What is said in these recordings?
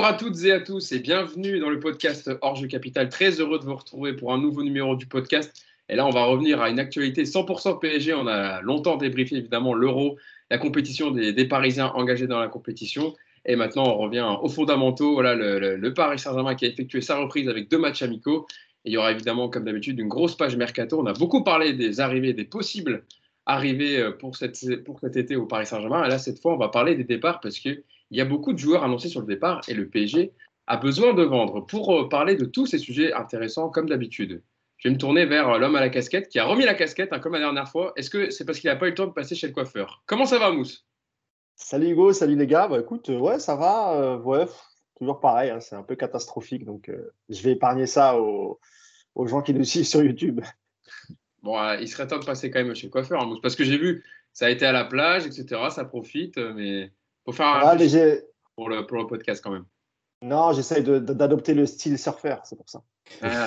Bonjour à toutes et à tous et bienvenue dans le podcast Hors Jeu Capital. Très heureux de vous retrouver pour un nouveau numéro du podcast. Et là, on va revenir à une actualité 100% PSG. On a longtemps débriefé évidemment l'Euro, la compétition des Parisiens engagés dans la compétition. Et maintenant, on revient aux fondamentaux. Voilà, le Paris Saint-Germain qui a effectué sa reprise avec 2 matchs amicaux. Et il y aura évidemment, comme d'habitude, une grosse page mercato. On a beaucoup parlé des arrivées, des possibles arrivées pour cet été au Paris Saint-Germain. Et là, cette fois, on va parler des départs parce qu'il y a beaucoup de joueurs annoncés sur le départ et le PSG a besoin de vendre. Pour parler de tous ces sujets intéressants, comme d'habitude, je vais me tourner vers l'homme à la casquette qui a remis la casquette, comme la dernière fois. Est-ce que c'est parce qu'il n'a pas eu le temps de passer chez le coiffeur? Comment ça va, Mousse? Salut Hugo, salut les gars. Bah, écoute, ouais, ça va. Toujours pareil, hein, c'est un peu catastrophique. Donc, je vais épargner ça aux gens qui nous suivent sur YouTube. Bon, il serait temps de passer quand même chez le coiffeur, hein, Mousse, parce que j'ai vu, ça a été à la plage, etc. Ça profite, mais faut faire un Ouais, mais réfléchissement pour le podcast quand même. non, j'essaye d'adopter le style surfer, c'est pour ça. Ah,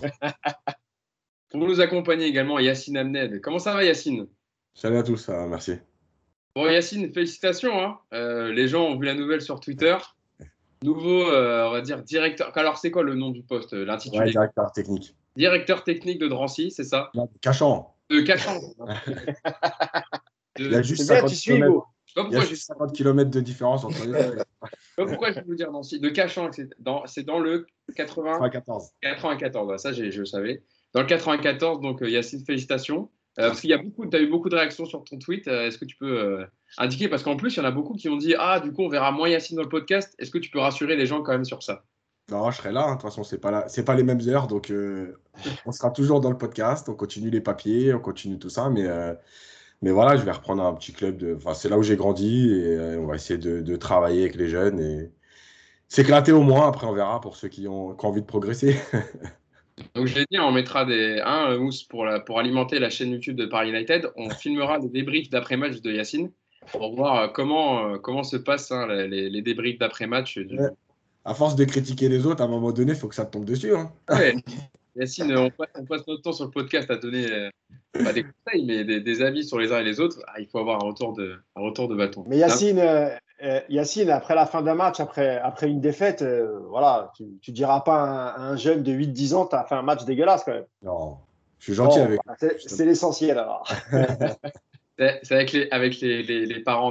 pour nous accompagner également, Yacine Amned. Comment ça va, Yacine? Salut à tous, ça va, merci. Bon, Yacine, félicitations, hein. Les gens ont vu la nouvelle sur Twitter. Nouveau, on va dire, directeur. Alors, c'est quoi le nom du poste, Ouais, l'intitulé? directeur technique. Directeur technique de Drancy, c'est ça? Non, Cachan. De Cachan. Il y a juste C'est bien, 50 tu suis km. Hugo. Je sais pas Il y pourquoi a juste 50 km de différence entre les deux. je sais pas pourquoi je vais vous dire Drancy. De Cachan, c'est dans le 80, 14. 94. Ouais, ça, je le savais. Dans le 94, donc Yacine, félicitations. Parce qu'il y a tu as eu beaucoup de réactions sur ton tweet. Est-ce que tu peux indiquer? Parce qu'en plus, il y en a beaucoup qui ont dit ah, du coup, on verra moins Yacine dans le podcast. Est-ce que tu peux rassurer les gens quand même sur ça? Non, je serai là, hein. De toute façon, c'est pas les mêmes heures, donc on sera toujours dans le podcast. On continue les papiers, on continue tout ça, mais voilà, je vais reprendre un petit club Enfin, c'est là où j'ai grandi et on va essayer de travailler avec les jeunes et s'éclater au moins. Après, on verra pour ceux qui ont envie de progresser. Donc, je l'ai dit, on mettra Mousse pour alimenter la chaîne YouTube de Paris United. On filmera des débriefs d'après-match de Yacine pour voir comment se passent les débriefs d'après-match. Ouais. À force de critiquer les autres, à un moment donné, il faut que ça te tombe dessus, hein. Ouais. Yacine, on passe notre temps sur le podcast à donner pas des conseils, mais des avis sur les uns et les autres. Ah, il faut avoir un retour de bâton. Mais Yacine, après la fin d'un match, après une défaite, voilà, tu diras pas à un jeune de 8-10 ans, tu as fait un match dégueulasse quand même. Non, je suis gentil Bon, avec c'est l'essentiel alors. C'est avec les parents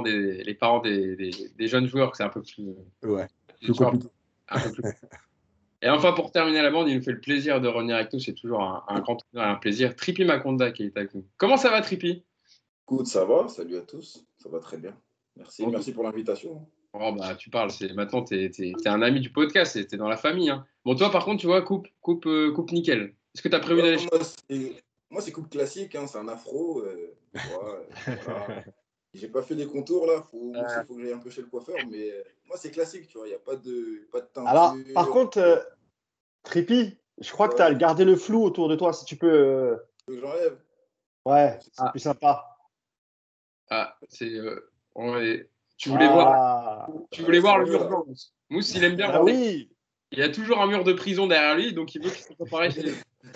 des jeunes joueurs que c'est un peu plus, Ouais, tu vois, un peu plus. Et enfin, pour terminer la bande, il nous fait le plaisir de revenir avec nous. C'est toujours un grand honneur et un plaisir. Tripi Makonda qui est avec nous. Comment ça va, Tripi? Écoute, ça va, salut à tous, ça va très bien. Merci, Bon, merci pour l'invitation. oh, bah, tu parles, maintenant, t'es un ami du podcast, t'es dans la famille, hein. Bon, toi, par contre, tu vois, coupe nickel. Est-ce que tu as prévu d'aller Moi, c'est coupe classique, hein, c'est un afro. Voilà. J'ai pas fait les contours là, faut que j'aille un peu chez le coiffeur, mais moi, c'est classique, tu vois, il n'y a pas de teinture. Alors, par contre, Tripi, je crois que tu as gardé le flou autour de toi, si tu peux. Faut que j'enlève. Ouais, c'est plus sympa. Ah, tu voulais voir le mur blanc. Mousse, il aime bien. Ah oui. Il y a toujours un mur de prison derrière lui, donc il veut qu'il soit pareil chez lui.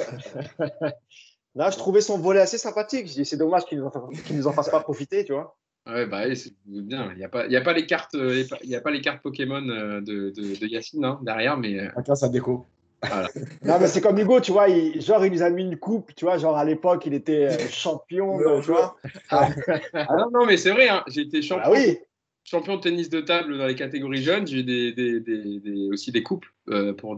Là, je trouvais son volet assez sympathique. Je dis, c'est dommage qu'il nous en fasse pas profiter, tu vois. Ouais, bah oui, c'est bien. Il y a pas les cartes, Pokémon de Yacine, hein, derrière, mais chacun sa déco. voilà. Non, mais c'est comme Hugo, tu vois, il nous a mis une coupe, tu vois, genre à l'époque, il était champion, tu vois. Ah non, mais c'est vrai, hein, j'ai été champion. Ah oui. Champion de tennis de table dans les catégories jeunes. J'ai eu aussi des coupes pour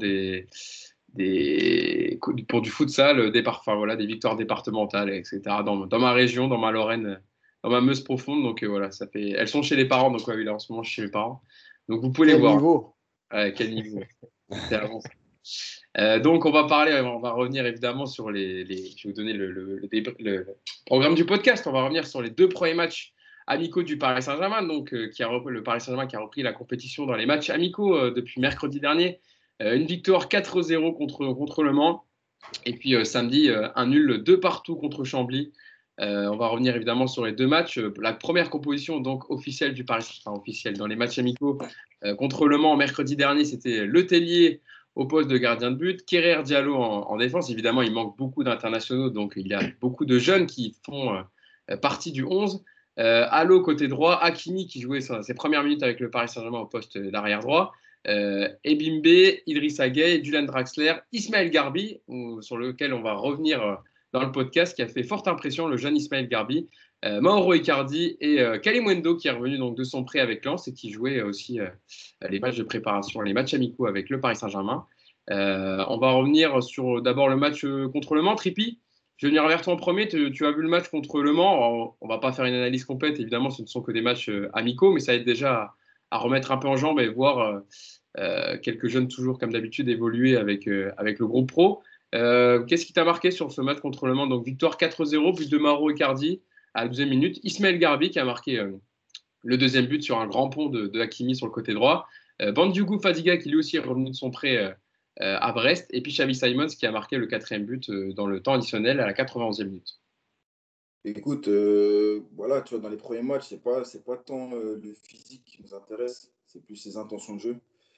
pour du futsal, des victoires départementales, etc. Dans ma région, dans ma Lorraine, dans ma Meuse profonde. Donc voilà, elles sont chez les parents. Donc ouais, en ce moment, je suis chez les parents. Donc vous pouvez les voir. Niveau. Quel niveau. C'est avancé. Donc on va revenir évidemment sur je vais vous donner le programme du podcast. On va revenir sur les 2 premiers matchs amicaux du Paris Saint-Germain, donc le Paris Saint-Germain qui a repris la compétition dans les matchs amicaux depuis mercredi dernier. Une victoire 4-0 contre Le Mans, et puis samedi un nul 2 partout contre Chambly. On va revenir évidemment sur les 2 matchs. La première composition donc officielle du Paris Saint-Germain, officielle dans les matchs amicaux contre Le Mans mercredi dernier, c'était Le Tellier au poste de gardien de but, Kerrer Diallo en défense. Évidemment, il manque beaucoup d'internationaux, donc il y a beaucoup de jeunes qui font partie du 11. Allo côté droit, Hakimi qui jouait ses premières minutes avec le Paris Saint-Germain au poste d'arrière droit, Ebimbe, Idrissa Gueye, Julian Draxler, Ismaël Garbi, sur lequel on va revenir dans le podcast, qui a fait forte impression, le jeune Ismaël Garbi, Mauro Icardi et Kalimundo, qui est revenu donc de son prêt avec Lens et qui jouait aussi les matchs de préparation, les matchs amicaux avec le Paris Saint-Germain. On va revenir sur d'abord le match contre le Mans. Trippi, je vais venir vers toi en premier. Tu as vu le match contre le Mans. Alors, on ne va pas faire une analyse complète, évidemment, ce ne sont que des matchs amicaux, mais ça aide déjà à remettre un peu en jambes et voir quelques jeunes toujours, comme d'habitude, évoluer avec le groupe pro. Qu'est-ce qui t'a marqué sur ce match contre le Mans? Donc, victoire 4-0, but de Mauro Icardi à la 12e minute. Ismaël Garbi qui a marqué le deuxième but sur un grand pont de Hakimi sur le côté droit. Bandiougou Fadiga qui lui aussi est revenu de son prêt à Brest. Et puis Xavi Simons qui a marqué le 4e but dans le temps additionnel à la 91e minute. Écoute, voilà, tu vois, dans les premiers matchs, c'est pas tant le physique qui nous intéresse, c'est plus ses intentions de jeu.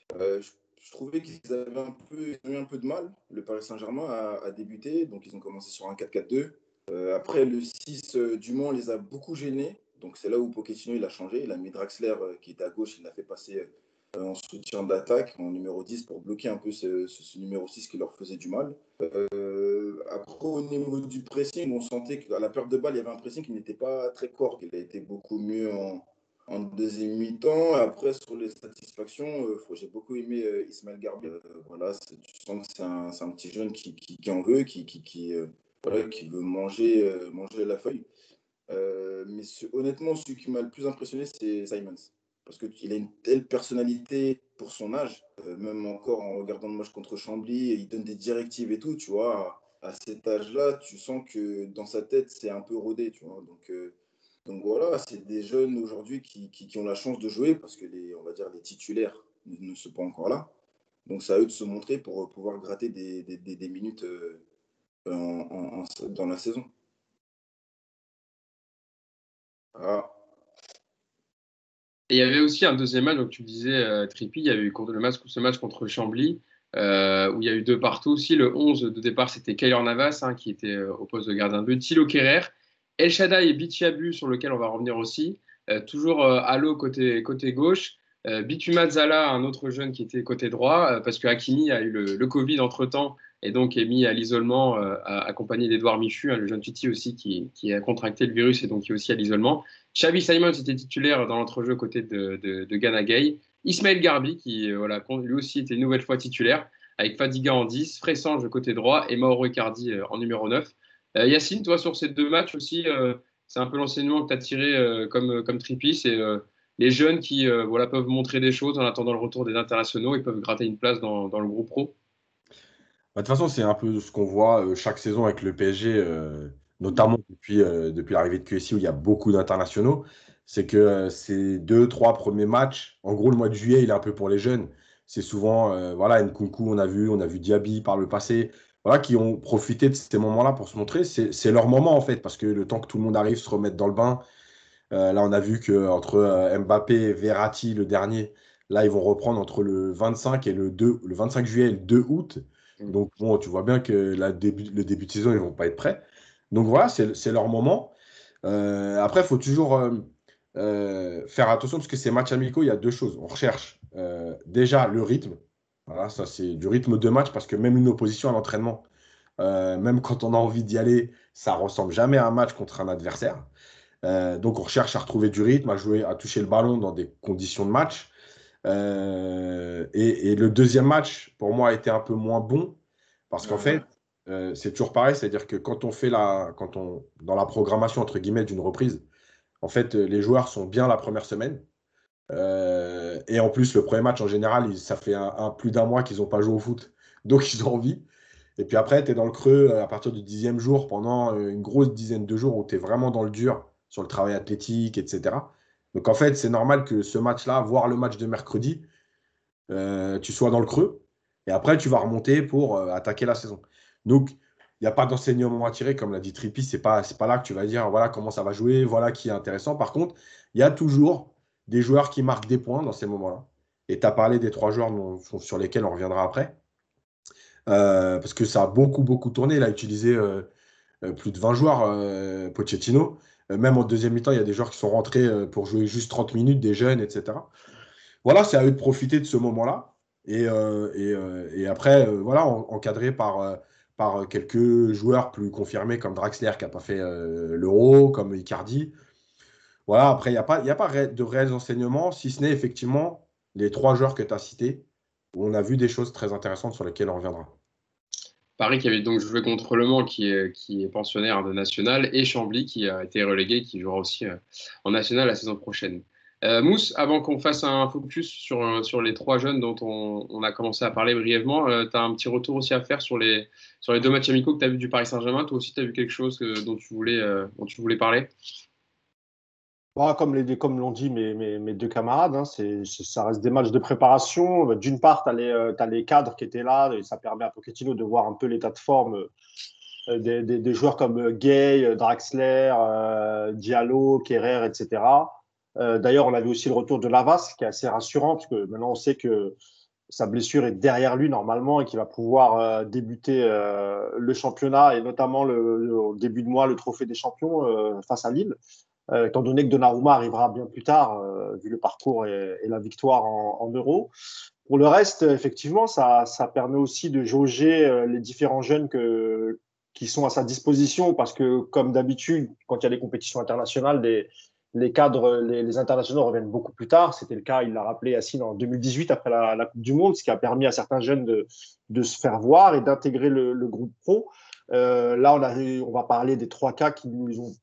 Je trouvais qu'ils avaient eu un peu de mal, le Paris Saint-Germain, à débuter. Donc, ils ont commencé sur un 4-4-2. Après, le 6 du Mans les a beaucoup gênés. Donc, c'est là où Pochettino il a changé. Il a mis Draxler qui était à gauche, il l'a fait passer en soutien d'attaque, en numéro 10, pour bloquer un peu ce numéro 6 qui leur faisait du mal. Après, au niveau du pressing, on sentait qu'à la perte de balle, il y avait un pressing qui n'était pas très corps. Il a été beaucoup mieux en deuxième mi-temps. Après, sur les satisfactions, j'ai beaucoup aimé Ismaël Garbi. Voilà, tu sens que c'est un petit jeune qui en veut, voilà, qui veut manger la feuille. Mais honnêtement, celui qui m'a le plus impressionné, c'est Simons. Parce qu'il a une telle personnalité pour son âge. Même encore en regardant le match contre Chambly, il donne des directives et tout, tu vois. À cet âge-là, tu sens que dans sa tête, c'est un peu rodé, tu vois. Donc voilà, c'est des jeunes aujourd'hui qui ont la chance de jouer parce que on va dire les titulaires ne sont pas encore là. Donc c'est à eux de se montrer pour pouvoir gratter des minutes dans la saison. Ah. Et il y avait aussi un deuxième match, donc tu me disais, Trippi, il y avait eu ce match contre Chambly, où il y a eu 2 partout aussi. Le 11 de départ, c'était Keylor Navas, hein, qui était au poste de gardien de but. Thilo Kehrer, El Shaddai et Bichiabu, sur lequel on va revenir aussi. Toujours Allo côté gauche. Bituma Zala, un autre jeune qui était côté droit, parce que Hakimi a eu le Covid entre-temps, et donc est mis à l'isolement, accompagné d'Edouard Michu, hein, le jeune Titi aussi, qui a contracté le virus et donc qui est aussi à l'isolement. Xavi Simons était titulaire dans l'entrejeu côté de Gana Gueye. Ismaël Garbi, qui lui aussi était une nouvelle fois titulaire, avec Fadiga en 10, Fressange côté droit et Mauro Icardi en numéro 9. Yacine, toi, sur ces 2 matchs aussi, c'est un peu l'enseignement que tu as tiré comme Trippi, c'est les jeunes qui peuvent montrer des choses en attendant le retour des internationaux et peuvent gratter une place dans le groupe pro. De toute façon, c'est un peu ce qu'on voit chaque saison avec le PSG, notamment depuis l'arrivée de QSI où il y a beaucoup d'internationaux. C'est que ces 2-3 premiers matchs, en gros, le mois de juillet, il est un peu pour les jeunes. C'est souvent, voilà, Nkunku, on a vu Diaby par le passé, voilà, qui ont profité de ces moments-là pour se montrer. C'est leur moment, en fait, parce que le temps que tout le monde arrive, se remette dans le bain. Là, on a vu qu'entre Mbappé et Verratti, le dernier, là, ils vont reprendre entre le 25 le 25 juillet et le 2 août. Donc, bon, tu vois bien que le début de saison, ils ne vont pas être prêts. Donc, voilà, c'est leur moment. Après, il faut toujours faire attention parce que ces matchs amicaux, il y a 2 choses. On recherche déjà le rythme. Voilà, ça, c'est du rythme de match parce que même une opposition à l'entraînement, même quand on a envie d'y aller, ça ne ressemble jamais à un match contre un adversaire. Donc, on recherche à retrouver du rythme, à jouer, à toucher le ballon dans des conditions de match. Et le deuxième match, pour moi, a été un peu moins bon parce qu'en fait, c'est toujours pareil, c'est-à-dire que quand dans la programmation entre guillemets d'une reprise, en fait, les joueurs sont bien la première semaine. Et en plus, le premier match, en général, ça fait plus d'un mois qu'ils n'ont pas joué au foot, donc ils ont envie. Et puis après, tu es dans le creux à partir du 10e jour, pendant une grosse dizaine de jours où tu es vraiment dans le dur sur le travail athlétique, etc. Donc en fait, c'est normal que ce match-là, voire le match de mercredi, tu sois dans le creux. Et après, tu vas remonter pour attaquer la saison. Donc, il n'y a pas d'enseignement à tirer, comme l'a dit Trippi. C'est pas là que tu vas dire voilà comment ça va jouer, voilà qui est intéressant. Par contre, il y a toujours des joueurs qui marquent des points dans ces moments-là. Et tu as parlé des 3 joueurs sur lesquels on reviendra après. Parce que ça a beaucoup, beaucoup tourné. Il a utilisé plus de 20 joueurs, Pochettino. Même en deuxième mi-temps, il y a des joueurs qui sont rentrés pour jouer juste 30 minutes, des jeunes, etc. Voilà, c'est à eux de profiter de ce moment-là. Et après, voilà, encadré par quelques joueurs plus confirmés comme Draxler qui n'a pas fait l'Euro, comme Icardi. Voilà, après, il y a pas de réels enseignements, si ce n'est effectivement les trois joueurs que tu as cités, où on a vu des choses très intéressantes sur lesquelles on reviendra. Paris qui avait donc joué contre Le Mans, qui est pensionnaire de National, et Chambly qui a été relégué, qui jouera aussi en National la saison prochaine. Mousse, avant qu'on fasse un focus sur les trois jeunes dont on a commencé à parler brièvement, tu as un petit retour aussi à faire sur les deux matchs amicaux que tu as vu du Paris Saint-Germain. Toi aussi, tu as vu quelque chose dont tu voulais parler? Bon, comme l'ont dit mes deux camarades, hein, ça reste des matchs de préparation. D'une part, t'as les cadres qui étaient là, et ça permet à Pochettino de voir un peu l'état de forme des joueurs comme Gay, Draxler, Diallo, Kerrer, etc. D'ailleurs, on avait aussi le retour de Navas, qui est assez rassurant, parce que maintenant on sait que sa blessure est derrière lui normalement et qu'il va pouvoir débuter le championnat et notamment au début de mois le trophée des champions face à Lille, étant donné que Donnarumma arrivera bien plus tard, vu le parcours et la victoire en Euro. Pour le reste, effectivement, ça permet aussi de jauger les différents jeunes qui sont à sa disposition parce que, comme d'habitude, quand il y a des compétitions internationales, les cadres, les internationaux reviennent beaucoup plus tard. C'était le cas, il l'a rappelé, Yacine, en 2018 après la Coupe du Monde, ce qui a permis à certains jeunes de se faire voir et d'intégrer le groupe pro. Là, on va parler des trois cas qui nous ont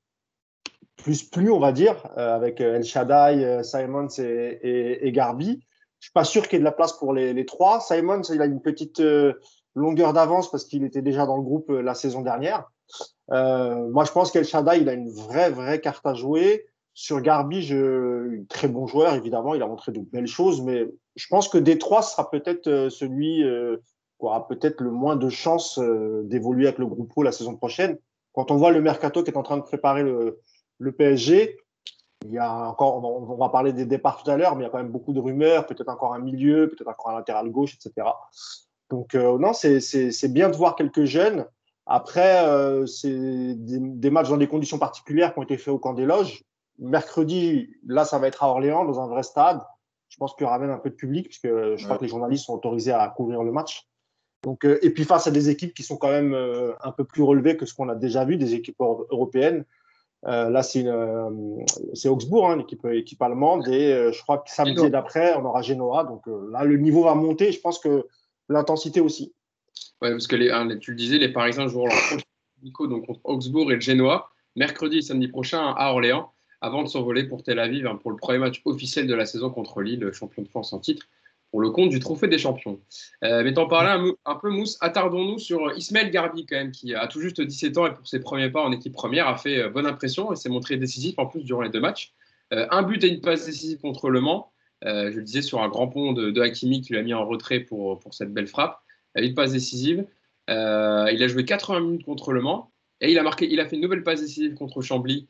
plus, on va dire, avec El Shaddai, Simons et Garbi. Je suis pas sûr qu'il y ait de la place pour les trois. Simons, il a une petite longueur d'avance parce qu'il était déjà dans le groupe la saison dernière. Moi, je pense qu'El Shaddai, il a une vraie carte à jouer. Sur Garbi, très bon joueur, évidemment, il a montré de belles choses, mais je pense que des trois, ce sera peut-être celui qui aura peut-être le moins de chances d'évoluer avec le groupe pro la saison prochaine. Quand on voit le mercato qui est en train de préparer le PSG, il y a encore, on va parler des départs tout à l'heure, mais il y a quand même beaucoup de rumeurs, peut-être encore un milieu, peut-être encore un latéral gauche, etc. Donc, non, c'est bien de voir quelques jeunes. Après, c'est des matchs dans des conditions particulières qui ont été faits au camp des loges. Mercredi, là, ça va être à Orléans, dans un vrai stade. Je pense qu'il y aura même un peu de public, puisque je crois Ouais. que les journalistes sont autorisés à couvrir le match. Donc, et puis face à des équipes qui sont quand même un peu plus relevées que ce qu'on a déjà vu, des équipes européennes. Là, c'est Augsbourg, hein, équipe allemande. Et je crois que samedi et d'après, on aura Genoa. Donc là, le niveau va monter. Je pense que l'intensité aussi. Ouais, parce que tu le disais, les Parisiens joueront leur prochain amicaux, donc contre Augsbourg et le Génois, mercredi et samedi prochain à Orléans, avant de s'envoler pour Tel Aviv pour le premier match officiel de la saison contre Lille, champion de France en titre, pour le compte du Trophée des Champions. Mais t'en parlais un peu, Mousse, attardons-nous sur Ismaël Garbi, quand même, qui a tout juste 17 ans et pour ses premiers pas en équipe première a fait bonne impression et s'est montré décisif en plus durant les deux matchs. Un but et une passe décisive contre Le Mans, je le disais, sur un grand pont de Hakimi qui l'a mis en retrait pour cette belle frappe. Une passe décisive. Il a joué 80 minutes contre Le Mans et il a fait une nouvelle passe décisive contre Chambly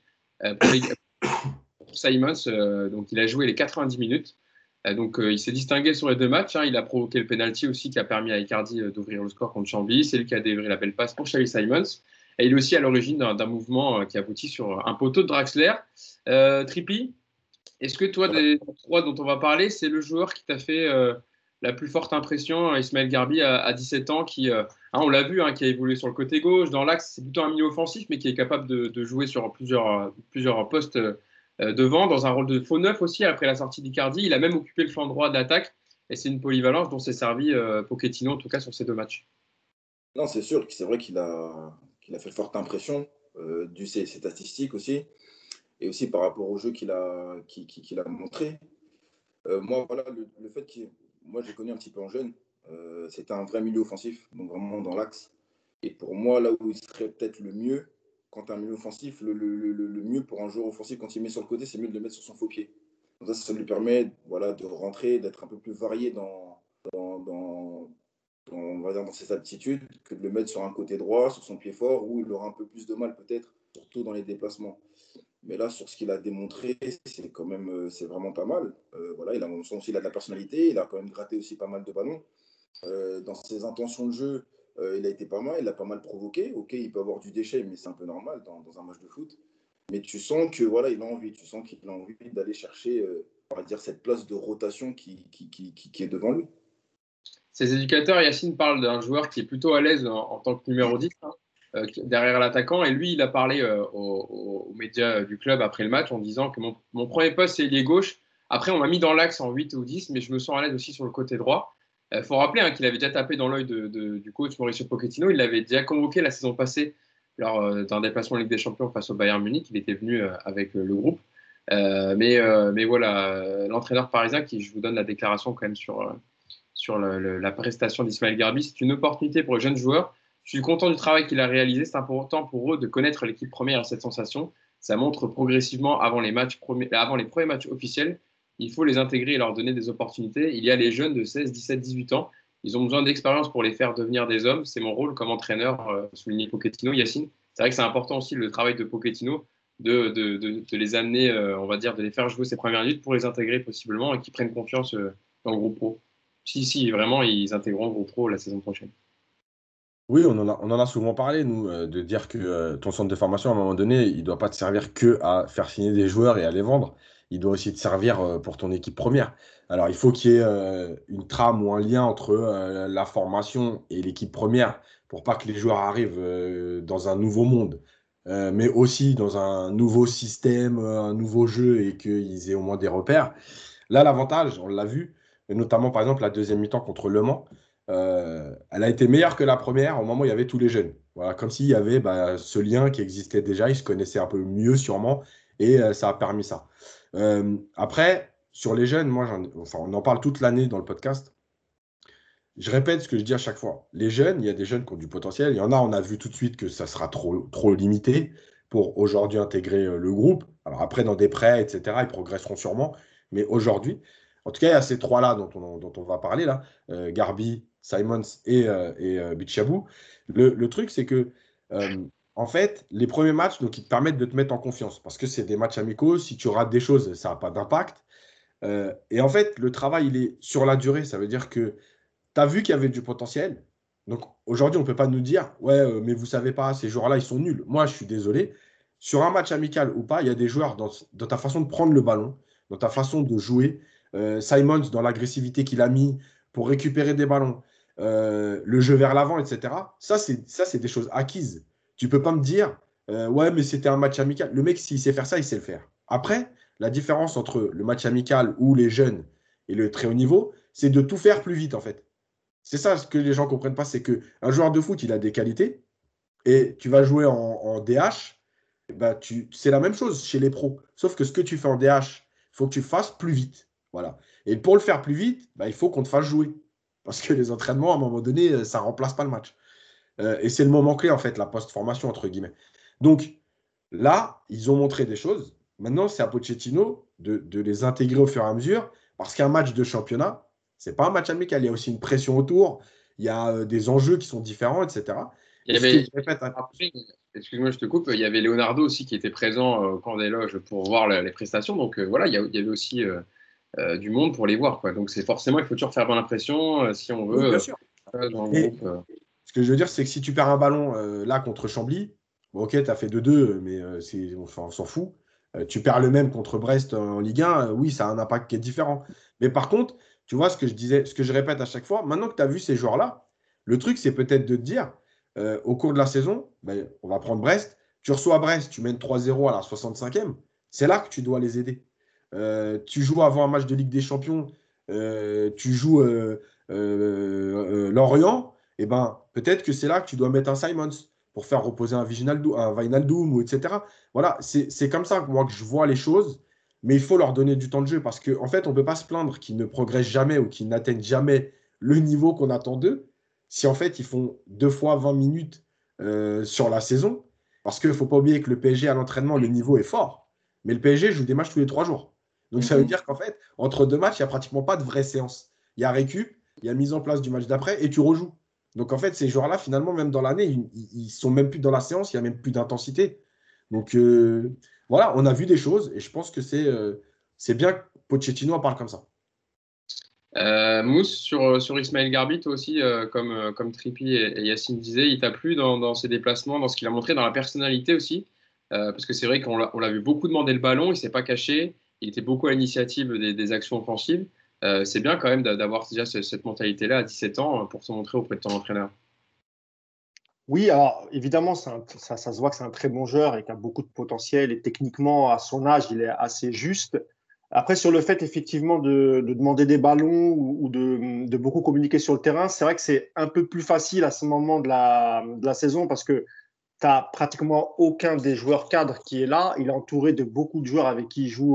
pour Simons. Donc il a joué les 90 minutes. Donc il s'est distingué sur les deux matchs. Hein. Il a provoqué le penalty aussi qui a permis à Icardi d'ouvrir le score contre Chambly. C'est lui qui a délivré la belle passe pour Xavi Simons. Et il est aussi à l'origine d'un mouvement qui aboutit sur un poteau de Draxler. Trippi, est-ce que toi, des trois dont on va parler, c'est le joueur qui t'a fait la plus forte impression, Ismaël Garbi, à 17 ans, on l'a vu, hein, qui a évolué sur le côté gauche, dans l'axe, c'est plutôt un milieu offensif, mais qui est capable de jouer sur plusieurs postes devant, dans un rôle de faux neuf aussi, après la sortie d'Icardi. Il a même occupé le flanc droit de l'attaque, et c'est une polyvalence dont s'est servi Pochettino, en tout cas sur ces deux matchs. Non, c'est sûr, c'est vrai qu'il a fait forte impression, dû ses statistiques aussi, et aussi par rapport au jeu qu'il a montré. Moi, voilà, le fait qu'il. Moi, j'ai connu un petit peu en jeune. C'était un vrai milieu offensif, donc vraiment dans l'axe. Et pour moi, là où il serait peut-être le mieux, quand tu as un milieu offensif, le mieux pour un joueur offensif, quand il met sur le côté, c'est mieux de le mettre sur son faux pied. Donc ça lui permet voilà, de rentrer, d'être un peu plus varié on va dire dans ses aptitudes, que de le mettre sur un côté droit, sur son pied fort, où il aura un peu plus de mal peut-être, surtout dans les déplacements. Mais là, sur ce qu'il a démontré, c'est quand même, c'est vraiment pas mal. Voilà, on sent aussi qu'il a de la personnalité, il a quand même gratté aussi pas mal de ballons. Dans ses intentions de jeu, il a été pas mal, il a pas mal provoqué. Ok, il peut avoir du déchet, mais c'est un peu normal dans un match de foot. Mais tu sens que voilà, il a envie, tu sens qu'il a envie d'aller chercher, on va dire, cette place de rotation qui est devant lui. Ces éducateurs, Yacine parle d'un joueur qui est plutôt à l'aise en tant que numéro 10, hein, derrière l'attaquant. Et lui, il a parlé aux médias du club après le match en disant que mon premier poste, c'est ailier gauche. Après, on m'a mis dans l'axe en 8 ou 10, mais je me sens à l'aise aussi sur le côté droit. Il faut rappeler qu'il avait déjà tapé dans l'œil du coach Mauricio Pochettino. Il l'avait déjà convoqué la saison passée lors d'un déplacement en Ligue des Champions face au Bayern Munich. Il était venu avec le groupe. Mais voilà, l'entraîneur parisien, je vous donne la déclaration quand même sur la prestation d'Ismaël Garbi, c'est une opportunité pour les jeunes joueurs. Je suis content du travail qu'il a réalisé. C'est important pour eux de connaître l'équipe première à cette sensation. Ça montre progressivement avant les premiers matchs officiels. Il faut les intégrer et leur donner des opportunités. Il y a les jeunes de 16, 17, 18 ans. Ils ont besoin d'expérience pour les faire devenir des hommes. C'est mon rôle comme entraîneur, souligné Pochettino, Yacine. C'est vrai que c'est important aussi le travail de Pochettino de les amener, on va dire, de les faire jouer ces premières minutes pour les intégrer possiblement et qu'ils prennent confiance dans le groupe pro. Si, vraiment, ils intégreront le groupe pro la saison prochaine. Oui, on en a souvent parlé, nous, de dire que ton centre de formation, à un moment donné, il ne doit pas te servir que à faire signer des joueurs et à les vendre. Il doit aussi te servir pour ton équipe première. Alors, il faut qu'il y ait une trame ou un lien entre la formation et l'équipe première pour pas que les joueurs arrivent dans un nouveau monde, mais aussi dans un nouveau système, un nouveau jeu et qu'ils aient au moins des repères. Là, l'avantage, on l'a vu, et notamment par exemple la deuxième mi-temps contre Le Mans, elle a été meilleure que la première au moment où il y avait tous les jeunes. Voilà, comme s'il y avait ce lien qui existait déjà, ils se connaissaient un peu mieux sûrement, et ça a permis ça. Après, sur les jeunes, moi, on en parle toute l'année dans le podcast. Je répète ce que je dis à chaque fois. Les jeunes, il y a des jeunes qui ont du potentiel. Il y en a, on a vu tout de suite que ça sera trop limité pour aujourd'hui intégrer le groupe. Alors après, dans des prêts, etc., ils progresseront sûrement. Mais aujourd'hui, en tout cas, il y a ces trois-là dont on va parler, là, Garbi, Simons et Bichabou. Le truc, c'est que, en fait, les premiers matchs, donc, ils te permettent de te mettre en confiance parce que c'est des matchs amicaux. Si tu rates des choses, ça n'a pas d'impact. Et en fait, le travail, il est sur la durée. Ça veut dire que tu as vu qu'il y avait du potentiel. Donc aujourd'hui, on ne peut pas nous dire, ouais, mais vous ne savez pas, ces joueurs-là, ils sont nuls. Moi, je suis désolé. Sur un match amical ou pas, il y a des joueurs dans ta façon de prendre le ballon, dans ta façon de jouer. Simons, dans l'agressivité qu'il a mis pour récupérer des ballons, le jeu vers l'avant, etc. Ça, c'est des choses acquises. Tu ne peux pas me dire, ouais, mais c'était un match amical. Le mec, s'il sait faire ça, il sait le faire. Après, la différence entre le match amical ou les jeunes et le très haut niveau, c'est de tout faire plus vite, en fait. C'est ça ce que les gens ne comprennent pas, c'est qu'un joueur de foot, il a des qualités, et tu vas jouer en DH, c'est la même chose chez les pros. Sauf que ce que tu fais en DH, il faut que tu fasses plus vite. Voilà. Et pour le faire plus vite, il faut qu'on te fasse jouer. Parce que les entraînements, à un moment donné, ça ne remplace pas le match. Et c'est le moment clé, en fait, la post-formation, entre guillemets. Donc, là, ils ont montré des choses. Maintenant, c'est à Pochettino de les intégrer au fur et à mesure. Parce qu'un match de championnat, c'est pas un match amical. Il y a aussi une pression autour. Il y a des enjeux qui sont différents, etc. Il y avait, après, excuse-moi, je te coupe, il y avait Leonardo aussi qui était présent au camp des loges pour voir les prestations. Donc voilà, il y avait aussi du monde pour les voir, quoi. Donc c'est forcément, il faut toujours faire bonne impression si on veut bien sûr. dans le groupe. Ce que je veux dire, c'est que si tu perds un ballon là contre Chambly, bon, ok, tu as fait 2-2, mais on s'en fout. Tu perds le même contre Brest en Ligue 1, oui, ça a un impact qui est différent. Mais par contre, tu vois ce que je disais, ce que je répète à chaque fois, maintenant que tu as vu ces joueurs-là, le truc, c'est peut-être de te dire, au cours de la saison, on va prendre Brest, tu reçois Brest, tu mènes 3-0 à la 65e, c'est là que tu dois les aider. Tu joues avant un match de Ligue des Champions, tu joues Lorient, et peut-être que c'est là que tu dois mettre un Simons pour faire reposer un Wijnaldum, etc. Voilà, c'est comme ça moi que je vois les choses, mais il faut leur donner du temps de jeu parce qu'en fait, on ne peut pas se plaindre qu'ils ne progressent jamais ou qu'ils n'atteignent jamais le niveau qu'on attend d'eux si en fait ils font 2 fois 20 minutes sur la saison. Parce qu'il ne faut pas oublier que le PSG à l'entraînement, le niveau est fort, mais le PSG joue des matchs tous les 3 jours. Donc ça veut dire qu'en fait, entre 2 matchs, il n'y a pratiquement pas de vraie séance. Il y a récup, il y a mise en place du match d'après et tu rejoues. Donc en fait, ces joueurs-là, finalement, même dans l'année, ils ne sont même plus dans la séance, il n'y a même plus d'intensité. Donc voilà, on a vu des choses et je pense que c'est bien que Pochettino en parle comme ça. Mousse, sur Ismaël Garbi, toi aussi, comme Trippi et Yacine disaient, il t'a plu dans ses déplacements, dans ce qu'il a montré, dans la personnalité aussi parce que c'est vrai qu'on l'a vu beaucoup demander le ballon, il ne s'est pas caché, il était beaucoup à l'initiative des actions offensives. C'est bien quand même d'avoir déjà cette mentalité-là à 17 ans pour se montrer auprès de ton entraîneur. Oui, alors évidemment, ça se voit que c'est un très bon joueur et qu'il a beaucoup de potentiel. Et techniquement, à son âge, il est assez juste. Après, sur le fait effectivement de demander des ballons ou de beaucoup communiquer sur le terrain, c'est vrai que c'est un peu plus facile à ce moment de la saison parce que tu n'as pratiquement aucun des joueurs cadres qui est là. Il est entouré de beaucoup de joueurs avec qui il joue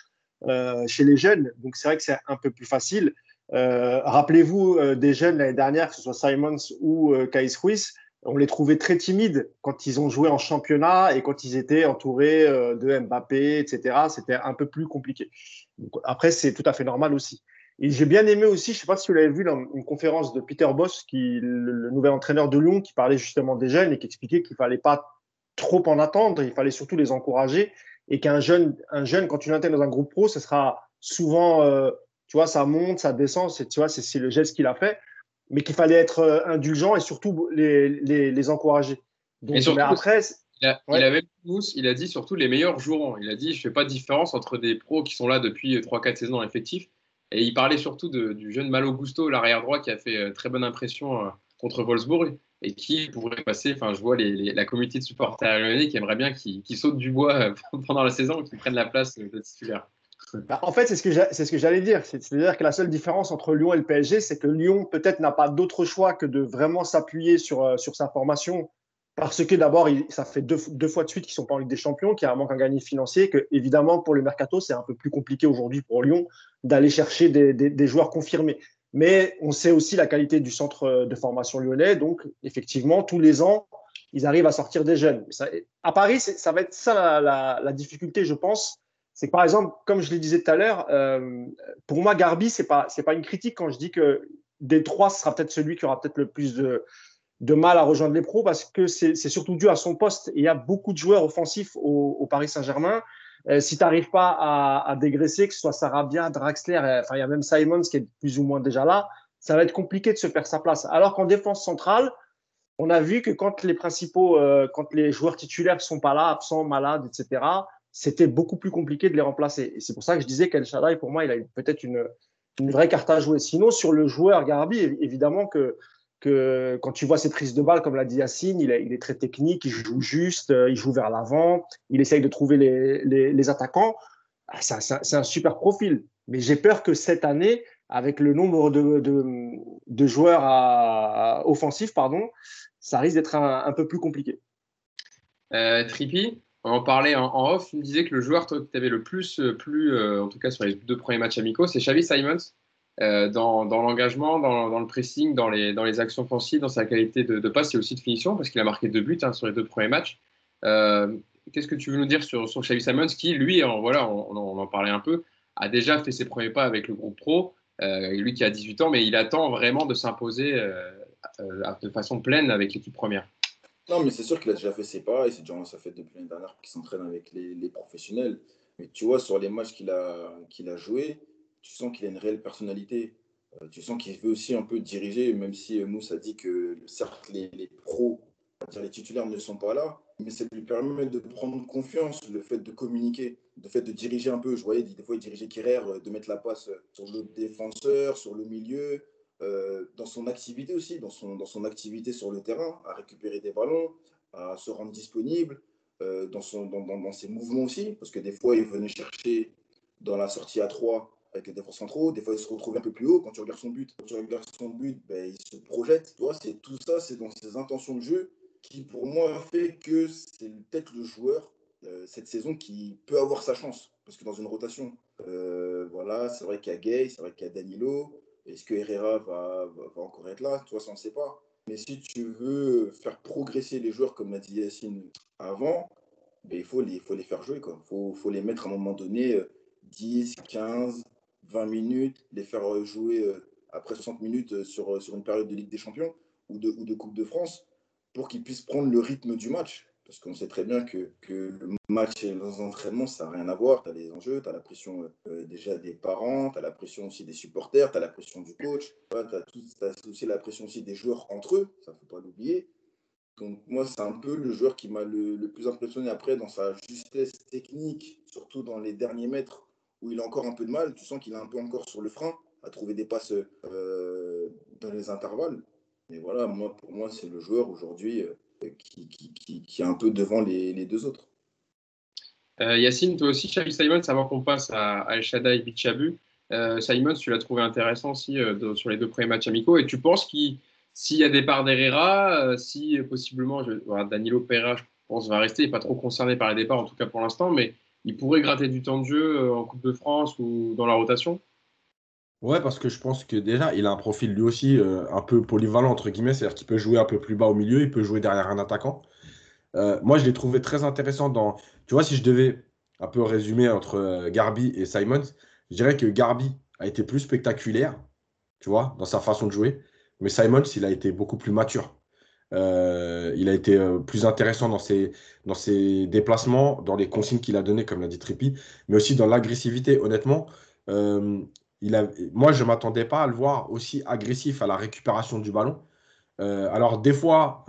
chez les jeunes. Donc, c'est vrai que c'est un peu plus facile. Rappelez-vous des jeunes l'année dernière, que ce soit Simons ou Kais Ruiz, on les trouvait très timides quand ils ont joué en championnat et quand ils étaient entourés de Mbappé, etc. C'était un peu plus compliqué. Donc, après, c'est tout à fait normal aussi. Et j'ai bien aimé aussi, je ne sais pas si vous l'avez vu dans une conférence de Peter Bosz, le nouvel entraîneur de Lyon, qui parlait justement des jeunes et qui expliquait qu'il ne fallait pas trop en attendre, il fallait surtout les encourager et qu'un jeune, quand tu l'intègres dans un groupe pro, ce sera souvent, tu vois, ça monte, ça descend, tu vois, c'est le geste qu'il a fait, mais qu'il fallait être indulgent et surtout les encourager. Et Donc, mais surtout, après, il ouais, avait Mousse, il a dit surtout les meilleurs joueront. Il a dit, je fais pas de différence entre des pros qui sont là depuis 3-4 saisons dans l'effectif. Et il parlait surtout du jeune Malo Gusto, l'arrière droit, qui a fait très bonne impression contre Wolfsburg et qui pourrait passer. Enfin, je vois la communauté de supporters lyonnais qui aimerait bien qu'il saute du bois pendant la saison, qu'il prenne la place de titulaire. bah, en fait, c'est ce que j'allais dire. C'est-à-dire que la seule différence entre Lyon et le PSG, c'est que Lyon peut-être n'a pas d'autre choix que de vraiment s'appuyer sur sa formation. Parce que d'abord, ça fait deux fois de suite qu'ils ne sont pas en Ligue des Champions, qu'il y a un manque à gagner financier, que évidemment pour le mercato, c'est un peu plus compliqué aujourd'hui pour Lyon d'aller chercher des joueurs confirmés. Mais on sait aussi la qualité du centre de formation lyonnais. Donc, effectivement, tous les ans, ils arrivent à sortir des jeunes. À Paris, ça va être ça la difficulté, je pense, c'est que par exemple, comme je le disais tout à l'heure, pour moi, Garbi, c'est pas une critique quand je dis que des trois, ce sera peut-être celui qui aura peut-être le plus de mal à rejoindre les pros parce que c'est surtout dû à son poste. Et il y a beaucoup de joueurs offensifs au Paris Saint-Germain. Si tu n'arrives pas à dégraisser, que ce soit Sarabia, Draxler, enfin, il y a même Simons qui est plus ou moins déjà là, ça va être compliqué de se faire sa place. Alors qu'en défense centrale, on a vu que quand les joueurs titulaires sont pas là, absents, malades, etc., c'était beaucoup plus compliqué de les remplacer. Et c'est pour ça que je disais qu'El Shaddai, pour moi, il a peut-être une vraie carte à jouer. Sinon, sur le joueur Garbi, évidemment que quand tu vois ses prises de balles, comme l'a dit Yacine, il est très technique, il joue juste, il joue vers l'avant, il essaye de trouver les attaquants. Ah, c'est un super profil. Mais j'ai peur que cette année, avec le nombre de joueurs offensifs, pardon, ça risque d'être un peu plus compliqué. Trippi, on en parlait en off, tu me disais que le joueur toi, que tu avais le plus plu, en tout cas sur les 2 premiers matchs amicaux, c'est Xavi Simons, dans l'engagement, dans le pressing, dans les actions offensives, dans sa qualité de passe et aussi de finition, parce qu'il a marqué 2 buts sur les 2 premiers matchs. Euh, Qu'est-ce que tu veux nous dire sur Xavi Simons, qui, lui, voilà, on en parlait un peu, a déjà fait ses premiers pas avec le groupe pro, lui qui a 18 ans, mais il attend vraiment de s'imposer de façon pleine avec l'équipe première. Non, mais c'est sûr qu'il a déjà fait ses pas et c'est déjà ça fait depuis l'année dernière qu'il s'entraîne avec les professionnels. Mais tu vois, sur les matchs qu'il a joué, tu sens qu'il a une réelle personnalité. Tu sens qu'il veut aussi un peu diriger, même si Mousse a dit que certes, les pros, c'est-à-dire les titulaires ne sont pas là, mais ça lui permet de prendre confiance, le fait de communiquer, le fait de diriger un peu. Je voyais des fois, il dirigeait Kerrer, de mettre la passe sur le défenseur, sur le milieu, dans son activité aussi, dans son activité sur le terrain, à récupérer des ballons, à se rendre disponible, dans ses mouvements aussi, parce que des fois, il venait chercher dans la sortie à 3 avec les défenseurs centraux, des fois, il se retrouve un peu plus haut. Quand tu regardes son but, ben, il se projette. Tu vois, tout ça, c'est dans ses intentions de jeu qui, pour moi, fait que c'est peut-être le joueur cette saison qui peut avoir sa chance. Parce que dans une rotation, voilà, c'est vrai qu'il y a Gay, c'est vrai qu'il y a Danilo. Est-ce que Herrera va encore être là? Toi, ça, on ne sait pas. Mais si tu veux faire progresser les joueurs, comme l'a dit Yacine avant, ben, il faut les faire jouer. Faut les mettre à un moment donné 10, 15, 20 minutes, les faire jouer après 60 minutes sur une période de Ligue des Champions ou de Coupe de France pour qu'ils puissent prendre le rythme du match. Parce qu'on sait très bien que le match et les entraînements, ça n'a rien à voir. Tu as les enjeux, tu as la pression déjà des parents, tu as la pression aussi des supporters, tu as la pression du coach, tu as aussi la pression aussi des joueurs entre eux, ça ne faut pas l'oublier. Donc moi, c'est un peu le joueur qui m'a le plus impressionné après dans sa justesse technique, surtout dans les derniers mètres où il a encore un peu de mal. Tu sens qu'il est un peu encore sur le frein à trouver des passes dans les intervalles. Mais voilà, pour moi, c'est le joueur aujourd'hui qui est un peu devant les deux autres. Yacine, toi aussi, Xavi Simons, avant qu'on passe à El Shaddai et Bichabou, Simons, tu l'as trouvé intéressant aussi sur les 2 premiers matchs amicaux. Et tu penses s'il y a des départs d'Herrera, si possiblement, voilà, Danilo Pereira, je pense, va rester, il n'est pas trop concerné par les départs, en tout cas pour l'instant, mais il pourrait gratter du temps de jeu en Coupe de France ou dans la rotation? Ouais, parce que je pense que déjà, il a un profil lui aussi un peu polyvalent, entre guillemets, c'est-à-dire qu'il peut jouer un peu plus bas au milieu, il peut jouer derrière un attaquant. Moi, je l'ai trouvé très intéressant dans. Tu vois, si je devais un peu résumer entre Garbi et Simons, je dirais que Garbi a été plus spectaculaire, tu vois, dans sa façon de jouer, mais Simons, il a été beaucoup plus mature. Il a été plus intéressant dans ses déplacements, dans les consignes qu'il a données, comme l'a dit Trippi, mais aussi dans l'agressivité. Honnêtement, euh, moi, je ne m'attendais pas à le voir aussi agressif à la récupération du ballon. Alors, des fois,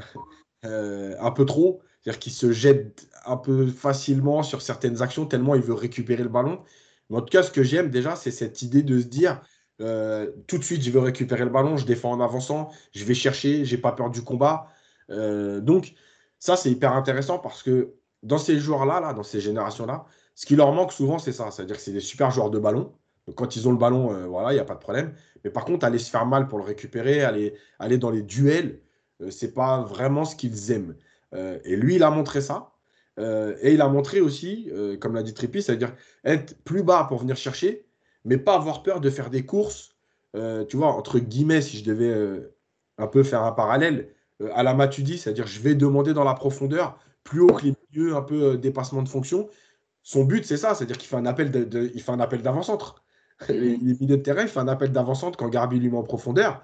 un peu trop, c'est-à-dire qu'il se jette un peu facilement sur certaines actions, tellement il veut récupérer le ballon. Mais en tout cas, ce que j'aime déjà, c'est cette idée de se dire tout de suite, je veux récupérer le ballon, je défends en avançant, je vais chercher, j'ai pas peur du combat. Donc, ça, c'est hyper intéressant parce que dans ces joueurs-là, dans ces générations-là, ce qui leur manque souvent, c'est ça. C'est-à-dire que c'est des super joueurs de ballon. Donc, quand ils ont le ballon, voilà, il n'y a pas de problème. Mais par contre, aller se faire mal pour le récupérer, aller dans les duels, c'est pas vraiment ce qu'ils aiment. Et lui, il a montré ça. Et il a montré aussi, comme l'a dit Trippi, c'est-à-dire être plus bas pour venir chercher, mais pas avoir peur de faire des courses, tu vois, entre guillemets, si je devais un peu faire un parallèle, à la Matuidi, c'est-à-dire je vais demander dans la profondeur, plus haut que les milieux, un peu dépassement de fonction. Son but, c'est ça, c'est-à-dire qu'il fait un appel il fait un appel d'avant-centre. Les milieux de terrain, il fait un appel d'avant-centre quand Garbi lui met en profondeur.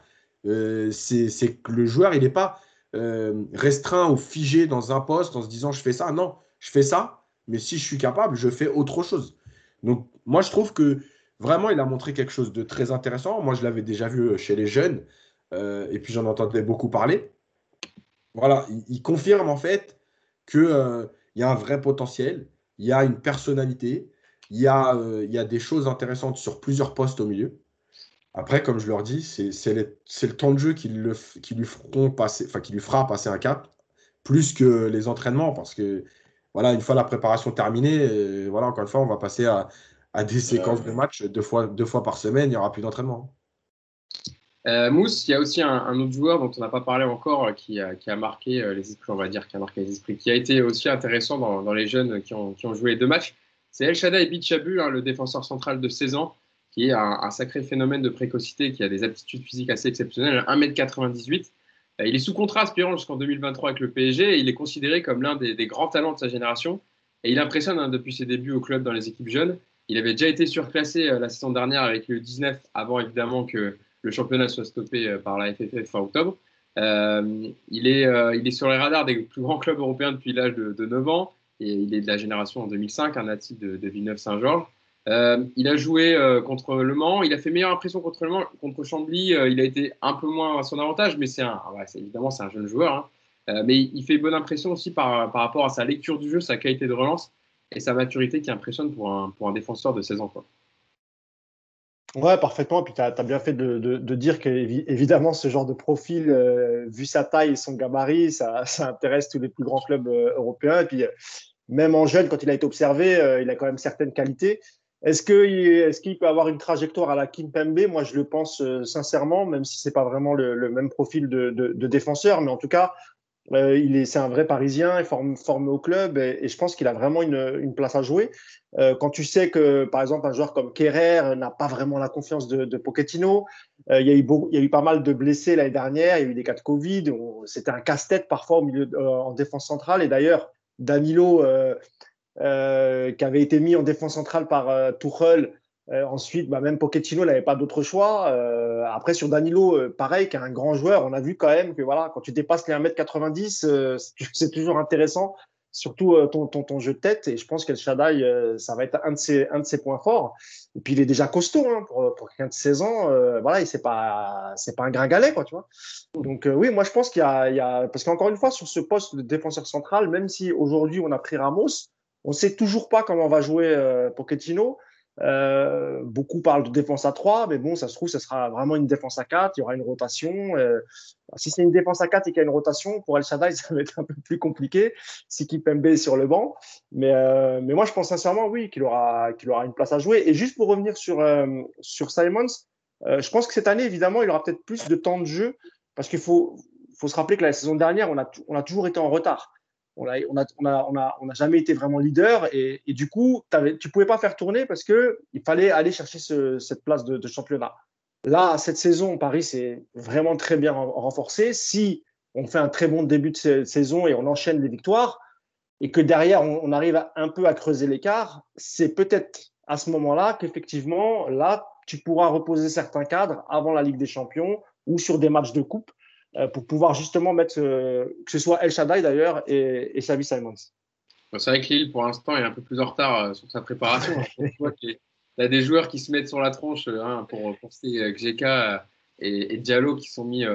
C'est que le joueur, il n'est pas restreint ou figé dans un poste en se disant je fais ça. Non, je fais ça, mais si je suis capable, je fais autre chose. Donc, moi, je trouve que vraiment, il a montré quelque chose de très intéressant. Moi, je l'avais déjà vu chez les jeunes, et puis j'en entendais beaucoup parler. Voilà, il confirme en fait qu'il y a un vrai potentiel, il y a une personnalité, il y a des choses intéressantes sur plusieurs postes au milieu. Après, comme je leur dis, c'est le temps de jeu qui lui feront passer, enfin, qui lui fera passer un cap, plus que les entraînements, parce que voilà, une fois la préparation terminée, voilà, encore une fois, on va passer à des séquences de match 2 fois par semaine, il n'y aura plus d'entraînement. Mousse, il y a aussi un autre joueur dont on n'a pas parlé encore qui a marqué les esprits, on va dire, qui a marqué les esprits, qui a été aussi intéressant dans les jeunes qui ont joué les 2 matchs. C'est El Shaddai Bichabou, le défenseur central de 16 ans, qui est un sacré phénomène de précocité, qui a des aptitudes physiques assez exceptionnelles, 1,98 m. Il est sous contrat aspirant jusqu'en 2023 avec le PSG et il est considéré comme l'un des grands talents de sa génération. Et il impressionne depuis ses débuts au club dans les équipes jeunes. Il avait déjà été surclassé la saison dernière avec le 19, avant évidemment que le championnat soit stoppé par la FFF fin octobre. Il est sur les radars des plus grands clubs européens depuis l'âge de 9 ans. Et il est de la génération en 2005, un natif de Villeneuve-Saint-Georges. Il a joué contre Le Mans. Il a fait meilleure impression contre Le Mans. Contre Chambly, il a été un peu moins à son avantage, mais évidemment, c'est un jeune joueur. Hein. Mais il fait bonne impression aussi par rapport à sa lecture du jeu, sa qualité de relance et sa maturité qui impressionne pour un défenseur de 16 ans. Quoi. Ouais, parfaitement. Et puis, tu as bien fait de dire qu'évidemment, ce genre de profil, vu sa taille et son gabarit, ça intéresse tous les plus grands clubs européens. Et puis, même en jeune, quand il a été observé, il a quand même certaines qualités. Est-ce qu'il peut avoir une trajectoire à la Kimpembe? Moi, je le pense sincèrement, même si ce n'est pas vraiment le même profil de défenseur. Mais en tout cas, c'est un vrai Parisien, formé au club et je pense qu'il a vraiment une place à jouer. Quand tu sais que, par exemple, un joueur comme Kerrer n'a pas vraiment la confiance de Pochettino, il y a eu pas mal de blessés l'année dernière, il y a eu des cas de Covid, c'était un casse-tête parfois en défense centrale. Et d'ailleurs, Danilo, qui avait été mis en défense centrale par Tuchel. Ensuite, même Pochettino n'avait pas d'autre choix. Après, sur Danilo, pareil, qui est un grand joueur, on a vu quand même que voilà, quand tu dépasses les 1,90 m, c'est toujours intéressant, surtout ton jeu de tête. Et je pense qu'El Shaddai, ça va être un de ses points forts. Et puis, il est déjà costaud hein, pour quelqu'un de 16 ans. Voilà, c'est pas un gringalet, quoi, tu vois. Donc, oui, moi, je pense qu'il y a. Parce qu'encore une fois, sur ce poste de défenseur central, même si aujourd'hui, on a pris Ramos, on ne sait toujours pas comment va jouer Pochettino. Beaucoup parlent de défense à 3, mais bon, ça se trouve, ça sera vraiment une défense à 4. Il y aura une rotation. Si c'est une défense à 4 et qu'il y a une rotation, pour El Shaddai, ça va être un peu plus compliqué si Kipembe est sur le banc. Mais moi, je pense sincèrement, oui, qu'il aura une place à jouer. Et juste pour revenir sur Simons, je pense que cette année, évidemment, il aura peut-être plus de temps de jeu parce faut se rappeler que la saison dernière, on a toujours été en retard. On n'a jamais été vraiment leader et du coup, tu ne pouvais pas faire tourner parce qu'il fallait aller chercher cette place de championnat. Là, cette saison, Paris s'est vraiment très bien renforcé. Si on fait un très bon début de saison et on enchaîne les victoires et que derrière, on arrive un peu à creuser l'écart, c'est peut-être à ce moment-là qu'effectivement, là, tu pourras reposer certains cadres avant la Ligue des Champions ou sur des matchs de coupe pour pouvoir justement mettre, que ce soit El Shaddai d'ailleurs et Xavi Simons. C'est vrai que Lille, pour l'instant, est un peu plus en retard sur sa préparation. Tu vois qu'il y a des joueurs qui se mettent sur la tronche pour citer Gjeka et Diallo qui sont mis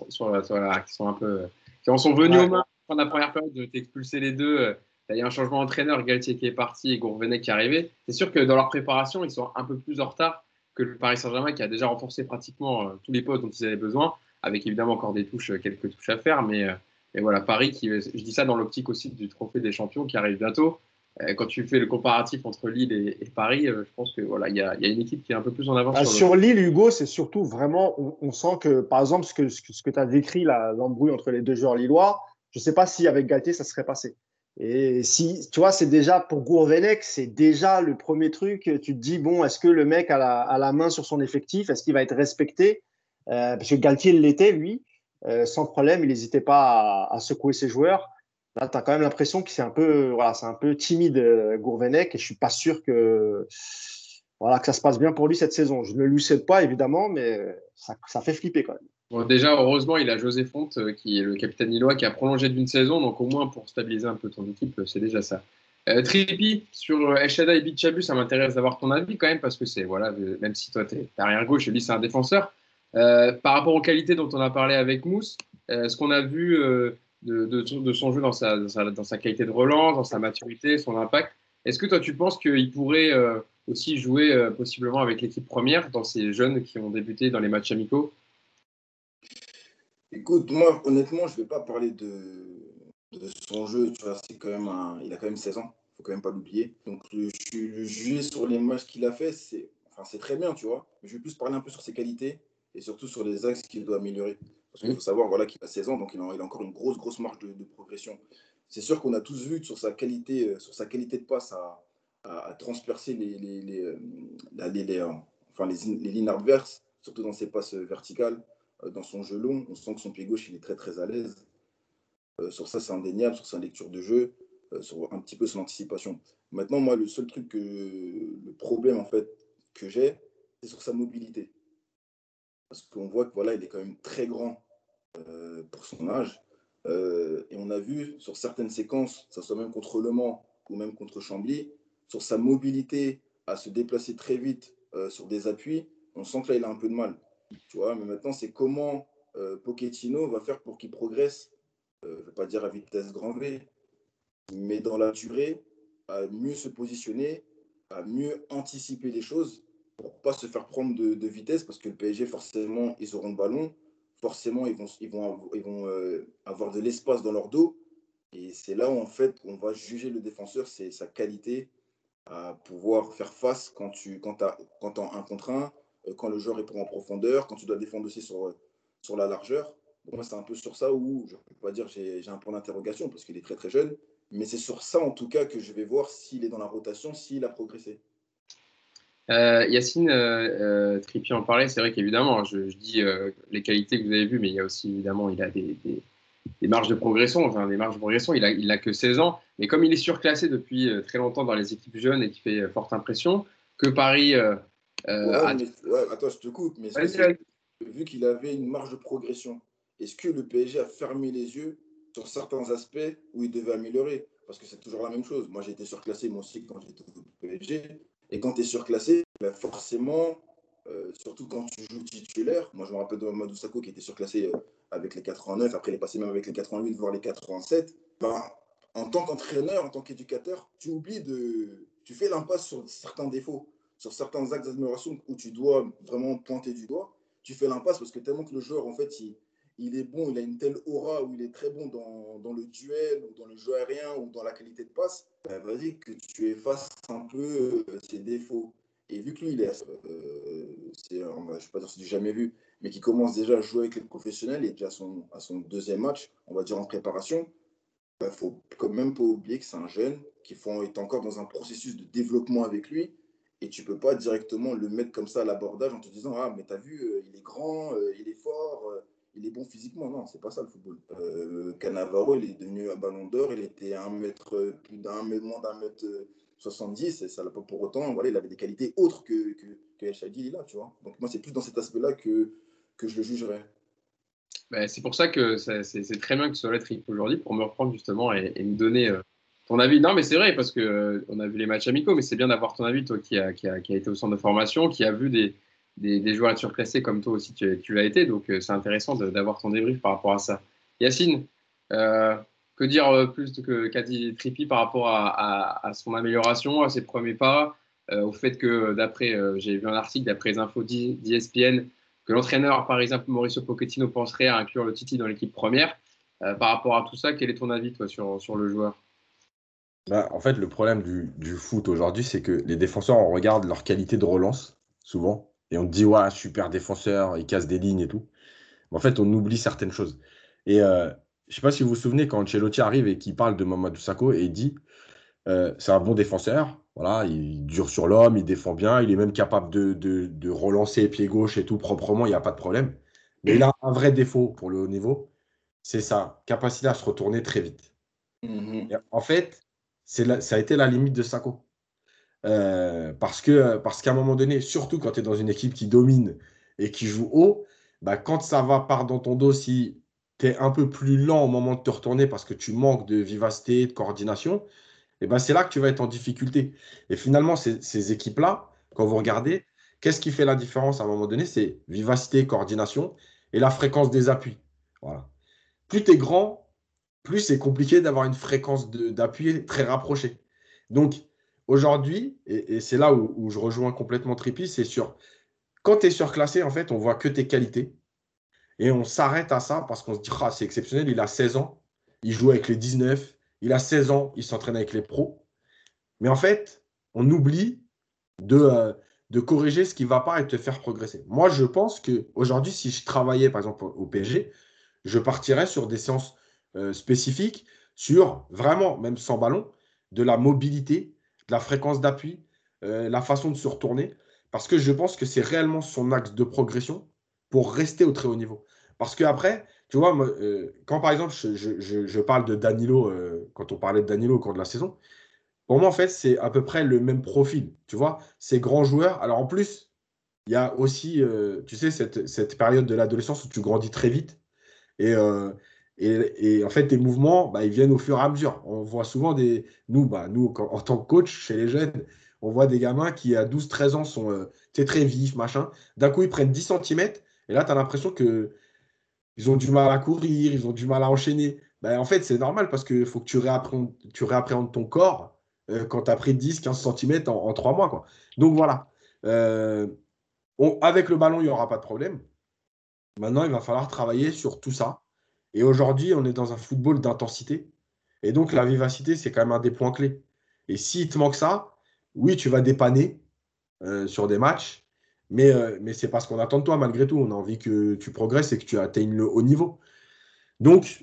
qui sont un peu, qui en sont venus aux mains en la première période. De t'expulser les deux. Il y a un changement d'entraîneur, Galtier qui est parti et Gourvenec qui est arrivé. C'est sûr que dans leur préparation, ils sont un peu plus en retard que le Paris Saint-Germain qui a déjà renforcé pratiquement tous les postes dont ils avaient besoin, avec évidemment encore quelques touches à faire, mais voilà, Paris, je dis ça dans l'optique aussi du trophée des champions qui arrive bientôt. Quand tu fais le comparatif entre Lille et Paris, je pense que voilà, il y a une équipe qui est un peu plus en avance sur Lille, Hugo, c'est surtout vraiment, on sent que, par exemple, ce que tu as décrit, l'embrouille entre les deux joueurs lillois, je ne sais pas si avec Galtier, ça serait passé. Et si, tu vois, c'est déjà pour Gourvenec, c'est déjà le premier truc. Tu te dis, bon, est-ce que le mec a la main sur son effectif? Est-ce qu'il va être respecté? Parce que Galtier l'était, lui, sans problème, il n'hésitait pas à secouer ses joueurs. Là, tu as quand même l'impression que c'est un peu timide, Gourvenec, et je ne suis pas sûr que ça se passe bien pour lui cette saison. Je ne lui souhaite pas, évidemment, mais ça fait flipper quand même. Bon, déjà, heureusement, il a José Fonte, qui est le capitaine lillois, qui a prolongé d'une saison. Donc, au moins, pour stabiliser un peu ton équipe, c'est déjà ça. Trippi, sur El Shaddai et Bichabou, ça m'intéresse d'avoir ton avis quand même, parce que voilà, même si toi, tu es arrière-gauche, lui, c'est un défenseur. Par rapport aux qualités dont on a parlé avec Mousse, ce qu'on a vu de son jeu dans sa qualité de relance, dans sa maturité, son impact, est-ce que toi, tu penses qu'il pourrait aussi jouer possiblement avec l'équipe première dans ces jeunes qui ont débuté dans les matchs amicaux? Écoute, moi, honnêtement, je ne vais pas parler de son jeu. Tu vois, il a quand même 16 ans. Il ne faut quand même pas l'oublier. Donc, le juger sur les matchs qu'il a fait, c'est très bien, tu vois. Mais je vais plus parler un peu sur ses qualités et surtout sur les axes qu'il doit améliorer. Parce qu'il faut savoir voilà, qu'il a 16 ans, donc il a encore une grosse marge de progression. C'est sûr qu'on a tous vu que sur sa qualité de passe à transpercer les lignes adverses, surtout dans ses passes verticales. Dans son jeu long, on sent que son pied gauche, il est très à l'aise. Sur ça, c'est indéniable, sur sa lecture de jeu, sur un petit peu son anticipation. Maintenant, moi, le problème en fait que j'ai, c'est sur sa mobilité. Parce qu'on voit que voilà, il est quand même très grand pour son âge. Et on a vu sur certaines séquences, ça soit même contre Le Mans ou même contre Chambly, sur sa mobilité à se déplacer très vite sur des appuis, on sent que là, il a un peu de mal. Tu vois, mais maintenant, c'est comment Pochettino va faire pour qu'il progresse, je ne vais pas dire à vitesse grand V, mais dans la durée, à mieux se positionner, à mieux anticiper les choses pour ne pas se faire prendre de vitesse, parce que le PSG, forcément, ils auront le ballon, forcément, ils vont avoir de l'espace dans leur dos, et c'est là où, en fait, on va juger le défenseur, c'est sa qualité à pouvoir faire face quand tu as un contre un, quand le joueur est en profondeur, quand tu dois défendre aussi sur la largeur. Donc moi, c'est un peu sur ça où je ne peux pas dire que j'ai un point d'interrogation parce qu'il est très jeune, mais c'est sur ça en tout cas que je vais voir s'il est dans la rotation, s'il a progressé. Yacine, Trippier en parlait, c'est vrai qu'évidemment, je dis les qualités que vous avez vues, mais il y a aussi évidemment, il a des marges de progression, il a que 16 ans, mais comme il est surclassé depuis très longtemps dans les équipes jeunes et qui fait forte impression, que Paris attends, je te coupe, mais est-ce que vu qu'il avait une marge de progression, est-ce que le PSG a fermé les yeux sur certains aspects où il devait améliorer? Parce que c'est toujours la même chose. Moi, j'ai été surclassé, moi aussi, quand j'étais au PSG. Et quand tu es surclassé, ben forcément, surtout quand tu joues titulaire, moi, je me rappelle de Mamadou Sakho qui était surclassé avec les 89, après il est passé même avec les 88, voire les 87. Ben, en tant qu'entraîneur, en tant qu'éducateur, tu fais l'impasse sur certains défauts. sur certains axes d'amélioration où tu dois vraiment pointer du doigt, tu fais l'impasse parce que tellement que le joueur, en fait, il est bon, il a une telle aura où il est très bon dans le duel, ou dans le jeu aérien, ou dans la qualité de passe, vas-y, que tu effaces un peu ses défauts. Et vu que lui, je ne vais pas dire c'est du jamais vu, mais qui commence déjà à jouer avec les professionnels et déjà à son deuxième match, on va dire en préparation, il ne faut quand même pas oublier que c'est un jeune qui est encore dans un processus de développement avec lui. Et tu ne peux pas directement le mettre comme ça à l'abordage en te disant ah, mais t'as vu, il est grand, il est fort, il est bon physiquement. Non, c'est pas ça le football. Cannavaro, il est devenu un ballon d'or, il était plus moins d'un mètre 70, et ça l'a pas pour autant. Voilà, il avait des qualités autres que El Shaddadi, il est là, tu vois. Donc, moi, c'est plus dans cet aspect-là que je le jugerais. Ben, c'est pour ça que c'est très bien que tu sois là aujourd'hui pour me reprendre justement et me donner ton avis. Non, mais c'est vrai parce que on a vu les matchs amicaux, mais c'est bien d'avoir ton avis, toi qui a été au centre de formation, qui a vu des joueurs être surclassés comme toi aussi tu l'as été. Donc c'est intéressant d'avoir ton débrief par rapport à ça. Yacine, euh, que dire plus qu'a dit Trippi par rapport à son amélioration, à ses premiers pas, au fait que j'ai vu un article d'après les infos d'ESPN que l'entraîneur, par exemple, Mauricio Pochettino, penserait à inclure le Titi dans l'équipe première. Par rapport à tout ça, quel est ton avis, toi, sur le joueur? Bah, en fait, le problème du foot aujourd'hui, c'est que les défenseurs, on regarde leur qualité de relance, souvent, et on te dit, ouais, super défenseur, il casse des lignes et tout. Mais en fait, on oublie certaines choses. Et je sais pas si vous vous souvenez, quand Ancelotti arrive et qu'il parle de Mamadou Sakho et il dit, c'est un bon défenseur, voilà, il dure sur l'homme, il défend bien, il est même capable de relancer pied gauche et tout proprement, il n'y a pas de problème. Mais il a un vrai défaut pour le haut niveau, c'est sa capacité à se retourner très vite. Et en fait, ça a été la limite de Sakho. Parce qu'à un moment donné, surtout quand tu es dans une équipe qui domine et qui joue haut, bah, quand ça va part dans ton dos, si tu es un peu plus lent au moment de te retourner parce que tu manques de vivacité, de coordination, et ben c'est là que tu vas être en difficulté. Et finalement, ces équipes-là, quand vous regardez, qu'est-ce qui fait la différence à un moment donné? C'est vivacité, coordination et la fréquence des appuis. Voilà. Plus tu es grand, plus c'est compliqué d'avoir une fréquence d'appui très rapprochée. Donc, aujourd'hui, et c'est là où je rejoins complètement Trippi, c'est sur quand tu es surclassé, en fait, on voit que tes qualités et on s'arrête à ça parce qu'on se dit, ah, c'est exceptionnel, il a 16 ans, il joue avec les 19, il a 16 ans, il s'entraîne avec les pros. Mais en fait, on oublie de, euh, de corriger ce qui ne va pas et de te faire progresser. Moi, je pense qu'aujourd'hui, si je travaillais, par exemple, au PSG, je partirais sur des séances spécifiques, sur vraiment, même sans ballon, de la mobilité, de la fréquence d'appui, la façon de se retourner, parce que je pense que c'est réellement son axe de progression pour rester au très haut niveau. Parce qu'après, tu vois, moi, quand par exemple, je parle de Danilo, quand on parlait de Danilo au cours de la saison, pour moi, en fait, c'est à peu près le même profil. Tu vois, ces grands joueurs. Alors en plus, il y a aussi, tu sais, cette période de l'adolescence où tu grandis très vite. Et, euh, et en fait, tes mouvements, bah, ils viennent au fur et à mesure. On voit souvent nous en tant que coach, chez les jeunes, on voit des gamins qui, à 12 13 ans, sont très vifs, machin. D'un coup, ils prennent 10 centimètres. Et là, tu as l'impression qu'ils ont du mal à courir, ils ont du mal à enchaîner. Bah, en fait, c'est normal parce qu'il faut que tu réappréhendes ton corps quand tu as pris 10 15 centimètres en 3 mois, quoi. Donc voilà. Euh, avec le ballon, il n'y aura pas de problème. Maintenant, il va falloir travailler sur tout ça. Et aujourd'hui, on est dans un football d'intensité. Et donc, la vivacité, c'est quand même un des points clés. Et s'il te manque ça, oui, tu vas dépanner sur des matchs, mais c'est pas ce qu'on attend de toi malgré tout. On a envie que tu progresses et que tu atteignes le haut niveau. Donc,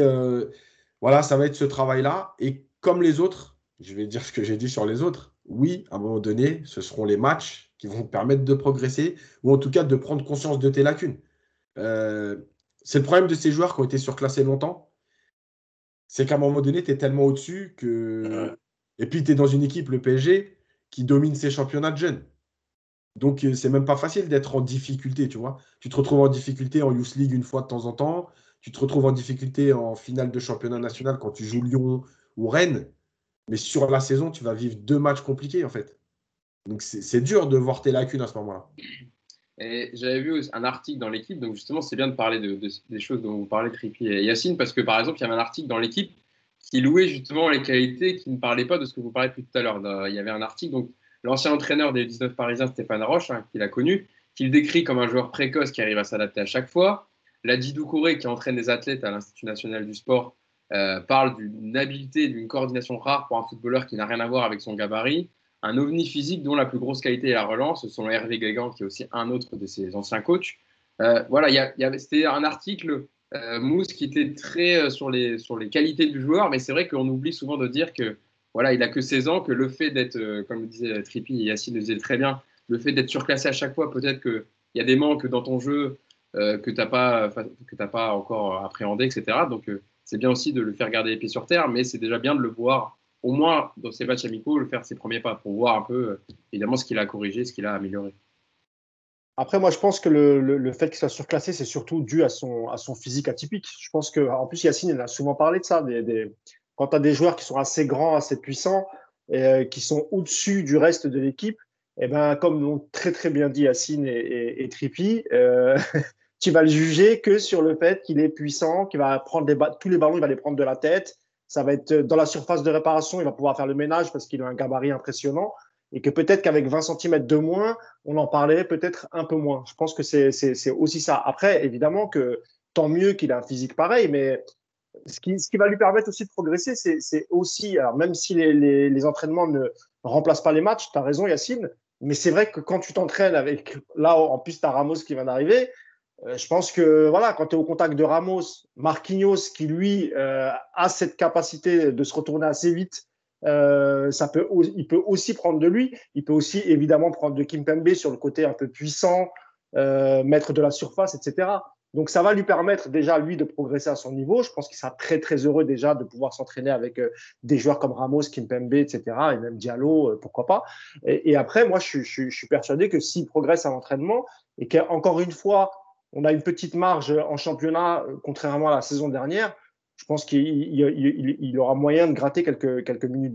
voilà, ça va être ce travail-là. Et comme les autres, je vais dire ce que j'ai dit sur les autres. Oui, à un moment donné, ce seront les matchs qui vont te permettre de progresser ou en tout cas de prendre conscience de tes lacunes. Euh, c'est le problème de ces joueurs qui ont été surclassés longtemps. C'est qu'à un moment donné, tu es tellement au-dessus que. Et puis, tu es dans une équipe, le PSG, qui domine ses championnats de jeunes. Donc, c'est même pas facile d'être en difficulté, tu vois. Tu te retrouves en difficulté en Youth League une fois de temps en temps. Tu te retrouves en difficulté en finale de championnat national quand tu joues Lyon ou Rennes. Mais sur la saison, tu vas vivre 2 matchs compliqués, en fait. Donc, c'est dur de voir tes lacunes à ce moment-là. Et j'avais vu un article dans l'équipe, donc justement, c'est bien de parler des choses dont vous parlez, Trippi et Yacine, parce que par exemple, il y avait un article dans l'équipe qui louait justement les qualités qui ne parlaient pas de ce que vous parlez depuis tout à l'heure. Il y avait un article, donc l'ancien entraîneur des 19 Parisiens, Stéphane Roche, hein, qu'il a connu, qu'il décrit comme un joueur précoce qui arrive à s'adapter à chaque fois. Ladji Doucouré, qui entraîne des athlètes à l'Institut national du sport, parle d'une habileté, d'une coordination rare pour un footballeur qui n'a rien à voir avec son gabarit. Un ovni physique dont la plus grosse qualité est la relance, selon Hervé Guégan, qui est aussi un autre de ses anciens coachs. Voilà, c'était un article, Mousse, qui était très sur les qualités du joueur, mais c'est vrai qu'on oublie souvent de dire que voilà, il n'a que 16 ans, que le fait d'être, comme le disait Trippi et Yacine le disait très bien, le fait d'être surclassé à chaque fois, peut-être qu'il y a des manques dans ton jeu que tu n'as pas encore appréhendé, etc. Donc, c'est bien aussi de le faire garder les pieds sur terre, mais c'est déjà bien de le voir, au moins dans ses matchs amicaux, le faire ses premiers pas pour voir un peu, évidemment, ce qu'il a corrigé, ce qu'il a amélioré. Après, moi, je pense que le fait qu'il soit surclassé, c'est surtout dû à son physique atypique. Je pense qu'en plus, Yacine, il a souvent parlé de ça. Quand tu as des joueurs qui sont assez grands, assez puissants, et qui sont au-dessus du reste de l'équipe, eh ben, comme l'ont très, très bien dit Yacine et Trippi, tu vas le juger que sur le fait qu'il est puissant, qu'il va prendre tous les ballons, il va les prendre de la tête. Ça va être dans la surface de réparation, il va pouvoir faire le ménage parce qu'il a un gabarit impressionnant. Et que peut-être qu'avec 20 cm de moins, on en parlait peut-être un peu moins. Je pense que c'est aussi ça. Après, évidemment que tant mieux qu'il ait un physique pareil, mais ce qui va lui permettre aussi de progresser, c'est aussi, alors même si les entraînements ne remplacent pas les matchs, tu as raison Yacine, mais c'est vrai que quand tu t'entraînes avec, là en plus tu as Ramos qui vient d'arriver, je pense que voilà, quand tu es au contact de Ramos, Marquinhos qui lui a cette capacité de se retourner assez vite, il peut aussi prendre de lui. Il peut aussi évidemment prendre de Kimpembe sur le côté un peu puissant, mettre de la surface, etc. Donc ça va lui permettre déjà lui de progresser à son niveau. Je pense qu'il sera très très heureux déjà de pouvoir s'entraîner avec des joueurs comme Ramos, Kimpembe, etc. Et même Diallo, pourquoi pas. Et après, moi je suis persuadé que s'il progresse à l'entraînement et qu'encore une fois on a une petite marge en championnat, contrairement à la saison dernière, je pense qu'il aura moyen de gratter quelques minutes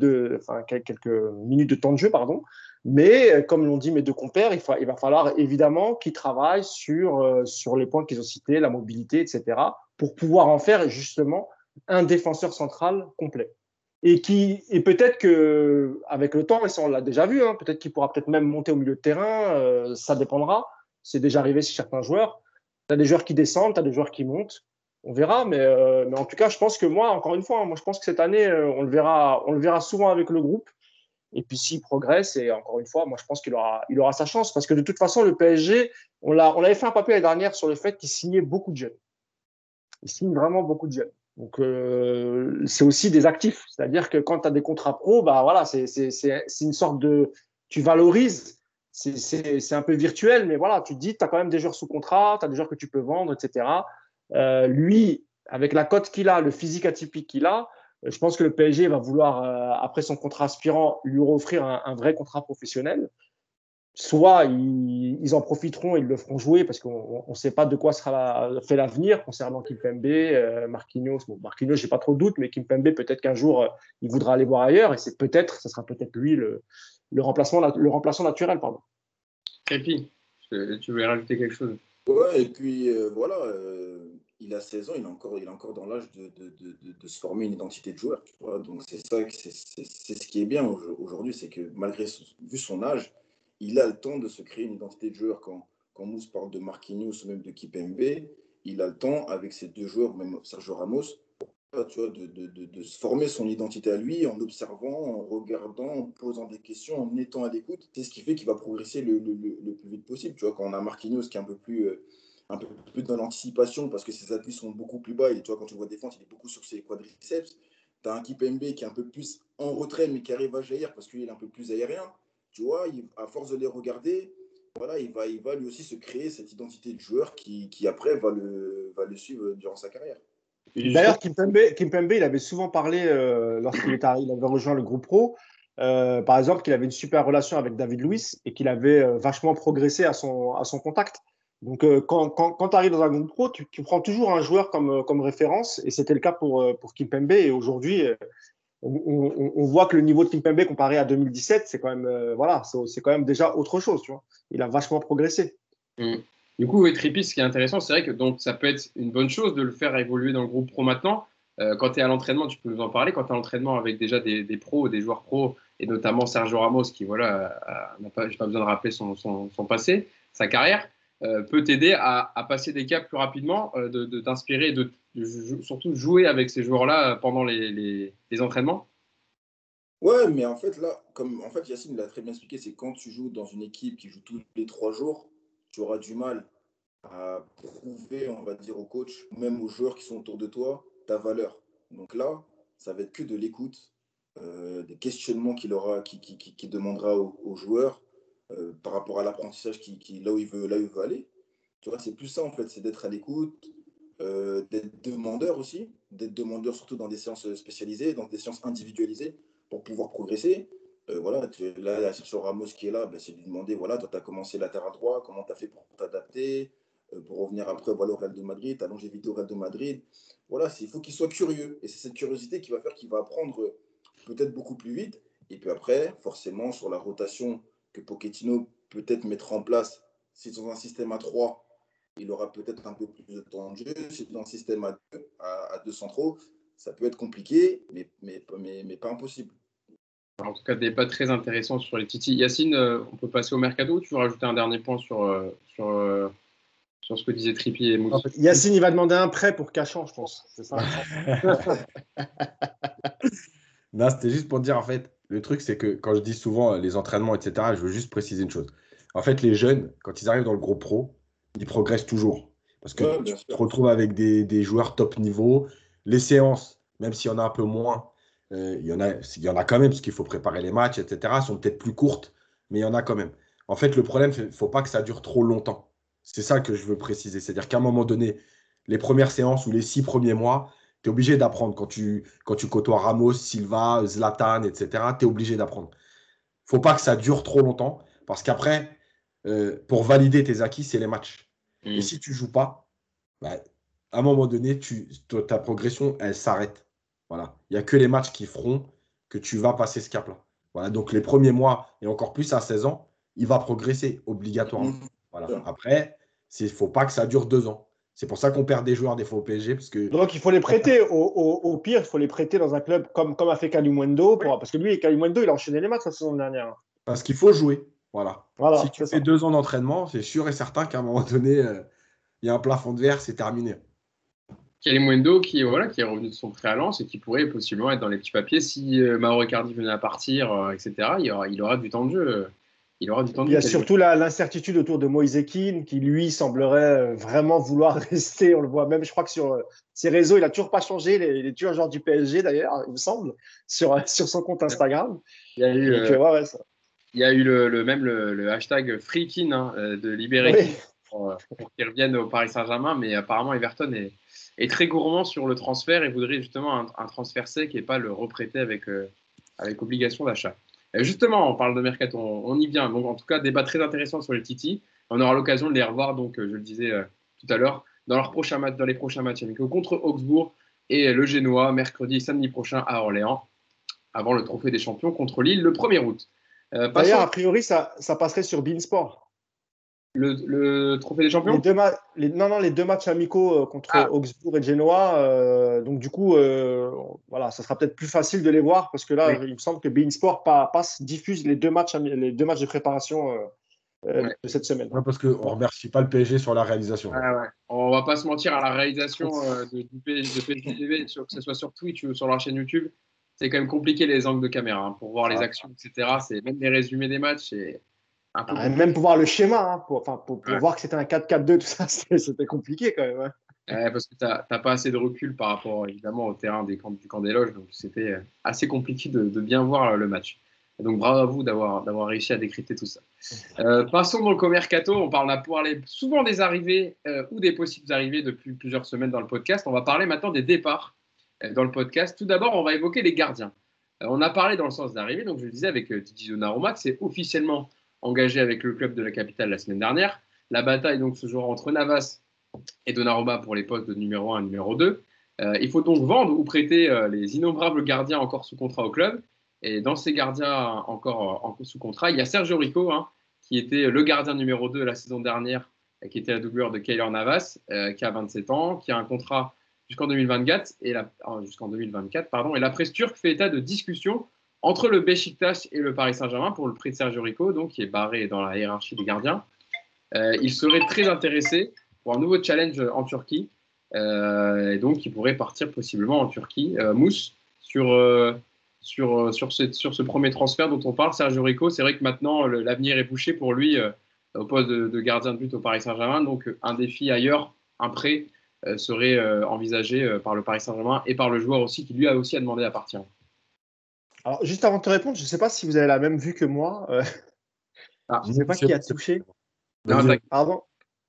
de temps de jeu, pardon. Mais comme l'ont dit mes deux compères, il va falloir évidemment qu'ils travaillent sur les points qu'ils ont cités, la mobilité, etc., pour pouvoir en faire justement un défenseur central complet. Et peut-être qu'avec le temps, et ça on l'a déjà vu, hein, peut-être qu'il pourra peut-être même monter au milieu de terrain, ça dépendra. C'est déjà arrivé chez certains joueurs. Tu as des joueurs qui descendent, tu as des joueurs qui montent. On verra, mais en tout cas, je pense que moi, encore une fois, moi, je pense que cette année, on le verra souvent avec le groupe. Et puis s'il progresse, et encore une fois, moi, je pense qu'il aura sa chance. Parce que de toute façon, le PSG, on avait fait un papier l'année dernière sur le fait qu'il signait beaucoup de jeunes. Il signe vraiment beaucoup de jeunes. Donc, c'est aussi des actifs. C'est-à-dire que quand tu as des contrats pro, bah, voilà, c'est une sorte de. Tu valorises. C'est un peu virtuel, mais voilà, tu te dis, tu as quand même des joueurs sous contrat, tu as des joueurs que tu peux vendre, etc. Lui, avec la cote qu'il a, le physique atypique qu'il a, je pense que le PSG va vouloir, après son contrat aspirant, lui offrir un vrai contrat professionnel. Soit ils en profiteront, ils le feront jouer parce qu'on ne sait pas de quoi sera fait l'avenir concernant Kimpembe, Marquinhos. Bon, Marquinhos, j'ai pas trop de doute, mais Kimpembe, peut-être qu'un jour, il voudra aller voir ailleurs et ça sera peut-être lui le remplaçant naturel. Pardon. Crépi, tu voulais rajouter quelque chose? Ouais, et puis voilà, il a 16 ans, il est encore dans l'âge de se former une identité de joueur. Tu vois. Donc c'est ça, c'est ce qui est bien aujourd'hui, c'est que vu son âge, il a le temps de se créer une identité de joueur. Quand Mousse parle de Marquinhos ou même de Kimpembe, il a le temps avec ces deux joueurs, même Sergio Ramos, tu vois, de se former son identité à lui en observant, en regardant, en posant des questions, en étant à l'écoute. C'est ce qui fait qu'il va progresser le plus vite possible. Tu vois, quand on a Marquinhos qui est un peu plus dans l'anticipation parce que ses appuis sont beaucoup plus bas et tu vois, quand tu le vois défendre, il est beaucoup sur ses quadriceps. Tu as un Kimpembe qui est un peu plus en retrait mais qui arrive à jaillir parce qu'il est un peu plus aérien. Tu vois, à force de les regarder, voilà, il va lui aussi se créer cette identité de joueur qui après va le suivre durant sa carrière. D'ailleurs, Kimpembe, il avait souvent parlé il avait rejoint le groupe pro, par exemple, qu'il avait une super relation avec David Luiz et qu'il avait vachement progressé à son contact. Donc, quand tu arrives dans un groupe pro, tu prends toujours un joueur comme référence et c'était le cas pour Kimpembe. Et aujourd'hui, on voit que le niveau de Kimpembe comparé à 2017, c'est quand même, voilà, c'est quand même déjà autre chose. Tu vois. Il a vachement progressé. Du coup, Trippi, ce qui est intéressant, c'est vrai que donc, ça peut être une bonne chose de le faire évoluer dans le groupe pro maintenant. Quand tu es à l'entraînement, tu peux nous en parler. Quand tu es à l'entraînement avec déjà des pros, des joueurs pros, et notamment Sergio Ramos, qui, voilà, j'ai pas besoin de rappeler son passé, sa carrière, peut t'aider à passer des caps plus rapidement, d'inspirer, surtout jouer avec ces joueurs-là pendant les entraînements. Ouais, mais en fait, là, comme en fait, Yacine l'a très bien expliqué, c'est quand tu joues dans une équipe qui joue tous les 3 jours, tu auras du mal à prouver, on va dire, au coach, ou même aux joueurs qui sont autour de toi, ta valeur. Donc là, ça va être que de l'écoute, des questionnements qu'il demandera aux joueurs par rapport à l'apprentissage là où il veut aller. Tu vois, c'est plus ça en fait, c'est d'être à l'écoute, d'être demandeur surtout dans des séances spécialisées, dans des séances individualisées pour pouvoir progresser. Voilà, là, la chercheur Ramos qui est là, ben, c'est de lui demander, voilà, toi, tu as commencé latéral droit, comment tu as fait pour t'adapter, pour revenir après voilà, au Real de Madrid, ta longévité au Real de Madrid. Voilà, il faut qu'il soit curieux. Et c'est cette curiosité qui va faire qu'il va apprendre peut-être beaucoup plus vite. Et puis après, forcément, sur la rotation que Pochettino peut-être mettre en place, si dans un système à 3, il aura peut-être un peu plus de temps de jeu. Si dans un système à 2 centraux, ça peut être compliqué, mais pas impossible. En tout cas, des pas très intéressants sur les Titi. Yacine, on peut passer au mercato. Tu veux rajouter un dernier point sur ce que disaient Trippier et En Mousse? fait, Yacine, il va demander un prêt pour Cachan, je pense. C'est ça. non, c'était juste pour dire, en fait, le truc, c'est que quand je dis souvent les entraînements, etc., je veux juste préciser une chose. En fait, les jeunes, quand ils arrivent dans le groupe pro, ils progressent toujours. Parce que Ouais, tu bien te sûr. retrouves avec des joueurs top niveau. Les séances, même s'il y en a un peu moins, il y en a quand même, parce qu'il faut préparer les matchs, etc., sont peut-être plus courtes, mais il y en a quand même. En fait, le problème, il ne faut pas que ça dure trop longtemps. C'est ça que je veux préciser. C'est-à-dire qu'à un moment donné, les premières séances ou les 6 premiers mois, tu es obligé d'apprendre. Quand tu côtoies Ramos, Silva, Zlatan, etc., tu es obligé d'apprendre. Faut pas que ça dure trop longtemps, parce qu'après, pour valider tes acquis, c'est les matchs. Et si tu joues pas, bah, à un moment donné, ta progression, elle s'arrête. Voilà. Il n'y a que les matchs qui feront que tu vas passer ce cap-là. Voilà. Donc les premiers mois, et encore plus à 16 ans, il va progresser obligatoirement. Voilà. Après, il ne faut pas que ça dure 2 ans. C'est pour ça qu'on perd des joueurs des fois au PSG, parce que Donc, il faut les prêter. Au pire, il faut les prêter dans un club comme a fait Kalimundo. Parce que lui, Kalimundo, il a enchaîné les matchs la saison dernière. parce qu'il faut jouer. Voilà. Si Voilà, tu c'est fais ça. 2 ans d'entraînement, c'est sûr et certain qu'à un moment donné, il y a un plafond de verre, c'est terminé. Kalimundo qui est revenu de son prêt à Lens et qui pourrait possiblement être dans les petits papiers si Mauro Icardi venait à partir, etc. Il aura du temps de jeu. Il aura du Et temps puis, de il y jeu, a Kalimundo. surtout l'incertitude autour de Moïse Kean, qui lui semblerait vraiment vouloir rester. On le voit même, je crois que sur ses réseaux, il n'a toujours pas changé. Il est toujours joueur du PSG, d'ailleurs, il me semble, sur son compte Instagram. Il y a eu, Donc, ouais, ça. il y a eu même le hashtag Freakin de libérer Oui. Kean pour qu'il revienne au Paris Saint-Germain, mais apparemment Everton est très gourmand sur le transfert et voudrait justement un transfert sec et pas le reprêter avec obligation d'achat. Justement, on parle de mercato, on y vient. Donc, en tout cas, débat très intéressant sur les Titi. On aura l'occasion de les revoir, donc je le disais tout à l'heure, dans les prochains matchs amicaux contre Augsbourg et le Génois, mercredi et samedi prochain à Orléans, avant le Trophée des Champions contre Lille le 1er août. D'ailleurs, Passons a priori, ça passerait sur Beansport. le Trophée des Les Champions. deux, non, les deux matchs amicaux contre Ah, Augsbourg et Genoa. Donc, du coup, voilà, ça sera peut-être plus facile de les voir parce que là, oui. il me semble que Beansport diffuse les deux matchs de préparation Ouais. de cette semaine. Ouais, parce qu'on ne remercie pas le PSG sur la réalisation. Ouais, ouais. On va pas se mentir à la réalisation du PSG TV, que ce soit sur Twitch ou sur leur chaîne YouTube. C'est quand même compliqué les angles de caméra pour voir les Ah, actions, etc. C'est même les résumés des matchs, c'est un peu Même compliqué. pour voir le schéma, hein, pour Ouais. voir que c'était un 4-4-2, tout ça, c'était compliqué quand même. Hein. Ouais, parce que tu n'as pas assez de recul par rapport évidemment au terrain du camp des loges, donc c'était assez compliqué de bien voir le match. Et donc bravo à vous d'avoir réussi à décrypter tout ça. Passons donc au mercato. On a parlé souvent des arrivées ou des possibles arrivées depuis plusieurs semaines dans le podcast. On va parler maintenant des départs dans le podcast. Tout d'abord, on va évoquer les gardiens. On a parlé dans le sens d'arrivée, donc je le disais avec Didier Donnarumma, qui s'est officiellement engagé avec le club de la capitale la semaine dernière. La bataille donc se jouera entre Navas et Donnarumma pour les postes de numéro 1 et numéro 2. Il faut donc vendre ou prêter les innombrables gardiens encore sous contrat au club. Et dans ces gardiens encore sous contrat, il y a Sergio Rico, hein, qui était le gardien numéro 2 la saison dernière, qui était la doublure de Keylor Navas, qui a 27 ans, qui a un contrat jusqu'en 2024. Jusqu'en 2024, pardon. Et la presse turque fait état de discussions entre le Beşiktaş et le Paris Saint-Germain pour le prix de Sergio Rico, donc qui est barré dans la hiérarchie des gardiens. Il serait très intéressé pour un nouveau challenge en Turquie. Et donc, il pourrait partir possiblement en Turquie. Mousse, sur ce premier transfert dont on parle, Sergio Rico, c'est vrai que maintenant, l'avenir est bouché pour lui au poste de gardien de but au Paris Saint-Germain. Donc, un défi ailleurs, un prêt, serait envisagé par le Paris Saint-Germain et par le joueur aussi, qui lui a aussi demandé à partir. Alors, juste avant de te répondre, je ne sais pas si vous avez la même vue que moi. Je ne sais pas qui a touché. Non, pardon.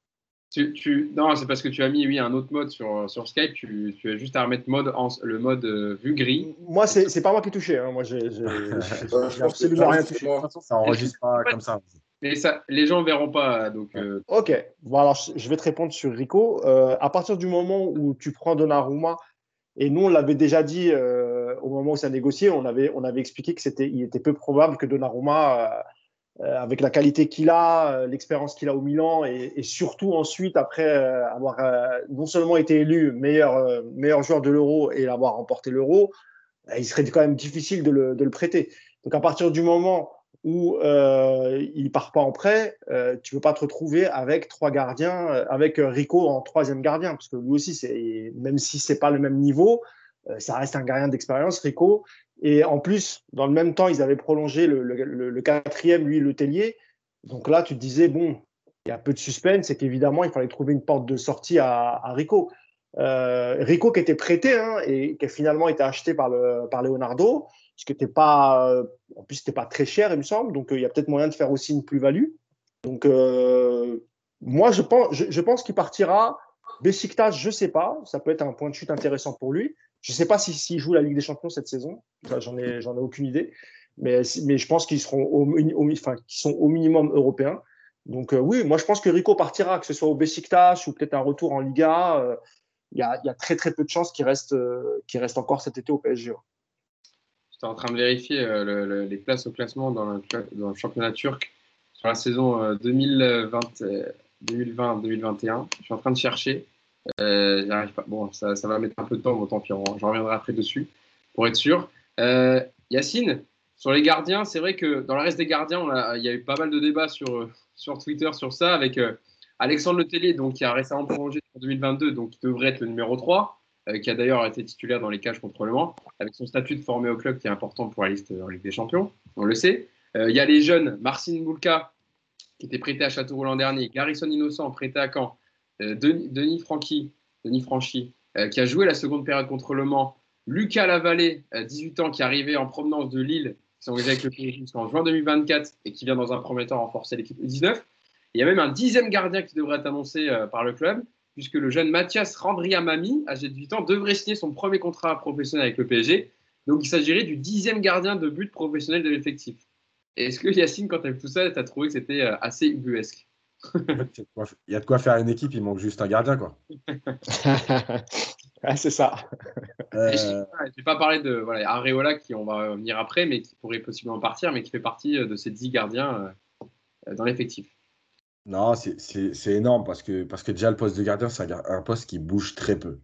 Non, c'est parce que tu as mis un autre mode sur Skype. Tu as juste à remettre le mode vue gris. Moi, c'est pas moi qui ai touché. Hein. Moi, j'ai absolument rien touché. De toute façon, ça enregistre pas comme ça. Mais ça, les gens ne verront pas. Donc, Ok. Bon, alors, je vais te répondre sur Rico. À partir du moment où tu prends Donnarumma, et nous, on l'avait déjà dit au moment où ça négociait, on avait expliqué qu'il était peu probable que Donnarumma, avec la qualité qu'il a, l'expérience qu'il a au Milan, et surtout ensuite, après avoir non seulement été élu meilleur joueur de l'Euro et avoir remporté l'Euro, il serait quand même difficile de le prêter. Donc à partir du moment où il ne part pas en prêt, tu ne peux pas te retrouver avec trois gardiens, avec Rico en troisième gardien, parce que lui aussi, même si ce n'est pas le même niveau, ça reste un gardien d'expérience, Rico. Et en plus, dans le même temps, ils avaient prolongé le quatrième, lui, Le Tellier. Donc là, tu te disais, bon, il y a un peu de suspense, c'est qu'évidemment, il fallait trouver une porte de sortie à Rico. Rico qui était prêté et qui a finalement été acheté par Leonardo, ce qui n'était pas, en plus, c'était pas très cher, il me semble. Donc, il y a peut-être moyen de faire aussi une plus-value. Donc, moi, je pense qu'il partira. Beşiktaş, je ne sais pas. Ça peut être un point de chute intéressant pour lui. Je ne sais pas s'il joue la Ligue des Champions cette saison. Enfin, j'en ai aucune idée. Mais je pense qu'ils seront qu'ils sont au minimum européens. Donc, oui, moi, je pense que Rico partira, que ce soit au Beşiktaş ou peut-être un retour en Liga. Il y a très, très peu de chances qu'il reste encore cet été au PSG. J'étais en train de vérifier les places au classement dans le championnat turc sur la saison 2020-2021. Je suis en train de chercher. J'y arrive pas. Bon, ça va mettre un peu de temps, bon, tant pis, j'en reviendrai après dessus pour être sûr. Yacine, sur les gardiens, c'est vrai que dans le reste des gardiens, il y a eu pas mal de débats sur Twitter sur ça, avec Alexandre Letellier, donc, qui a récemment prolongé en 2022, donc qui devrait être le numéro 3, qui a d'ailleurs été titulaire dans les cages contre Le Mans, avec son statut de formé au club qui est important pour la liste en Ligue des Champions, on le sait. Il y a les jeunes, Marcin Bulka, qui était prêté à Châteauroux l'an dernier, Garrison Innocent, prêté à Caen, Denis Franchi, qui a joué la seconde période contre Le Mans, Lucas Lavallée, 18 ans, qui est arrivé en provenance de Lille, qui s'est engagé avec le PSG jusqu'en juin 2024 et qui vient dans un premier temps renforcer l'équipe U19. Il y a même un 10e gardien qui devrait être annoncé par le club, puisque le jeune Mathias Randriamami, âgé de 18 ans, devrait signer son premier contrat professionnel avec le PSG. Donc il s'agirait du 10e gardien de but professionnel de l'effectif. Est-ce que Yacine, quand tu as vu tout ça, tu as trouvé que c'était assez ubuesque? Il y a de quoi faire une équipe, il manque juste un gardien, quoi. Ouais, c'est ça. Je vais pas parler de Areola, qui on va venir après, mais qui pourrait possiblement partir, mais qui fait partie de ces 10 gardiens dans l'effectif. Non, c'est énorme parce que déjà le poste de gardien, c'est un poste qui bouge très peu.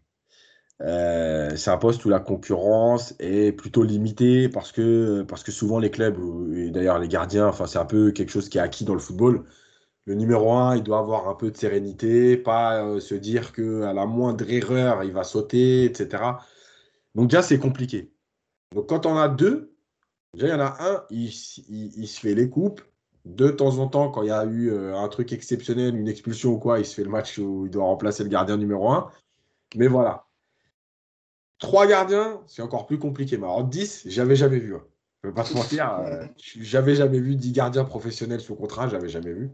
C'est un poste où la concurrence est plutôt limitée parce que souvent les clubs, et d'ailleurs les gardiens, enfin, c'est un peu quelque chose qui est acquis dans le football. Le numéro 1, il doit avoir un peu de sérénité, pas se dire qu'à la moindre erreur, il va sauter, etc. Donc déjà, c'est compliqué. Donc quand on a deux, déjà, il y en a un, il se fait les coupes. De temps en temps, quand il y a eu un truc exceptionnel, une expulsion ou quoi, il se fait le match où il doit remplacer le gardien numéro 1. Mais voilà. 3 gardiens, c'est encore plus compliqué. Mais alors 10, j'avais jamais vu. Je ne vais pas te mentir. J'avais jamais vu 10 gardiens professionnels sous contrat, j'avais jamais vu.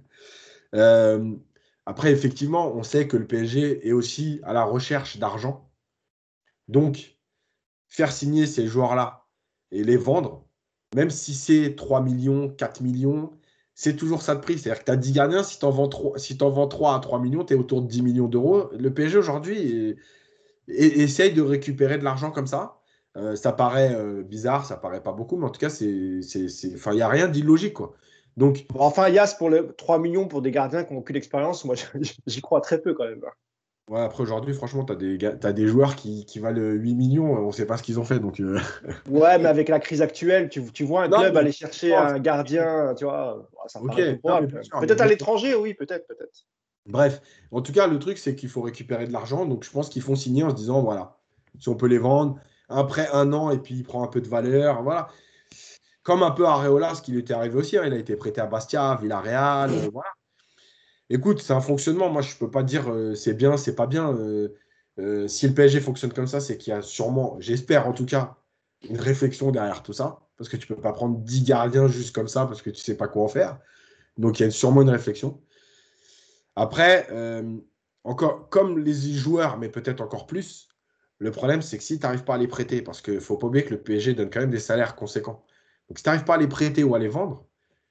Après, effectivement, on sait que le PSG est aussi à la recherche d'argent. Donc, faire signer ces joueurs-là et les vendre, même si c'est 3 millions, 4 millions, c'est toujours ça de prix. C'est-à-dire que tu as 10 gardiens, si tu en vends 3 à 3 millions, tu es autour de 10 millions d'euros. Le PSG aujourd'hui essaye de récupérer de l'argent comme ça. Ça paraît bizarre, ça paraît pas beaucoup, mais en tout cas, il n'y a rien d'illogique, quoi. Donc, enfin, Yass, pour les 3 millions pour des gardiens qui n'ont aucune expérience, moi, j'y crois très peu quand même. Ouais, après, aujourd'hui, franchement, t'as des joueurs qui valent 8 millions, on ne sait pas ce qu'ils ont fait. Donc, Ouais, mais avec la crise actuelle, tu vois un Non, club mais aller chercher un gardien, tu vois, ça me ok, paraît peu non, mais probable, quand bien même. sûr. Mais Peut-être à bon, l'étranger, oui, peut-être, peut-être. bref, en tout cas, le truc, c'est qu'il faut récupérer de l'argent. Donc, je pense qu'ils font signer en se disant, voilà, si on peut les vendre, après 1 an, et puis il prend un peu de valeur. Voilà. Comme un peu Areola, ce qui lui était arrivé aussi, hein. Il a été prêté à Bastia, Villarreal. Voilà. Écoute, c'est un fonctionnement. Moi, je ne peux pas dire c'est bien, c'est pas bien. Si le PSG fonctionne comme ça, c'est qu'il y a sûrement, j'espère en tout cas, une réflexion derrière tout ça. Parce que tu ne peux pas prendre 10 gardiens juste comme ça parce que tu ne sais pas quoi en faire. Donc, il y a sûrement une réflexion. Après, encore, comme les joueurs, mais peut-être encore plus, le problème, c'est que si tu n'arrives pas à les prêter, parce qu'il ne faut pas oublier que le PSG donne quand même des salaires conséquents. Donc, si tu n'arrives pas à les prêter ou à les vendre,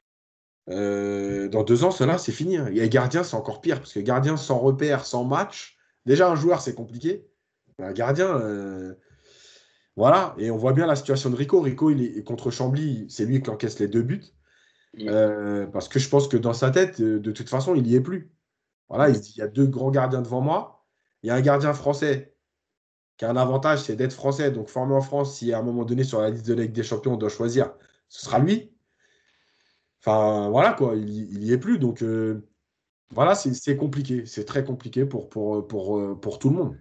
dans 2 ans, cela, c'est fini, hein. Et les gardiens, c'est encore pire, parce que gardien sans repère, sans match, déjà un joueur, c'est compliqué. Mais un gardien, voilà. Et on voit bien la situation de Rico. Rico, il est contre Chambly, c'est lui qui encaisse les 2 buts. Mm. Parce que je pense que dans sa tête, de toute façon, il n'y est plus. Voilà, il se dit, il y a 2 grands gardiens devant moi. Il y a un gardien français qui a un avantage, c'est d'être français. Donc, formé en France, si à un moment donné, sur la liste de la Ligue des Champions, on doit choisir, ce sera lui. Enfin, voilà, quoi, il n'y est plus. Donc, voilà, c'est compliqué. C'est très compliqué pour tout le monde.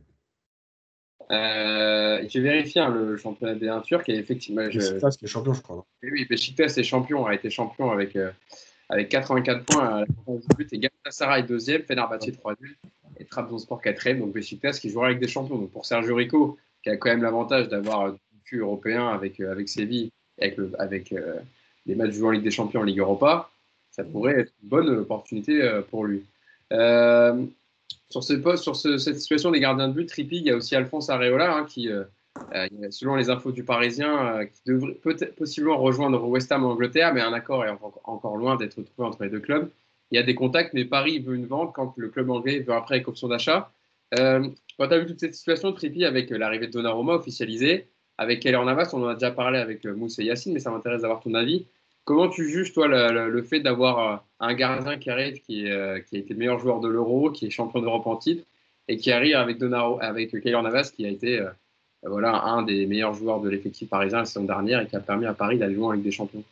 J'ai vérifié hein, le championnat B1 turc et effectivement, Et c'est ça, qui est champion, je crois, non. oui, Beşiktaş est champion, a été champion avec 84 points à la fin du but et Galatasaray deuxième, Fenerbahçe troisième et Trabzonspor quatrième. Donc Beşiktaş qui jouera avec des champions. Donc pour Sergio Rico, qui a quand même l'avantage d'avoir du cul européen avec Séville et avec les matchs joués en Ligue des Champions en Ligue Europa, ça pourrait être une bonne opportunité pour lui. Euh, sur ce poste, cette situation des gardiens de but, Trippi, il y a aussi Alphonse Areola hein, qui, selon les infos du Parisien, qui devrait peut-être possiblement rejoindre West Ham en Angleterre, mais un accord est encore loin d'être trouvé entre les deux clubs. Il y a des contacts, mais Paris veut une vente quand le club anglais veut après avec option d'achat. Quand tu as vu toute cette situation, Trippi, avec l'arrivée de Donnarumma officialisée, avec Keylor Navas, on en a déjà parlé avec Moussa et Yacine, mais ça m'intéresse d'avoir ton avis. Comment tu juges, toi, le fait d'avoir un gardien qui arrive, qui a été le meilleur joueur de l'Euro, qui est champion d'Europe en titre, et qui arrive avec Keylor Navas, qui a été voilà, un des meilleurs joueurs de l'effectif parisien la saison dernière et qui a permis à Paris d'aller loin en Ligue des Champions.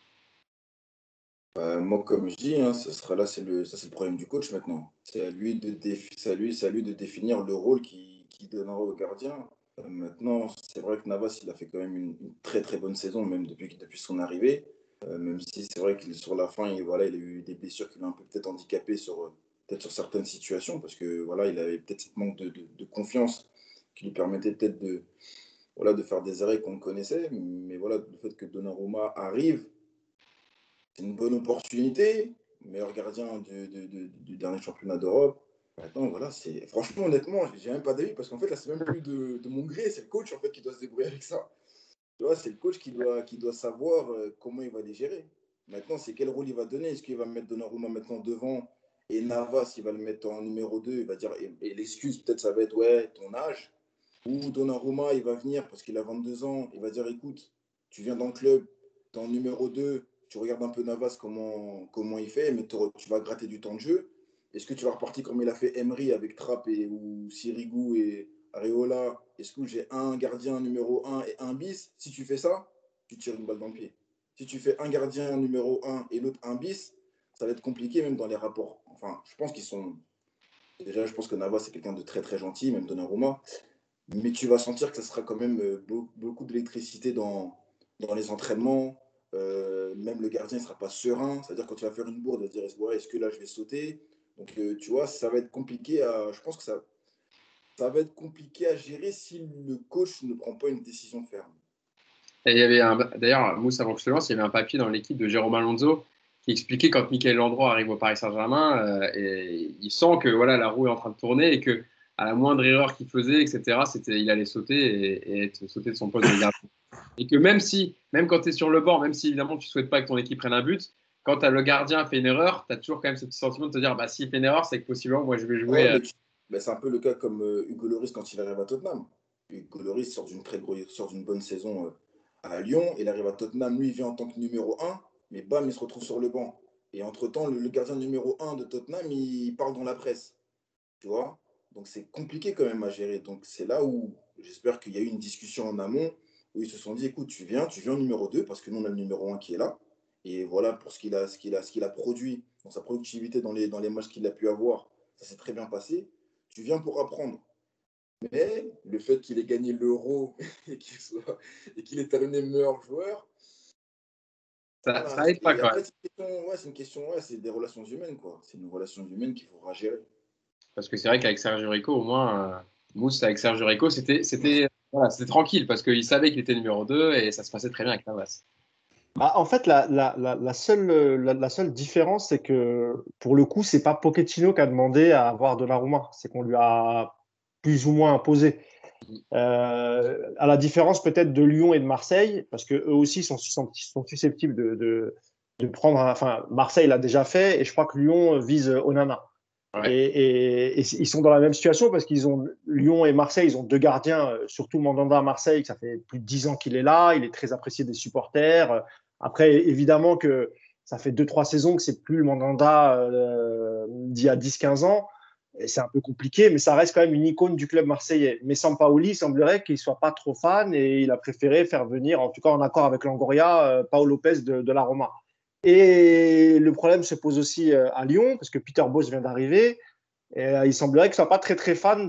Moi, comme je dis, hein, ce sera là, ça, c'est le problème du coach maintenant. C'est à lui de définir le rôle qu'il donnera au gardien. Maintenant, c'est vrai que Navas, il a fait quand même une très très bonne saison, même depuis son arrivée. Même si c'est vrai qu'il sur la fin, voilà, il a eu des blessures qui l'ont un peu peut-être handicapé peut-être sur certaines situations, parce que voilà, il avait peut-être ce manque de confiance qui lui permettait peut-être voilà, de faire des arrêts qu'on connaissait. Mais voilà, le fait que Donnarumma arrive, c'est une bonne opportunité. Meilleur gardien du dernier championnat d'Europe. Maintenant, voilà, franchement, honnêtement, j'ai même pas d'avis parce qu'en fait, là, c'est même plus de mon gré, c'est le coach en fait qui doit se débrouiller avec ça. Tu vois, c'est le coach qui doit savoir comment il va les gérer. Maintenant, c'est quel rôle il va donner. Est-ce qu'il va mettre Donnarumma maintenant devant et Navas, il va le mettre en numéro 2, il va dire, et l'excuse peut-être ça va être ouais, ton âge. Ou Donnarumma, il va venir parce qu'il a 22 ans, il va dire écoute, tu viens dans le club, tu es en numéro 2, tu regardes un peu Navas comment il fait, mais tu vas gratter du temps de jeu. Est-ce que tu vas repartir comme il a fait Emery avec Trapp ou Sirigu et Areola? Est-ce que j'ai un gardien numéro 1 et un bis? Si tu fais ça, tu tires une balle dans le pied. Si tu fais un gardien numéro 1 et l'autre un bis, ça va être compliqué même dans les rapports. Enfin, je pense qu'ils sont. Déjà, je pense que Navas, c'est quelqu'un de très très gentil, même Donnarumma. Mais tu vas sentir que ça sera quand même beaucoup d'électricité dans les entraînements. Même le gardien ne sera pas serein. C'est-à-dire quand tu vas faire une bourde, il va se dire ouais, est-ce que là je vais sauter? Donc tu vois, ça va être compliqué je pense que ça va être compliqué à gérer si le coach ne prend pas une décision ferme. Et il y avait d'ailleurs, Moussa avant que je te lance, il y avait un papier dans l'équipe de Jérôme Alonso qui expliquait quand Michael Landreau arrive au Paris Saint-Germain, et il sent que voilà, la roue est en train de tourner et que à la moindre erreur qu'il faisait, etc., il allait sauter et être sauté de son poste de gardien. Et que même quand tu es sur le banc, même si évidemment tu ne souhaites pas que ton équipe prenne un but, quand le gardien fait une erreur, tu as toujours quand même ce petit sentiment de te dire bah, s'il fait une erreur, c'est que possiblement moi je vais jouer. Ouais, mais c'est un peu le cas comme Hugo Lloris quand il arrive à Tottenham. Hugo Lloris sort d'une bonne saison à Lyon. Il arrive à Tottenham, lui, il vient en tant que numéro 1, mais bam, il se retrouve sur le banc. Et entre-temps, le gardien numéro 1 de Tottenham, il parle dans la presse. Tu vois? Donc, c'est compliqué quand même à gérer. Donc, c'est là où j'espère qu'il y a eu une discussion en amont où ils se sont dit, écoute, tu viens en numéro 2 parce que nous, on a le numéro 1 qui est là. Et voilà pour ce qu'il a produit, dans sa productivité dans les matchs qu'il a pu avoir. Ça s'est très bien passé. Tu viens pour apprendre. Mais le fait qu'il ait gagné l'Euro et qu'il ait terminé meilleur joueur, voilà. Ça aide pas Et quand même. après, c'est une question, c'est des relations humaines, quoi. C'est une relation humaine qu'il faudra gérer. Parce que c'est vrai qu'avec Sergio Rico, au moins, Mousse avec Sergio Rico, c'était tranquille parce qu'il savait qu'il était numéro 2 et ça se passait très bien avec Navas. Bah, en fait, la seule différence, c'est que pour le coup, c'est pas Pochettino qui a demandé à avoir Donnarumma, c'est qu'on lui a plus ou moins imposé. À la différence peut-être de Lyon et de Marseille, parce que eux aussi sont susceptibles de prendre. Enfin, Marseille l'a déjà fait, et je crois que Lyon vise Onana. Ouais. Et ils sont dans la même situation parce qu'ils ont Lyon et Marseille, ils ont deux gardiens, surtout Mandanda à Marseille, ça fait plus de 10 ans qu'il est là, il est très apprécié des supporters. Après, évidemment que ça fait 2-3 saisons que c'est plus le Mandanda d'il y a 10-15 ans. Et c'est un peu compliqué, mais ça reste quand même une icône du club marseillais. Mais Sampaoli, il semblerait qu'il ne soit pas trop fan et il a préféré faire venir, en tout cas en accord avec Longoria, Paolo Lopez de la Roma. Et le problème se pose aussi à Lyon, parce que Peter Bosz vient d'arriver. Et il semblerait qu'il ne soit pas très, très fan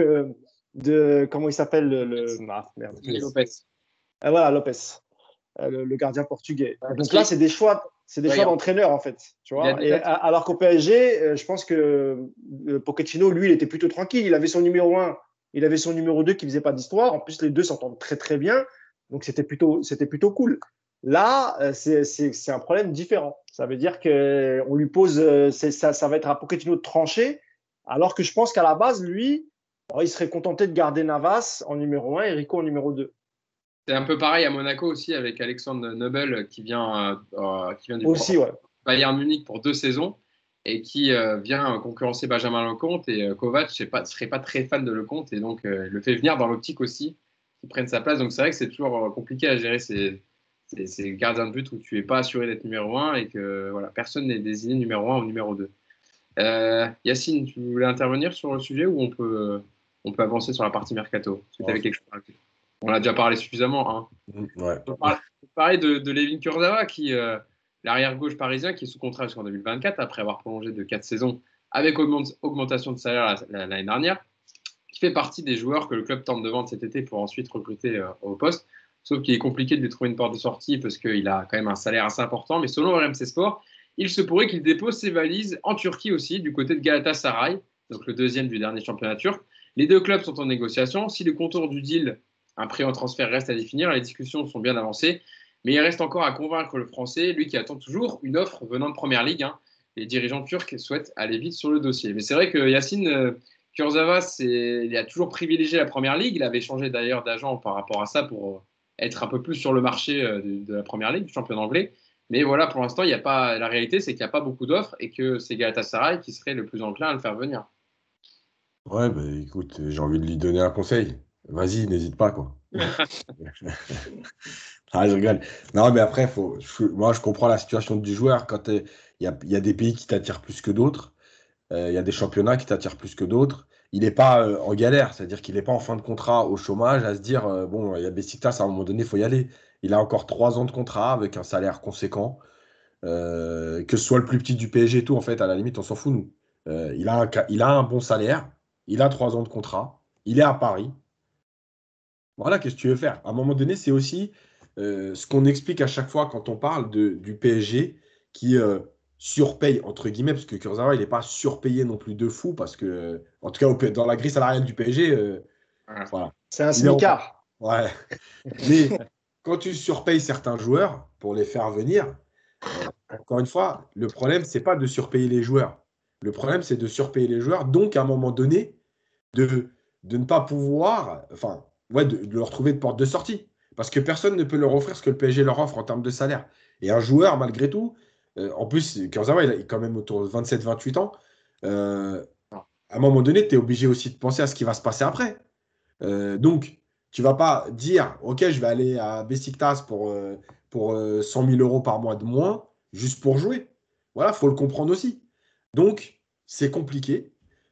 de comment il s'appelle merde. Lopez. Voilà, Lopez, le gardien portugais. Ouais, Donc là, c'est des choix d'entraîneur, en fait. Tu vois. Et, alors qu'au PSG, je pense que Pochettino, lui, il était plutôt tranquille. Il avait son numéro 1, il avait son numéro 2 qui ne faisait pas d'histoire. En plus, les deux s'entendent très, très bien. Donc, c'était plutôt cool. Là, c'est un problème différent. Ça veut dire qu'on lui pose, ça va être à Pochettino de trancher, alors que je pense qu'à la base, lui, il serait contenté de garder Navas en numéro 1 et Rico en numéro 2. C'est un peu pareil à Monaco aussi avec Alexandre Nobel qui vient du Aussi, ouais. Bayern Munich pour 2 saisons et qui vient concurrencer Benjamin Lecomte. Et Kovac ne serait pas très fan de Lecomte et donc il le fait venir dans l'optique aussi qu'il prenne sa place. Donc c'est vrai que c'est toujours compliqué à gérer ces gardiens de but où tu n'es pas assuré d'être numéro 1 et que voilà, personne n'est désigné numéro 1 ou numéro 2. Yacine, tu voulais intervenir sur le sujet ou on peut avancer sur la partie mercato? Est-ce que tu avais quelque chose à rajouter? On a déjà parlé suffisamment. Hein. Ouais. On peut parler de Layvin Kurzawa, l'arrière-gauche parisien, qui est sous contrat jusqu'en 2024, après avoir prolongé de 4 saisons avec augmentation de salaire l'année dernière, qui fait partie des joueurs que le club tente de vendre cet été pour ensuite recruter au poste. Sauf qu'il est compliqué de lui trouver une porte de sortie parce qu'il a quand même un salaire assez important. Mais selon RMC Sport, il se pourrait qu'il dépose ses valises en Turquie aussi, du côté de Galatasaray, donc le deuxième du dernier championnat turc. Les deux clubs sont en négociation. Si le contour du deal, un prix en transfert, reste à définir, les discussions sont bien avancées. Mais il reste encore à convaincre le Français, lui qui attend toujours une offre venant de Première Ligue. Hein. Les dirigeants turcs souhaitent aller vite sur le dossier. Mais c'est vrai que Yacine Kurzawa, il a toujours privilégié la Première Ligue. Il avait changé d'ailleurs d'agent par rapport à ça pour être un peu plus sur le marché de la Première Ligue, du championnat anglais. Mais voilà, pour l'instant, la réalité, c'est qu'il n'y a pas beaucoup d'offres et que c'est Galatasaray qui serait le plus enclin à le faire venir. Ouais, bah écoute, j'ai envie de lui donner un conseil. Vas-y, n'hésite pas, quoi. Ah, je rigole. Non, mais après, moi, je comprends la situation du joueur. Quand il y a des pays qui t'attirent plus que d'autres, il y a des championnats qui t'attirent plus que d'autres. Il n'est pas en galère, c'est-à-dire qu'il n'est pas en fin de contrat au chômage à se dire, bon, il y a Besiktas, à un moment donné, il faut y aller. Il a encore 3 ans de contrat avec un salaire conséquent. Que ce soit le plus petit du PSG et tout, en fait, à la limite, on s'en fout, nous. Il a un bon salaire, il a 3 ans de contrat, il est à Paris. Voilà, qu'est-ce que tu veux faire? À un moment donné, c'est aussi ce qu'on explique à chaque fois quand on parle du PSG qui surpaye, entre guillemets, parce que Kurzawa, il n'est pas surpayé non plus de fou, parce que, en tout cas, dans la grille salariale du PSG, voilà. C'est un Il est smicard. Ouais. Mais quand tu surpayes certains joueurs pour les faire venir, encore une fois, le problème, c'est pas de surpayer les joueurs. Le problème, c'est de surpayer les joueurs, donc à un moment donné, de ne pas pouvoir, enfin, ouais, de leur trouver de porte de sortie. Parce que personne ne peut leur offrir ce que le PSG leur offre en termes de salaire. Et un joueur, malgré tout, en plus, Kurzawa, il est quand même autour de 27-28 ans, à un moment donné, tu es obligé aussi de penser à ce qui va se passer après. Donc, tu vas pas dire, OK, je vais aller à Besiktas pour 100 000 euros par mois de moins, juste pour jouer. Voilà, il faut le comprendre aussi. Donc, c'est compliqué.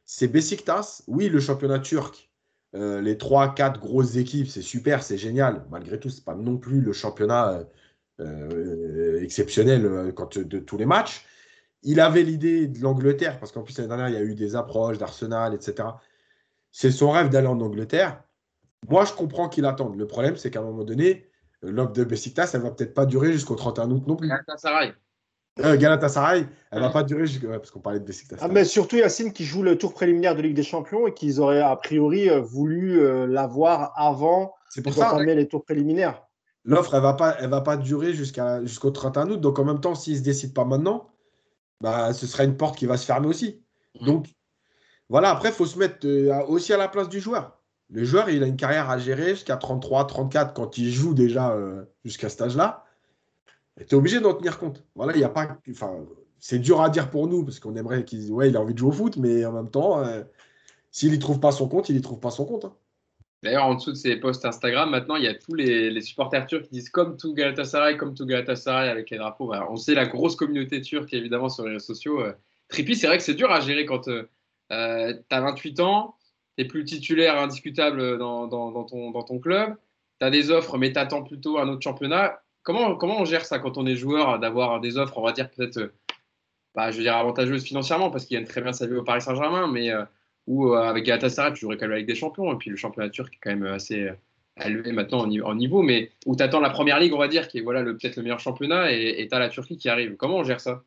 c'est Beşiktaş. Oui, le championnat turc, les 3-4 grosses équipes, c'est super, c'est génial. Malgré tout, ce n'est pas non plus le championnat exceptionnel de tous les matchs. Il avait l'idée de l'Angleterre, parce qu'en plus, l'année dernière, il y a eu des approches d'Arsenal, etc. C'est son rêve d'aller en Angleterre. Moi, je comprends qu'il attende. Le problème, c'est qu'à un moment donné, l'offre de Beşiktaş, elle ne va peut-être pas durer jusqu'au 31 août non plus. Galatasaray. Galatasaray, elle ne va pas durer parce qu'on parlait de Beşiktaş. Mais surtout, Yacine, qui joue le tour préliminaire de Ligue des Champions et qu'ils auraient a priori voulu l'avoir avant d'entamer les tours préliminaires. L'offre, elle va pas durer jusqu'au 31 août. Donc, en même temps, s'il ne se décide pas maintenant, bah, ce sera une porte qui va se fermer aussi. Donc, voilà, après, il faut se mettre aussi à la place du joueur. Le joueur, il a une carrière à gérer jusqu'à 33, 34 quand il joue déjà jusqu'à cet âge-là. Tu es obligé d'en tenir compte. Voilà, il y a pas. Enfin, c'est dur à dire pour nous parce qu'on aimerait qu'il a envie de jouer au foot, mais en même temps, s'il n'y trouve pas son compte, il n'y trouve pas son compte. Hein. D'ailleurs, en dessous de ces posts Instagram, maintenant, il y a tous les supporters turcs qui disent comme tout Galatasaray avec les drapeaux. Voilà. On sait la grosse communauté turque, évidemment, sur les réseaux sociaux. Trippi, c'est vrai que c'est dur à gérer quand tu as 28 ans, tu n'es plus titulaire indiscutable dans ton club, tu as des offres, mais tu attends plutôt un autre championnat. Comment on gère ça quand on est joueur, d'avoir des offres, on va dire peut-être, je veux dire, avantageuses financièrement, parce qu'il gagne très bien sa vie au Paris Saint-Germain, mais ou avec Galatasaray, tu jouerais quand même avec des champions, et puis le championnat turc est quand même assez élevé maintenant en niveau, mais où tu attends la première ligue, on va dire, qui est voilà, peut-être le meilleur championnat, et tu as la Turquie qui arrive. Comment on gère ça?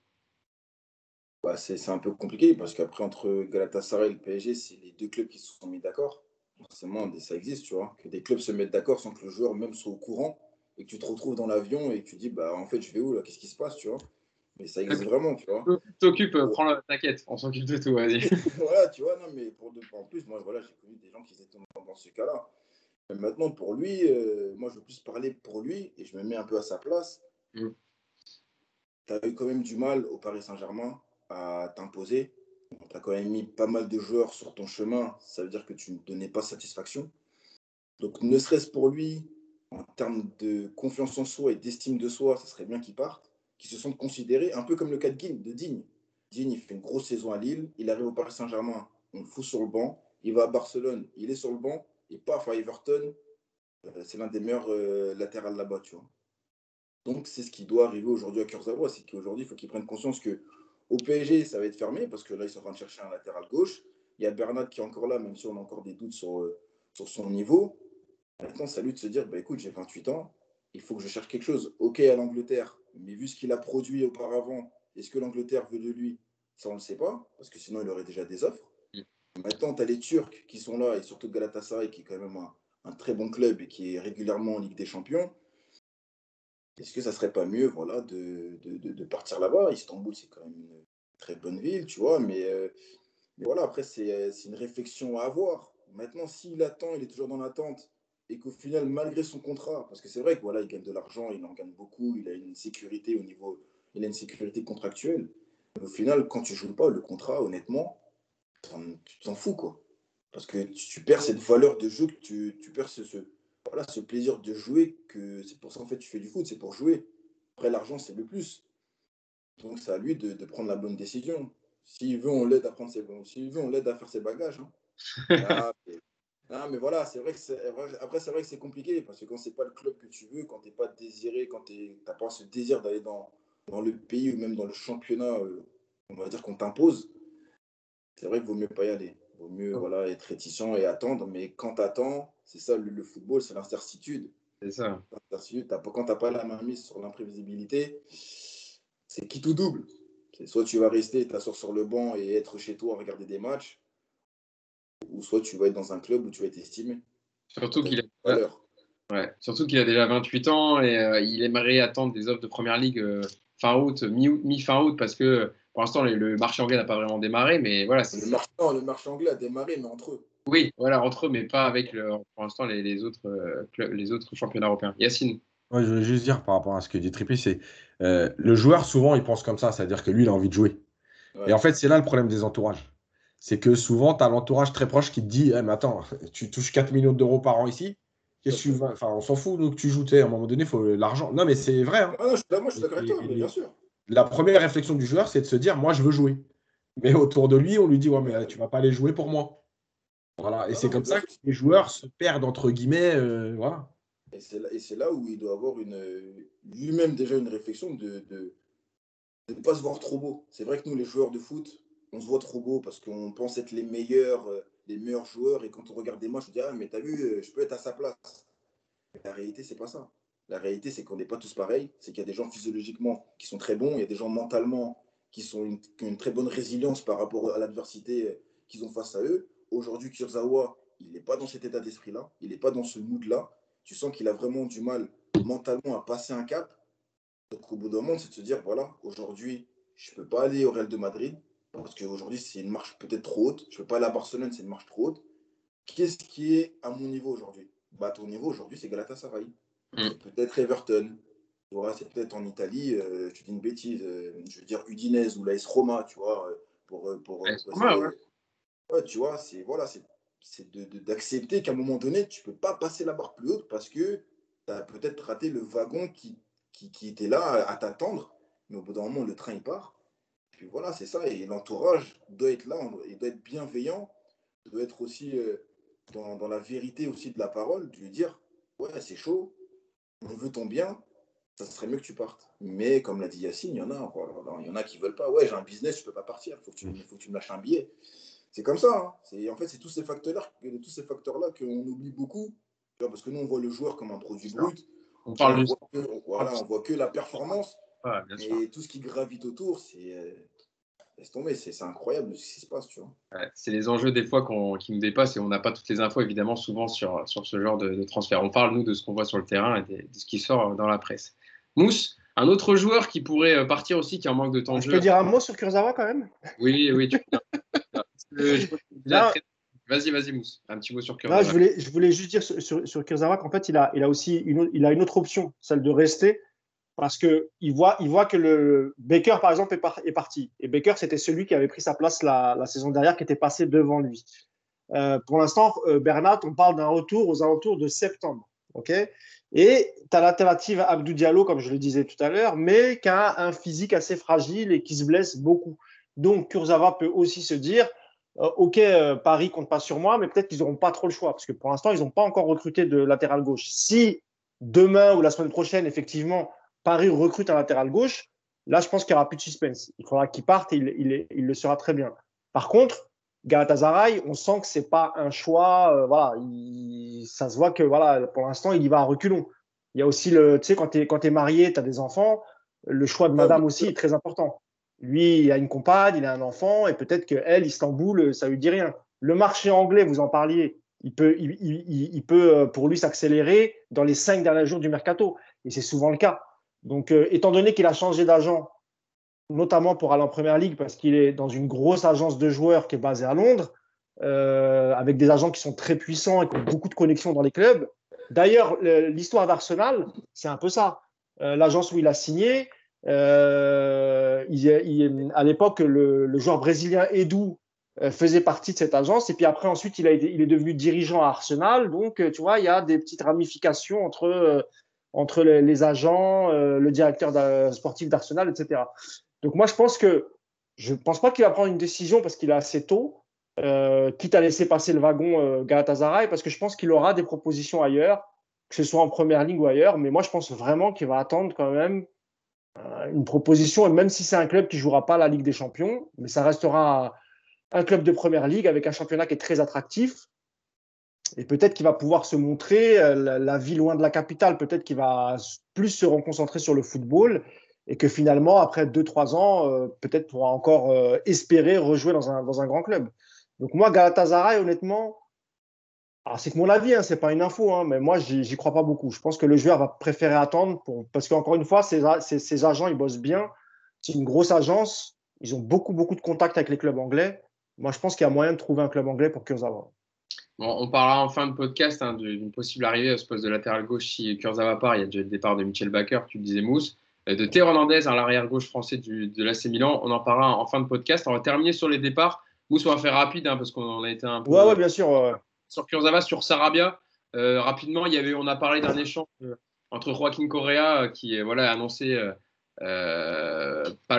C'est un peu compliqué parce qu'après, entre Galatasaray et le PSG, c'est les deux clubs qui se sont mis d'accord. Forcément, ça existe, tu vois, que des clubs se mettent d'accord sans que le joueur même soit au courant et que tu te retrouves dans l'avion et que tu dis, bah en fait, je vais où là? Qu'est-ce qui se passe, tu vois? Mais ça existe vraiment, tu vois. T'occupes, t'inquiète, on s'occupe de tout, vas-y. Voilà, tu vois, non, mais en plus, moi, voilà, j'ai connu des gens qui étaient dans ce cas-là. Mais maintenant, pour lui, moi, je veux plus parler pour lui et je me mets un peu à sa place. Tu as eu quand même du mal au Paris Saint-Germain à t'imposer. Tu as quand même mis pas mal de joueurs sur ton chemin. Ça veut dire que tu ne donnais pas satisfaction. Donc, ne serait-ce pour lui, en termes de confiance en soi et d'estime de soi, ça serait bien qu'il parte, qu'il se sente considéré, un peu comme le cas de Digne. Digne, il fait une grosse saison à Lille, il arrive au Paris Saint-Germain, on le fout sur le banc, il va à Barcelone, il est sur le banc, et paf, à Everton, c'est l'un des meilleurs latérales là-bas, tu vois. Donc, c'est ce qui doit arriver aujourd'hui à Kurzawa, c'est qu'aujourd'hui, il faut qu'il prenne conscience que au PSG, ça va être fermé, parce que là, ils sont en train de chercher un latéral gauche. Il y a Bernat qui est encore là, même si on a encore des doutes sur son niveau. Maintenant, c'est à lui de se dire, bah, écoute, j'ai 28 ans, il faut que je cherche quelque chose. OK, à l'Angleterre, mais vu ce qu'il a produit auparavant, est-ce que l'Angleterre veut de lui? Ça, on ne le sait pas, parce que sinon, il aurait déjà des offres. Maintenant, tu as les Turcs qui sont là, et surtout Galatasaray, qui est quand même un très bon club et qui est régulièrement en Ligue des Champions. Est-ce que ça serait pas mieux, voilà, de partir là-bas? Istanbul, c'est quand même une très bonne ville, tu vois, mais voilà, après, c'est une réflexion à avoir. Maintenant, s'il attend, il est toujours dans l'attente, et qu'au final, malgré son contrat, parce que c'est vrai que voilà, il gagne de l'argent, il en gagne beaucoup, il a une sécurité il a une sécurité contractuelle. Mais au final, quand tu joues pas le contrat, honnêtement, tu t'en fous, quoi. Parce que tu perds cette valeur de jeu, que tu perds voilà, ce plaisir de jouer, que c'est pour ça en fait tu fais du foot, c'est pour jouer. Après, l'argent, c'est le plus. Donc, c'est à lui de prendre la bonne décision. S'il veut, on l'aide à prendre S'il veut, on l'aide à faire ses bagages. Hein. Mais voilà, c'est vrai que après, c'est vrai que c'est compliqué parce que quand c'est pas le club que tu veux, quand t'es pas désiré, quand t'as pas ce désir d'aller dans le pays ou même dans le championnat, on va dire qu'on t'impose, c'est vrai qu'il vaut mieux pas y aller. Il vaut mieux voilà, être réticent et attendre. Mais quand t'attends, c'est ça le football, c'est l'incertitude. C'est ça. Quand t'as pas la main mise sur l'imprévisibilité, c'est qui tout double. C'est soit tu vas rester, t'asseoir sur le banc et être chez toi à regarder des matchs, ou soit tu vas être dans un club où tu vas être estimé. Surtout qu'il a déjà 28 ans et il aimerait attendre des offres de première ligue fin août, mi-fin août, parce que pour l'instant, le marché anglais n'a pas vraiment démarré. Mais voilà, le marché anglais a démarré, mais entre eux. Oui, voilà, entre eux, mais pas avec pour l'instant les autres championnats européens. Yacine. Ouais, je veux juste dire par rapport à ce que dit Trippi, c'est le joueur, souvent, il pense comme ça, c'est-à-dire que lui, il a envie de jouer. Ouais. Et en fait, c'est là le problème des entourages. C'est que souvent, tu as l'entourage très proche qui te dit mais attends, tu touches 4 millions d'euros par an ici. Qu'est-ce que tu vas... Enfin, on s'en fout, donc tu joues. À un moment donné, il faut l'argent. Non, mais c'est vrai. Hein. Moi, je suis d'accord avec toi, mais bien sûr. La première réflexion du joueur, c'est de se dire moi, je veux jouer. Mais autour de lui, on lui dit, ouais, mais tu vas pas aller jouer pour moi. Voilà. Et Non, c'est non, mais comme bien ça sûr. que les joueurs se perdent, entre guillemets. Voilà. Et c'est là où il doit avoir lui-même déjà une réflexion de ne pas se voir trop beau. C'est vrai que nous, les joueurs de foot, on se voit trop beau parce qu'on pense être les meilleurs joueurs. Et quand on regarde des matchs, on dit, ah, mais t'as vu, je peux être à sa place. Mais la réalité, c'est pas ça. La réalité, c'est qu'on n'est pas tous pareils. C'est qu'il y a des gens physiologiquement qui sont très bons. Il y a des gens mentalement qui ont une très bonne résilience par rapport à l'adversité qu'ils ont face à eux. Aujourd'hui, Kurzawa, il n'est pas dans cet état d'esprit-là. Il n'est pas dans ce mood-là. Tu sens qu'il a vraiment du mal mentalement à passer un cap. Donc, au bout d'un moment, c'est de se dire, voilà, aujourd'hui, je ne peux pas aller au Real de Madrid parce qu'aujourd'hui, c'est une marche peut-être trop haute. Je ne peux pas aller à Barcelone, c'est une marche trop haute. Qu'est-ce qui est à mon niveau aujourd'hui? Bah, ton niveau aujourd'hui, c'est Galatasaray. Mm. C'est peut-être Everton. Tu vois, c'est peut-être en Italie, je dis une bêtise, je veux dire Udinese ou l'AS Roma, tu vois, Ouais, pour c'est pas mal, ouais. essayer. Ouais, tu vois, c'est d'accepter qu'à un moment donné, tu ne peux pas passer la barre plus haute parce que tu as peut-être raté le wagon qui était là à t'attendre, mais au bout d'un moment, le train il part. Puis voilà, c'est ça. Et l'entourage doit être là, il doit être bienveillant, doit être aussi dans la vérité aussi de la parole, de lui dire, ouais, c'est chaud, on veut ton bien, ça serait mieux que tu partes. Mais comme l'a dit Yacine, il y en a, voilà, il y en a qui veulent pas. Ouais, j'ai un business, je peux pas partir, faut que tu me lâches un billet. C'est comme ça. Hein. En fait, c'est tous ces facteurs-là qu'on oublie beaucoup. Tu vois, parce que nous, on voit le joueur comme un produit C'est ça. brut. On Tu vois, parle de on voit que la performance. ouais, bien sûr. Mais tout ce qui gravite autour, laisse tomber, c'est incroyable ce qui se passe, tu vois. Ouais, c'est les enjeux des fois qui nous dépassent et on n'a pas toutes les infos évidemment souvent sur ce genre de transfert. On parle nous de ce qu'on voit sur le terrain et de ce qui sort dans la presse. Mousse, un autre joueur qui pourrait partir aussi, qui est en manque de temps de Je peux jeu. dire un mot sur Kurzawa quand même? Oui, oui, tu peux dire. Parce que je crois que c'est déjà Non, très... Vas-y, Mousse. Un petit mot sur non, Kurzawa. je voulais juste dire sur Kurzawa qu'en fait, il a aussi il a une autre option, celle de rester, parce qu'il voit que le Baker, par exemple, est parti. Et Baker, c'était celui qui avait pris sa place la saison dernière, qui était passé devant lui. Pour l'instant, Bernat, on parle d'un retour aux alentours de septembre. Okay, et tu as l'alternative Abdou Diallo, comme je le disais tout à l'heure, mais qui a un physique assez fragile et qui se blesse beaucoup. Donc, Kurzawa peut aussi se dire OK, Paris compte pas sur moi, mais peut-être qu'ils n'auront pas trop le choix, parce que pour l'instant, ils n'ont pas encore recruté de latéral gauche. Si demain ou la semaine prochaine, effectivement, Paris recrute un latéral gauche, là, je pense qu'il n'y aura plus de suspense. Il faudra qu'il parte et il le sera très bien. Par contre, Galatasaray, on sent que ce n'est pas un choix. Voilà, ça se voit que voilà, pour l'instant, il y va à reculons. Il y a aussi tu sais, quand tu es marié, tu as des enfants, le choix de Ouais, madame aussi est très important. Lui, il a une compagne, il a un enfant, et peut-être qu'elle, Istanbul, ça lui dit rien. Le marché anglais, vous en parliez, il peut pour lui s'accélérer dans les 5 derniers jours du mercato. Et c'est souvent le cas. Donc, étant donné qu'il a changé d'agent, notamment pour aller en Première Ligue, parce qu'il est dans une grosse agence de joueurs qui est basée à Londres, avec des agents qui sont très puissants et qui ont beaucoup de connexions dans les clubs. D'ailleurs, l'histoire d'Arsenal, c'est un peu ça. L'agence où il a signé, à l'époque, le joueur brésilien Edu faisait partie de cette agence. Et puis après, ensuite, il est devenu dirigeant à Arsenal. Donc, tu vois, il y a des petites ramifications entre les agents, le directeur sportif d'Arsenal, etc. Donc moi, je pense pas qu'il va prendre une décision parce qu'il est assez tôt, quitte à laisser passer le wagon Galatasaray, parce que je pense qu'il aura des propositions ailleurs, que ce soit en première ligue ou ailleurs. Mais moi, je pense vraiment qu'il va attendre quand même une proposition, et même si c'est un club qui jouera pas la Ligue des Champions, mais ça restera un club de première ligue avec un championnat qui est très attractif. Et peut-être qu'il va pouvoir se montrer la vie loin de la capitale. Peut-être qu'il va plus se reconcentrer sur le football et que finalement, après 2-3 ans, peut-être pourra encore espérer rejouer dans un grand club. Donc moi, Galatasaray, honnêtement, alors c'est que mon avis, hein, c'est pas une info, hein, mais moi, j'y crois pas beaucoup. Je pense que le joueur va préférer attendre parce qu'encore une fois, ces agents, ils bossent bien. C'est une grosse agence. Ils ont beaucoup, beaucoup de contacts avec les clubs anglais. Moi, je pense qu'il y a moyen de trouver un club anglais pour Kurzawa. Bon, on parlera en fin de podcast d'une possible arrivée à ce poste de latéral gauche si Kurzawa part. Il y a déjà le départ de Michel Bakker, tu le disais Mousse, de Théo Hernandez, l'arrière gauche français de l'AC Milan. On en parlera en fin de podcast. On va terminer sur les départs. Mousse, on va faire rapide parce qu'on a été un Ouais, peu ouais, bien sûr. sur Kurzawa, sur Sarabia. Rapidement, on a parlé d'un échange entre Joaquin Correa qui voilà, a annoncé pas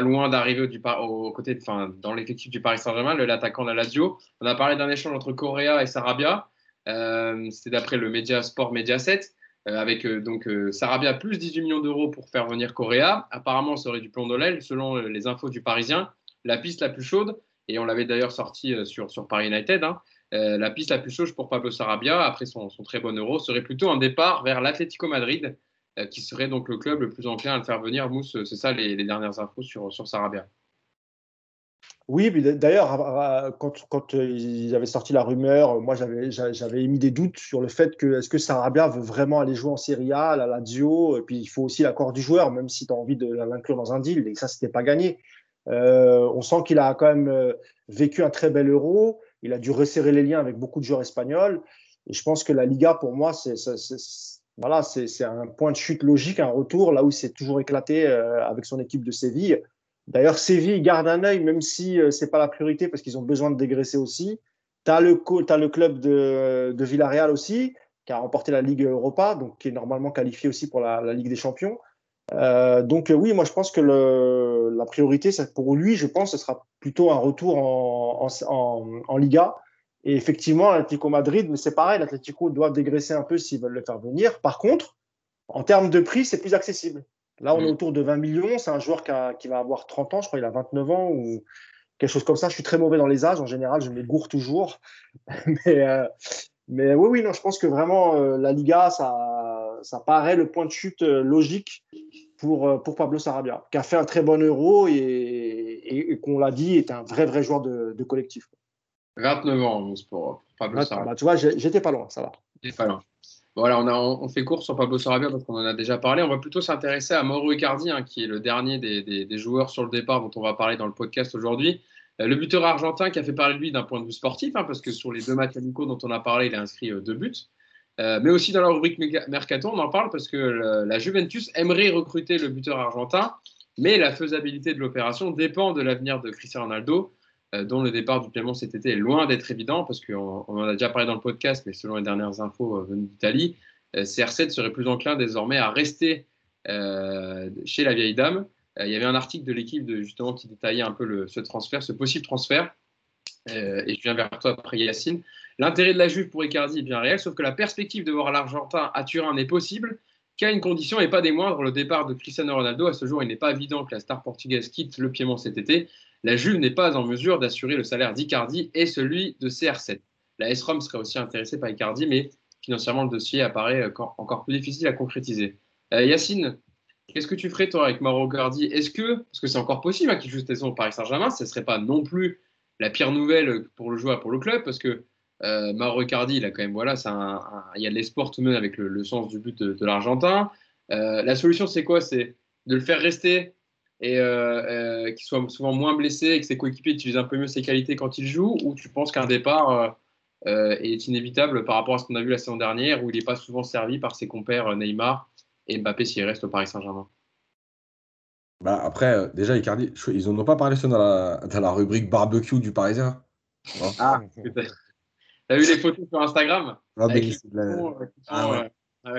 loin d'arriver dans l'effectif du Paris Saint-Germain, l'attaquant de la Lazio. On a parlé d'un échange entre Correa et Sarabia. C'était d'après le Média Sport Mediaset, avec Sarabia plus 18 millions d'euros pour faire venir Correa. Apparemment, ça aurait du plomb dans l'aile, selon les infos du Parisien. La piste la plus chaude, et on l'avait d'ailleurs sorti sur Paris United, hein, la piste la plus chaude pour Pablo Sarabia, après son très bon Euro, serait plutôt un départ vers l'Atlético Madrid, qui serait donc le club le plus enclin à le faire venir. Mousse, c'est ça les dernières infos sur Sarabia. Oui, mais d'ailleurs, quand ils avaient sorti la rumeur, moi j'avais émis des doutes sur le fait que est-ce que Sarabia veut vraiment aller jouer en Serie A, à la Lazio, et puis il faut aussi l'accord du joueur, même si tu as envie de l'inclure dans un deal, et ça, c'était pas gagné. On sent qu'il a quand même vécu un très bel Euro, il a dû resserrer les liens avec beaucoup de joueurs espagnols, et je pense que la Liga, pour moi, c'est un point de chute logique, un retour, là où il s'est toujours éclaté avec son équipe de Séville. D'ailleurs, Séville garde un œil, même si ce n'est pas la priorité, parce qu'ils ont besoin de dégraisser aussi. Tu as le club de Villarreal aussi, qui a remporté la Ligue Europa, donc qui est normalement qualifié aussi pour la Ligue des Champions. Oui, moi je pense que la priorité, pour lui, je pense, ce sera plutôt un retour en Liga. Et effectivement, l'Atlético Madrid, mais c'est pareil, l'Atlético doit dégraisser un peu s'ils veulent le faire venir. Par contre, en termes de prix, c'est plus accessible. Là, on est autour de 20 millions. C'est un joueur qui va avoir 30 ans, je crois, il a 29 ans ou quelque chose comme ça. Je suis très mauvais dans les âges. En général, je m'égourre toujours. mais oui, non, je pense que vraiment, la Liga, ça paraît le point de chute logique pour Pablo Sarabia, qui a fait un très bon Euro et qu'on l'a dit, est un vrai joueur de collectif. 29 ans, Mousse, pour Pablo Sarabia. Bah, tu vois, j'étais pas loin, ça va. J'étais pas loin. Voilà, on fait court sur Pablo Sarabia parce qu'on en a déjà parlé. On va plutôt s'intéresser à Mauro Icardi, hein, qui est le dernier des joueurs sur le départ dont on va parler dans le podcast aujourd'hui. Le buteur argentin qui a fait parler de lui d'un point de vue sportif, hein, parce que sur les 2 matchs amicaux dont on a parlé, il a inscrit 2 buts. Mais aussi dans la rubrique Mercato, on en parle parce que la Juventus aimerait recruter le buteur argentin, mais la faisabilité de l'opération dépend de l'avenir de Cristiano Ronaldo, dont le départ du Piémont cet été est loin d'être évident, parce qu'on en a déjà parlé dans le podcast, mais selon les dernières infos venues d'Italie, CR7 serait plus enclin désormais à rester chez la vieille dame. Il y avait un article de l'équipe justement qui détaillait un peu ce possible transfert, et je viens vers toi après Yacine. L'intérêt de la Juve pour Icardi est bien réel, sauf que la perspective de voir l'Argentin à Turin n'est possible qu'à une condition et pas des moindres, le départ de Cristiano Ronaldo. À ce jour, il n'est pas évident que la star portugaise quitte le Piémont cet été. La Juve n'est pas en mesure d'assurer le salaire d'Icardi et celui de CR7. La S-Rom serait aussi intéressée par Icardi, mais financièrement, le dossier apparaît encore plus difficile à concrétiser. Yacine, qu'est-ce que tu ferais, toi, avec Mauro Icardi ? Parce que c'est encore possible qu'il joue cette saison au Paris Saint-Germain, ce ne serait pas non plus la pire nouvelle pour le joueur, pour le club, parce que Mauro Icardi, il a quand même, il y a de l'espoir tout de même avec le sens du but de l'Argentin. La solution, c'est quoi ? C'est de le faire rester et qu'il soit souvent moins blessé et que ses coéquipiers utilisent un peu mieux ses qualités quand il joue, ou tu penses qu'un départ est inévitable par rapport à ce qu'on a vu la saison dernière, où il n'est pas souvent servi par ses compères Neymar et Mbappé s'il reste au Paris Saint-Germain? Bah après, déjà, Icardi, ils n'en ont pas parlé ça dans la rubrique barbecue du Parisien. Non. Ah, t'as vu les photos sur Instagram Ah, avec mais les c'est de la- ah ouais.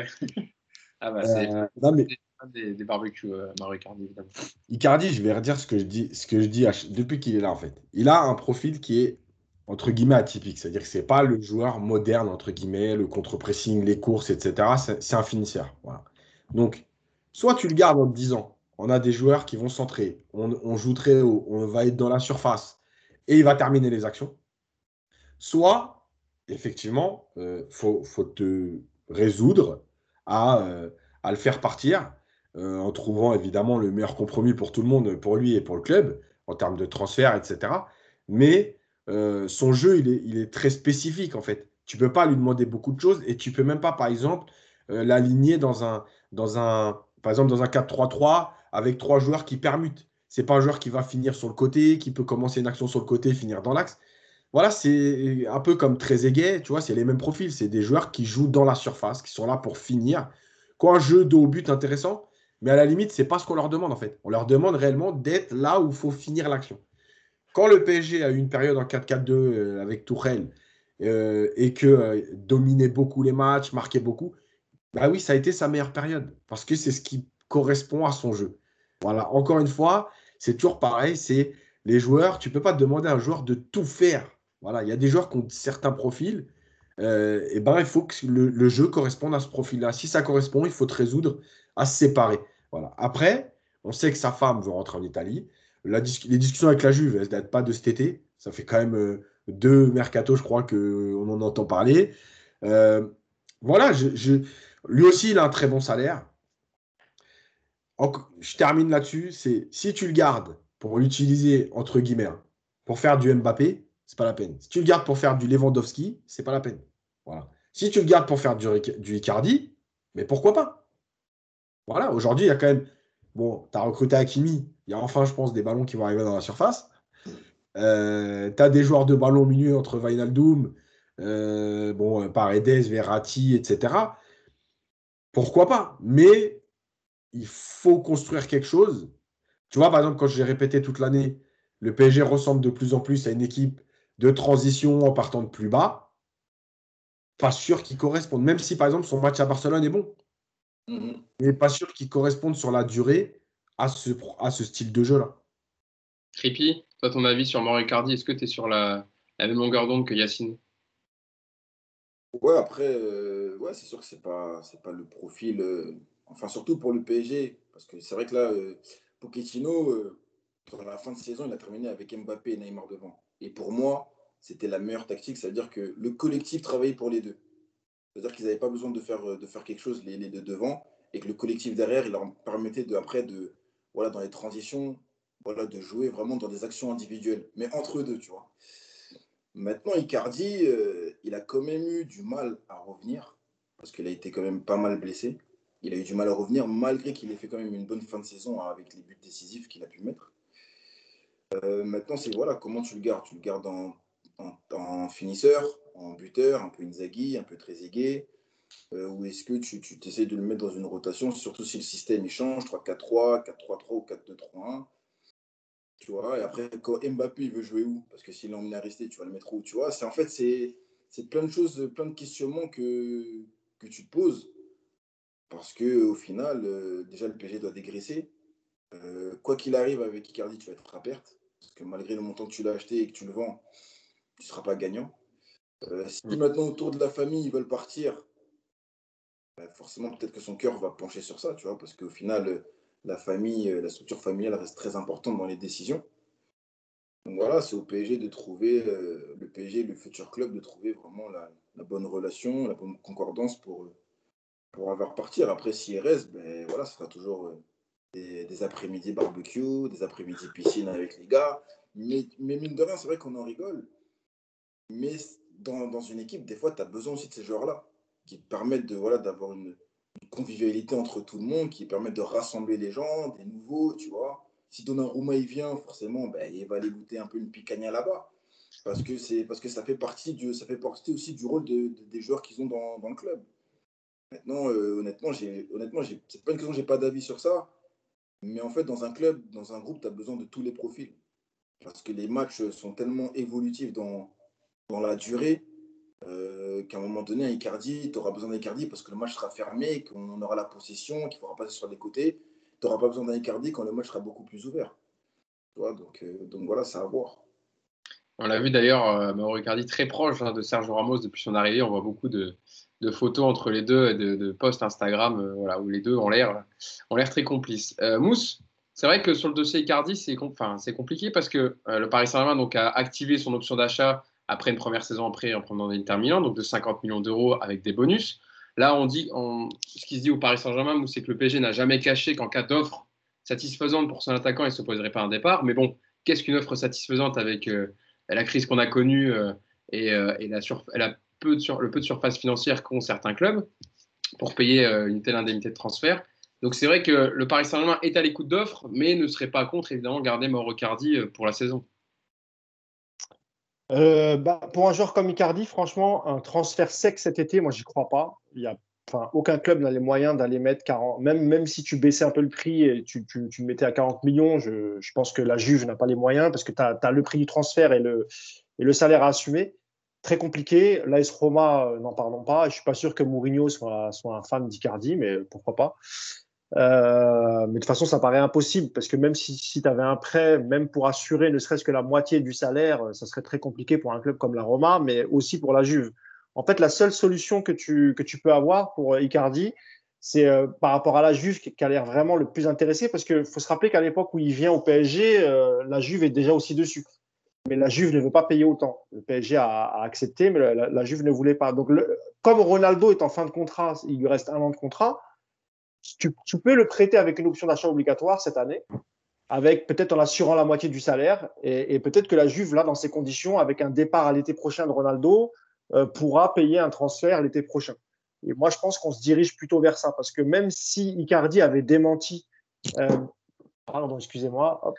C'est non, mais des barbecues, Mauro Icardi, évidemment. Icardi, je vais redire ce que je dis depuis qu'il est là, en fait. Il a un profil qui est, entre guillemets, atypique. C'est-à-dire que ce n'est pas le joueur moderne, entre guillemets, le contre-pressing, les courses, etc. C'est un finisseur. Voilà. Donc, soit tu le gardes en te disant, on a des joueurs qui vont centrer, on joue très haut, on va être dans la surface, et il va terminer les actions. Soit, effectivement, faut te résoudre à le faire partir en trouvant évidemment le meilleur compromis pour tout le monde, pour lui et pour le club, en termes de transfert, etc. Mais son jeu, il est très spécifique, en fait. Tu ne peux pas lui demander beaucoup de choses et tu ne peux même pas, par exemple, l'aligner par exemple, dans un 4-3-3 avec 3 joueurs qui permutent. Ce n'est pas un joueur qui va finir sur le côté, qui peut commencer une action sur le côté et finir dans l'axe. Voilà, c'est un peu comme Trezeguet, tu vois, c'est les mêmes profils. C'est des joueurs qui jouent dans la surface, qui sont là pour finir. Quoi, un jeu de haut but intéressant, mais à la limite, c'est pas ce qu'on leur demande en fait. On leur demande réellement d'être là où il faut finir l'action. Quand le PSG a eu une période en 4-4-2 avec Tourelle et que dominait beaucoup les matchs, marquait beaucoup, bah oui, ça a été sa meilleure période parce que c'est ce qui correspond à son jeu. Voilà, encore une fois, c'est toujours pareil. C'est les joueurs, tu ne peux pas demander à un joueur de tout faire. Voilà, il y a des joueurs qui ont certains profils. Et ben, il faut que le jeu corresponde à ce profil-là. Si ça correspond, il faut te résoudre à se séparer. Voilà. Après, on sait que sa femme veut rentrer en Italie. Les discussions avec la Juve, elles ne datent pas de cet été. Ça fait quand même 2 mercatos, je crois, qu'on en entend parler. Euh, voilà, lui aussi, il a un très bon salaire. Je termine là-dessus. C'est si tu le gardes pour l'utiliser, entre guillemets, hein, pour faire du Mbappé, c'est pas la peine. Si tu le gardes pour faire du Lewandowski, c'est pas la peine. Voilà. Si tu le gardes pour faire du Icardi, mais pourquoi pas? Voilà, aujourd'hui, il y a quand même. Bon, tu as recruté Hakimi. Il y a enfin, je pense, des ballons qui vont arriver dans la surface. Tu as des joueurs de ballon au milieu entre Wijnaldum, Paredes, Verratti, etc. Pourquoi pas? Mais il faut construire quelque chose. Tu vois, par exemple, quand j'ai répété toute l'année, le PSG ressemble de plus en plus à une équipe de transition en partant de plus bas. Pas sûr qu'il corresponde. Même si, par exemple, son match à Barcelone est bon. Mhm. Mais pas sûr qu'il corresponde sur la durée à ce style de jeu-là. Crépy, toi, ton avis sur Mauro Icardi, est-ce que tu es sur la même longueur d'onde que Yacine? Ouais, après, ouais, c'est sûr que c'est pas le profil. Enfin, surtout pour le PSG, parce que c'est vrai que là, Pochettino, dans la fin de saison, il a terminé avec Mbappé et Neymar devant. Et pour moi, c'était la meilleure tactique, c'est-à-dire que le collectif travaillait pour les deux. C'est-à-dire qu'ils n'avaient pas besoin de faire quelque chose les deux devant, et que le collectif derrière, il leur permettait après voilà, dans les transitions, voilà, de jouer vraiment dans des actions individuelles, mais entre eux deux, tu vois. Maintenant, Icardi, il a quand même eu du mal à revenir, parce qu'il a été quand même pas mal blessé. Il a eu du mal à revenir, malgré qu'il ait fait quand même une bonne fin de saison, hein, avec les buts décisifs qu'il a pu mettre. Maintenant, c'est voilà, comment tu le gardes? Tu le gardes en finisseur, en buteur, un peu Inzaghi, un peu Trezeguet, ou est-ce que tu essaies de le mettre dans une rotation, surtout si le système il change, 3-4-3, 4-3-3 ou 4-2-3-1, tu vois. Et après, quand Mbappé il veut jouer où? Parce que s'il est emmené à rester, tu vas le mettre où? Tu vois, c'est en fait, c'est plein de choses, plein de questionnements que tu te poses. Parce que au final, déjà, le PSG doit dégraisser. Quoi qu'il arrive avec Icardi, tu vas être à perte. Parce que malgré le montant que tu l'as acheté et que tu le vends, tu ne seras pas gagnant. Si maintenant, autour de la famille, ils veulent partir, bah, forcément, peut-être que son cœur va pencher sur ça, tu vois, parce qu'au final, la famille, la structure familiale reste très importante dans les décisions. Donc voilà, c'est au PSG de trouver, le PSG, le futur club, de trouver vraiment la bonne relation, la bonne concordance pour avoir partir. Après, s'il reste, ben voilà, ce sera toujours des après-midi barbecue, des après-midi piscine avec les gars. Mais mine de rien, c'est vrai qu'on en rigole. Mais dans une équipe, des fois, tu as besoin aussi de ces joueurs-là qui te permettent voilà, d'avoir une convivialité entre tout le monde, qui permettent de rassembler les gens, des nouveaux, tu vois. Si Donnarumma il vient, forcément, ben, il va aller goûter un peu une picanha là-bas. Parce que ça fait partie aussi du rôle des joueurs qu'ils ont dans le club. Maintenant, c'est pas une question, j'ai pas d'avis sur ça. Mais en fait, dans un club, dans un groupe, tu as besoin de tous les profils. Parce que les matchs sont tellement évolutifs dans la durée, qu'à un moment donné, un Icardi, tu auras besoin d'un Icardi parce que le match sera fermé, qu'on aura la possession, qu'il faudra passer sur les côtés. Tu n'auras pas besoin d'un Icardi quand le match sera beaucoup plus ouvert. Tu vois, donc voilà, c'est à voir. On l'a vu d'ailleurs, Mauro Icardi très proche de Sergio Ramos depuis son arrivée. On voit beaucoup de photos entre les deux et de posts Instagram voilà, où les deux ont l'air très complices. Mousse, c'est vrai que sur le dossier Icardi, c'est compliqué parce que le Paris Saint-Germain donc, a activé son option d'achat après une première saison après en prenant l'Inter Milan, donc de 50 millions d'euros avec des bonus. Là, ce qui se dit au Paris Saint-Germain, Mousse, c'est que le PSG n'a jamais caché qu'en cas d'offre satisfaisante pour son attaquant, il ne s'opposerait pas à un départ. Mais bon, qu'est-ce qu'une offre satisfaisante avec la crise qu'on a connue et le peu de surface financière qu'ont certains clubs pour payer une telle indemnité de transfert. Donc c'est vrai que le Paris Saint-Germain est à l'écoute d'offres, mais ne serait pas contre évidemment garder Mauro Icardi pour la saison. Pour un joueur comme Icardi, franchement, un transfert sec cet été, moi, j'y crois pas. Aucun club n'a les moyens d'aller mettre 40, même si tu baissais un peu le prix et tu le mettais à 40 millions, je pense que la Juve n'a pas les moyens parce que tu as le prix du transfert et le salaire à assumer. Très compliqué. L'AS Roma, n'en parlons pas. Je suis pas sûr que Mourinho soit un fan d'Icardi, mais pourquoi pas. Mais de toute façon, ça paraît impossible parce que même si tu avais un prêt, même pour assurer ne serait-ce que la moitié du salaire, ça serait très compliqué pour un club comme la Roma, mais aussi pour la Juve. En fait, la seule solution que tu peux avoir pour Icardi, c'est par rapport à la Juve qui a l'air vraiment le plus intéressé parce qu'il faut se rappeler qu'à l'époque où il vient au PSG, la Juve est déjà aussi dessus. Mais la Juve ne veut pas payer autant. Le PSG a accepté, mais la Juve ne voulait pas. Donc, comme Ronaldo est en fin de contrat, il lui reste 1 an de contrat, tu peux le prêter avec une option d'achat obligatoire cette année, avec peut-être en assurant la moitié du salaire, et peut-être que la Juve, là, dans ces conditions, avec un départ à l'été prochain de Ronaldo, pourra payer un transfert l'été prochain. Et moi, je pense qu'on se dirige plutôt vers ça, parce que même si Icardi avait démenti, pardon, excusez-moi, hop,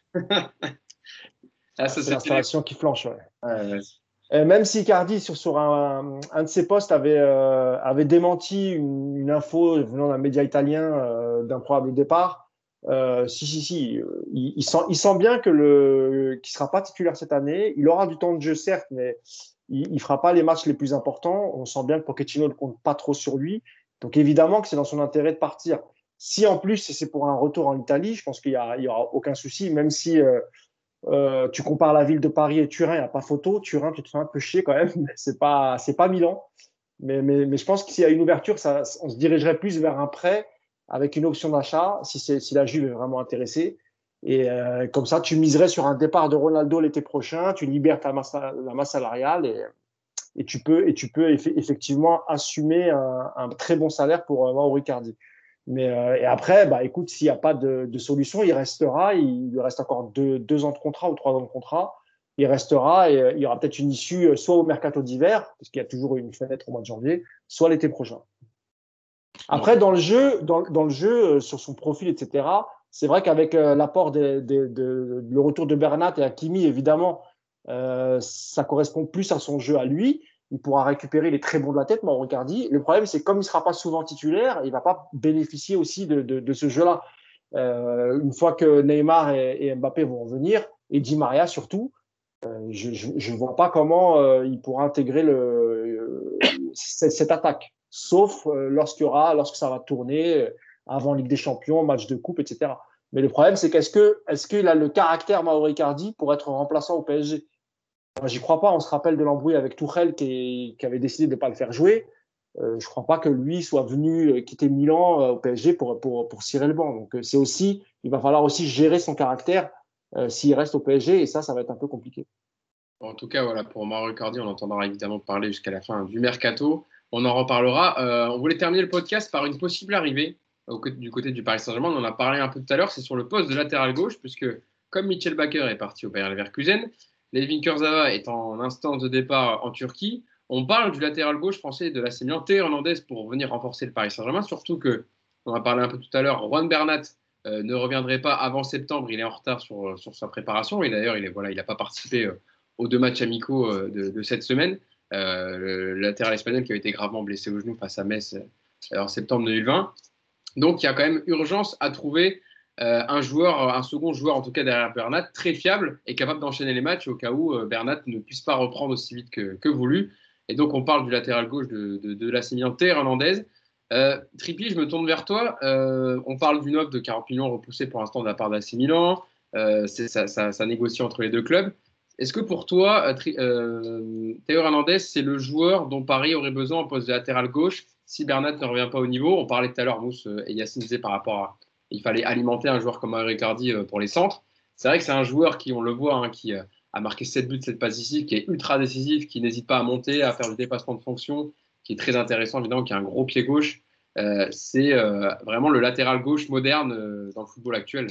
c'est l'installation qui flanche. Ouais. Même si Icardi, sur un de ses posts, avait démenti une info venant d'un média italien d'un probable départ, si, il sent bien qu'il ne sera pas titulaire cette année. Il aura du temps de jeu, certes, mais il ne fera pas les matchs les plus importants. On sent bien que Pochettino ne compte pas trop sur lui. Donc évidemment que c'est dans son intérêt de partir. Si en plus c'est pour un retour en Italie, je pense qu'il n'y aura aucun souci, même si tu compares la ville de Paris et Turin, il n'y a pas photo. Turin, tu te fais un peu chier quand même. C'est pas Milan. Mais je pense que s'il y a une ouverture, on se dirigerait plus vers un prêt avec une option d'achat si la Juve est vraiment intéressée. Et comme ça, tu miserais sur un départ de Ronaldo l'été prochain, tu libères la masse salariale et tu peux effectivement assumer un très bon salaire pour Mauro Icardi. Mais et après, bah, écoute, s'il n'y a pas de solution, il lui reste encore 2 ans de contrat ou 3 ans de contrat. Il restera et il y aura peut-être une issue soit au mercato d'hiver, parce qu'il y a toujours une fenêtre au mois de janvier, soit l'été prochain. Après, dans le jeu, sur son profil, etc., c'est vrai qu'avec l'apport le retour de Bernat et Hakimi, évidemment, ça correspond plus à son jeu à lui. Il pourra récupérer, il est très bon de la tête, Mauro Icardi. Le problème, c'est que comme il ne sera pas souvent titulaire, il ne va pas bénéficier aussi de ce jeu-là. Une fois que Neymar et Mbappé vont revenir, et Di Maria surtout, je ne vois pas comment il pourra intégrer cette attaque, sauf lorsque ça va tourner avant Ligue des Champions, match de coupe, etc. Mais le problème, c'est est-ce qu'il a le caractère Mauro Icardi pour être remplaçant au PSG? Moi, j'y crois pas. On se rappelle de l'embrouille avec Tuchel qui avait décidé de ne pas le faire jouer. Je crois pas que lui soit venu quitter Milan au PSG pour cirer le banc. Donc c'est aussi, il va falloir aussi gérer son caractère s'il reste au PSG et ça va être un peu compliqué. En tout cas, voilà, pour Mauro Icardi, on entendra évidemment parler jusqu'à la fin du mercato. On en reparlera. On voulait terminer le podcast par une possible arrivée du côté du Paris Saint-Germain. On en a parlé un peu tout à l'heure. C'est sur le poste de latéral gauche, puisque comme Mitchell Bakker est parti au Bayer Leverkusen, Ledvin Kurzawa est en instance de départ en Turquie. On parle du latéral gauche français de l'AC Milan, Théo Hernandez, pour venir renforcer le Paris Saint-Germain. Surtout que, on a parlé un peu tout à l'heure, Juan Bernat ne reviendrait pas avant septembre. Il est en retard sur sa préparation. Et d'ailleurs, il n'a pas participé aux 2 matchs amicaux de cette semaine. Le latéral espagnol qui a été gravement blessé au genou face à Metz en septembre 2020. Donc il y a quand même urgence à trouver un second joueur, en tout cas derrière Bernat, très fiable et capable d'enchaîner les matchs au cas où Bernat ne puisse pas reprendre aussi vite que voulu. Et donc on parle du latéral gauche de l'AC Milan, Théo Hernandez. Trippi, je me tourne vers toi. On parle d'une offre de 40 millions repoussée pour l'instant de la part d'AC Milan. Ça négocie entre les 2 clubs. Est-ce que pour toi, Théo Hernandez, c'est le joueur dont Paris aurait besoin en poste de latéral gauche si Bernat ne revient pas au niveau? On parlait tout à l'heure, Mousse et Yacine disaient par rapport à il fallait alimenter un joueur comme Ricardi pour les centres. C'est vrai que c'est un joueur qui, on le voit, hein, qui a marqué 7 buts, 7 passes décisives, qui est ultra décisif, qui n'hésite pas à monter, à faire du dépassement de fonction, qui est très intéressant, évidemment, qui a un gros pied gauche. C'est vraiment le latéral gauche moderne dans le football actuel.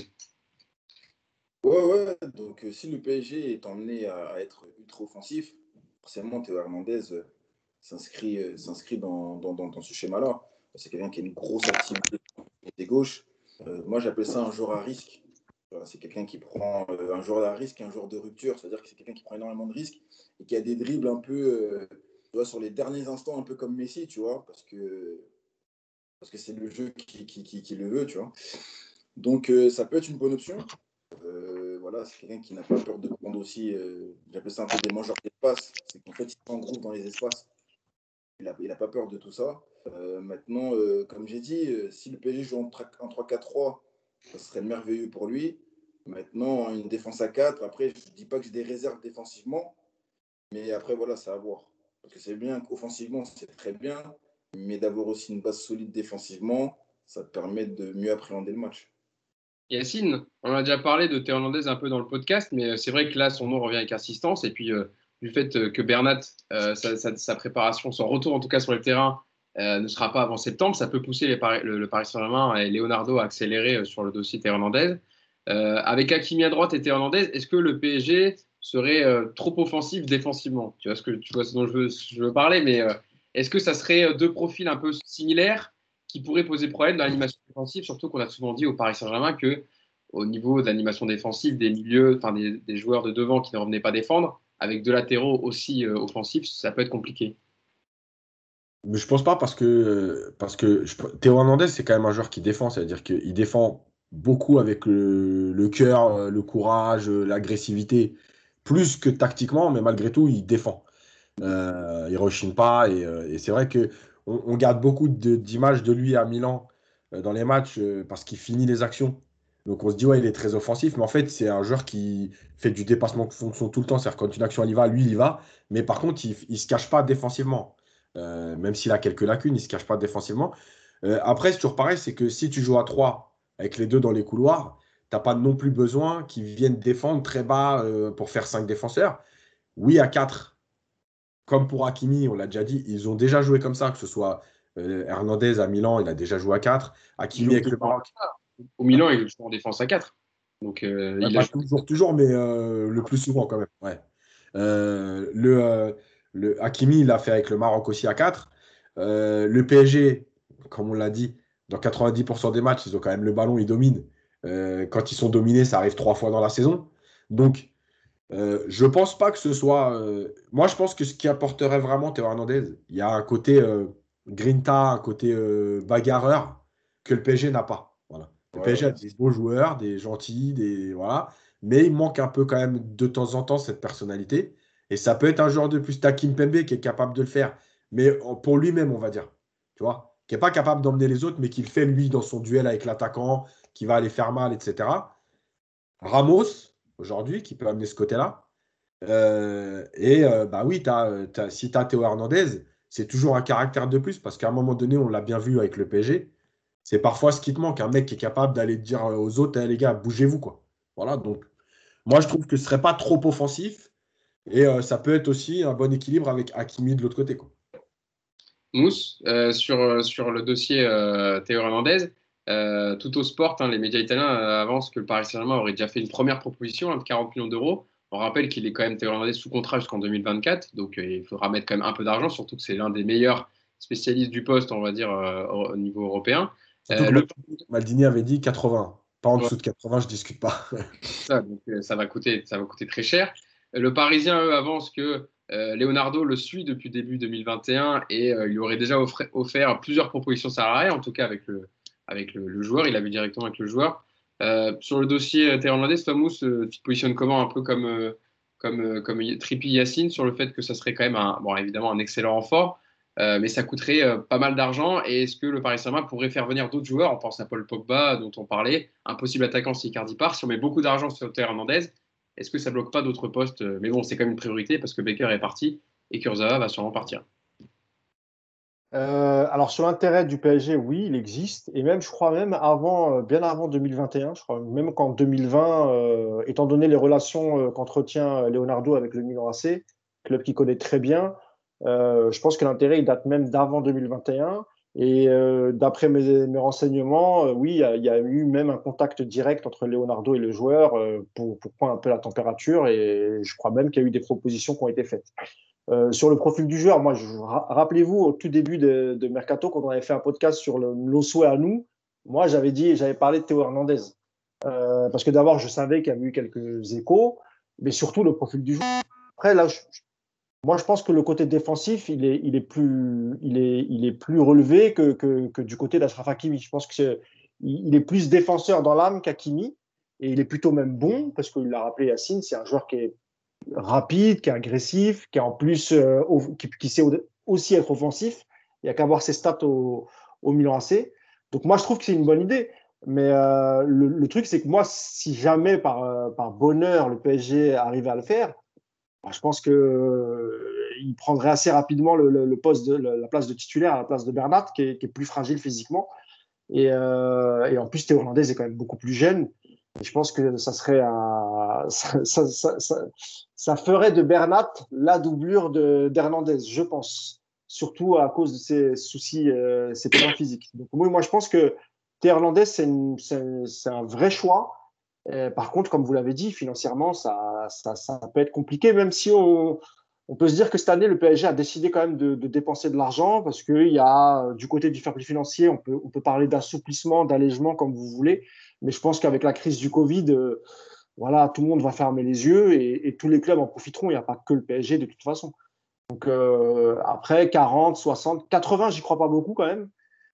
Ouais. Donc, si le PSG est emmené à être ultra offensif, forcément, Théo Hernandez s'inscrit dans ce schéma-là. C'est quelqu'un qui a une grosse activité côté gauche. Moi, j'appelle ça un joueur à risque. Voilà, c'est quelqu'un qui prend un joueur à risque, un joueur de rupture. C'est-à-dire que c'est quelqu'un qui prend énormément de risques et qui a des dribbles un peu, tu vois, sur les derniers instants, un peu comme Messi, tu vois, parce que c'est le jeu qui le veut, tu vois. Donc, ça peut être une bonne option. Voilà, c'est quelqu'un qui n'a pas peur de prendre aussi, j'appelle ça un peu des mangeurs d'espace. C'est qu'en fait, il s'engrouve dans les espaces. Il a pas peur de tout ça. Maintenant, comme j'ai dit, si le PSG joue en 3-4-3, ça serait merveilleux pour lui. Maintenant, une défense à 4, après, je ne dis pas que j'ai des réserves défensivement, mais après, voilà, c'est à voir. Parce que c'est bien qu'offensivement, c'est très bien, mais d'avoir aussi une base solide défensivement, ça te permet de mieux appréhender le match. Yacine, on a déjà parlé de Théo Hernandez un peu dans le podcast, mais c'est vrai que là, son nom revient avec insistance. Et puis, du fait que Bernat, sa préparation, son retour en tout cas sur le terrain, ne sera pas avant septembre, ça peut pousser le Paris Saint-Germain et Leonardo à accélérer sur le dossier Théo Hernandez. Avec Hakimi à droite et Théo Hernandez, est-ce que le PSG serait trop offensif défensivement? Tu vois ce dont je veux parler, mais est-ce que ça serait deux profils un peu similaires qui pourrait poser problème dans l'animation défensive, surtout qu'on a souvent dit au Paris Saint-Germain que au niveau de l'animation défensive, des milieux, enfin des joueurs de devant qui ne revenaient pas défendre, avec deux latéraux aussi offensifs, ça peut être compliqué. Mais je pense pas parce que Théo Hernandez, c'est quand même un joueur qui défend. C'est-à-dire qu'il défend beaucoup avec le cœur, le courage, l'agressivité, plus que tactiquement, mais malgré tout, il défend. Il rechigne pas. Et c'est vrai que on garde beaucoup d'images de lui à Milan dans les matchs parce qu'il finit les actions. Donc on se dit, ouais, il est très offensif, mais en fait, c'est un joueur qui fait du dépassement de fonction tout le temps. C'est-à-dire quand une action elle y va, lui, il y va. Mais par contre, il ne se cache pas défensivement. Même s'il a quelques lacunes, il ne se cache pas défensivement. Après, c'est toujours pareil, c'est que si tu joues à 3 avec les deux dans les couloirs, tu n'as pas non plus besoin qu'ils viennent défendre très bas pour faire 5 défenseurs. Oui, à 4 comme pour Hakimi, on l'a déjà dit, ils ont déjà joué comme ça, que ce soit Hernandez à Milan, il a déjà joué à 4. Il Hakimi joue avec le toujours Maroc. au Milan, il joue en défense à 4. Donc, Ouais, il a pas joué. toujours, mais le plus souvent quand même. Ouais. Euh, le, euh, le Hakimi, il l'a fait avec le Maroc aussi à 4. Le PSG, comme on l'a dit, dans 90% des matchs, ils ont quand même le ballon, ils dominent. Quand ils sont dominés, ça arrive 3 fois dans la saison. Donc, je pense pas que ce soit. Moi, je pense que ce qui apporterait vraiment Théo Hernandez, il y a un côté grinta, un côté bagarreur que le PSG n'a pas. Voilà. Le Ouais, PSG a ouais. des beaux joueurs, des gentils, voilà. Mais il manque un peu quand même de temps en temps cette personnalité. Et ça peut être un joueur de plus. T'as Kimpembe qui est capable de le faire, mais pour lui-même, on va dire. Tu vois, qui n'est pas capable d'emmener les autres, mais qui le fait lui dans son duel avec l'attaquant, qui va aller faire mal, etc. Ramos, aujourd'hui, qui peut amener ce côté-là. Bah oui, si tu as Théo Hernandez, c'est toujours un caractère de plus parce qu'à un moment donné, on l'a bien vu avec le PSG. C'est parfois ce qui te manque, un mec qui est capable d'aller dire aux autres, eh, les gars, bougez-vous, quoi. Voilà, donc moi je trouve que ce serait pas trop offensif et ça peut être aussi un bon équilibre avec Hakimi de l'autre côté, quoi. Mousse, sur le dossier Théo Hernandez, Tutto Sport, hein, les médias italiens avancent que le Paris Saint-Germain aurait déjà fait une première proposition de 40 millions d'euros. On rappelle qu'il est quand même Théo Hernandez sous contrat jusqu'en 2024, donc il faudra mettre quand même un peu d'argent, surtout que c'est l'un des meilleurs spécialistes du poste, on va dire, au niveau européen. Surtout que Le Maldini avait dit 80. Pas en dessous de 80, je discute pas. Ça, donc, ça va coûter très cher. Le Parisien, eux, avance que Leonardo le suit depuis début 2021 et il lui aurait déjà offert plusieurs propositions salariales, en tout cas avec le joueur. Il a vu directement avec le joueur. Sur le dossier néerlandais, Thomas, tu te positionnes comment? Un peu comme Trippi Yacine sur le fait que ça serait quand même, bon, évidemment, un excellent renfort, mais ça coûterait pas mal d'argent. Et est-ce que le Paris Saint-Germain pourrait faire venir d'autres joueurs? On pense à Paul Pogba, dont on parlait, un possible attaquant si Icardi part. Si on met beaucoup d'argent sur Théo Hernandez, est-ce que ça bloque pas d'autres postes? Mais bon, c'est quand même une priorité parce que Baker est parti et Kurzawa va sûrement partir. Alors sur l'intérêt du PSG, oui, il existe. Et même, je crois même avant, bien avant 2021, je crois même qu'en 2020, étant donné les relations qu'entretient Leonardo avec le Milan AC, club qu'il connaît très bien, je pense que l'intérêt, il date même d'avant 2021. Et d'après mes renseignements, oui, il y a eu même un contact direct entre Leonardo et le joueur pour prendre un peu la température. Et je crois même qu'il y a eu des propositions qui ont été faites. Sur le profil du joueur, moi, rappelez-vous, au tout début de Mercato, quand on avait fait un podcast sur nos souhaits à nous, moi, j'avais parlé de Théo Hernandez. Parce que d'abord, je savais qu'il y avait eu quelques échos, mais surtout le profil du joueur. Après, là, moi, je pense que le côté défensif, il est plus relevé que du côté d'Achraf Hakimi. Je pense qu'il est plus défenseur dans l'âme qu'Hakimi, et il est plutôt même bon, parce qu'il l'a rappelé Yacine, c'est un joueur qui est rapide, qui est agressif, qui est en plus qui sait aussi être offensif. Il n'y a qu'à voir ses stats au Milan AC. Donc moi, je trouve que c'est une bonne idée. Mais le truc, c'est que moi, si jamais par bonheur le PSG arrivait à le faire, bah, je pense qu'il prendrait assez rapidement le poste la place de titulaire à la place de Bernat, qui est plus fragile physiquement. Et en plus, Théo Hernandez est quand même beaucoup plus jeune. Et je pense que ça serait ça ferait de Bernat la doublure d'Hernandez, je pense. Surtout à cause de ses soucis, ses pépins physiques. Donc, moi, je pense que Théo Hernandez, c'est un vrai choix. Par contre, comme vous l'avez dit, financièrement, ça peut être compliqué, même si on peut se dire que cette année, le PSG a décidé quand même de dépenser de l'argent parce qu'il y a, du côté du fair play financier, on peut parler d'assouplissement, d'allègement, comme vous voulez. Mais je pense qu'avec la crise du Covid, voilà, tout le monde va fermer les yeux et tous les clubs en profiteront. Il n'y a pas que le PSG de toute façon. Donc après, 40, 60, 80, j'y crois pas beaucoup quand même.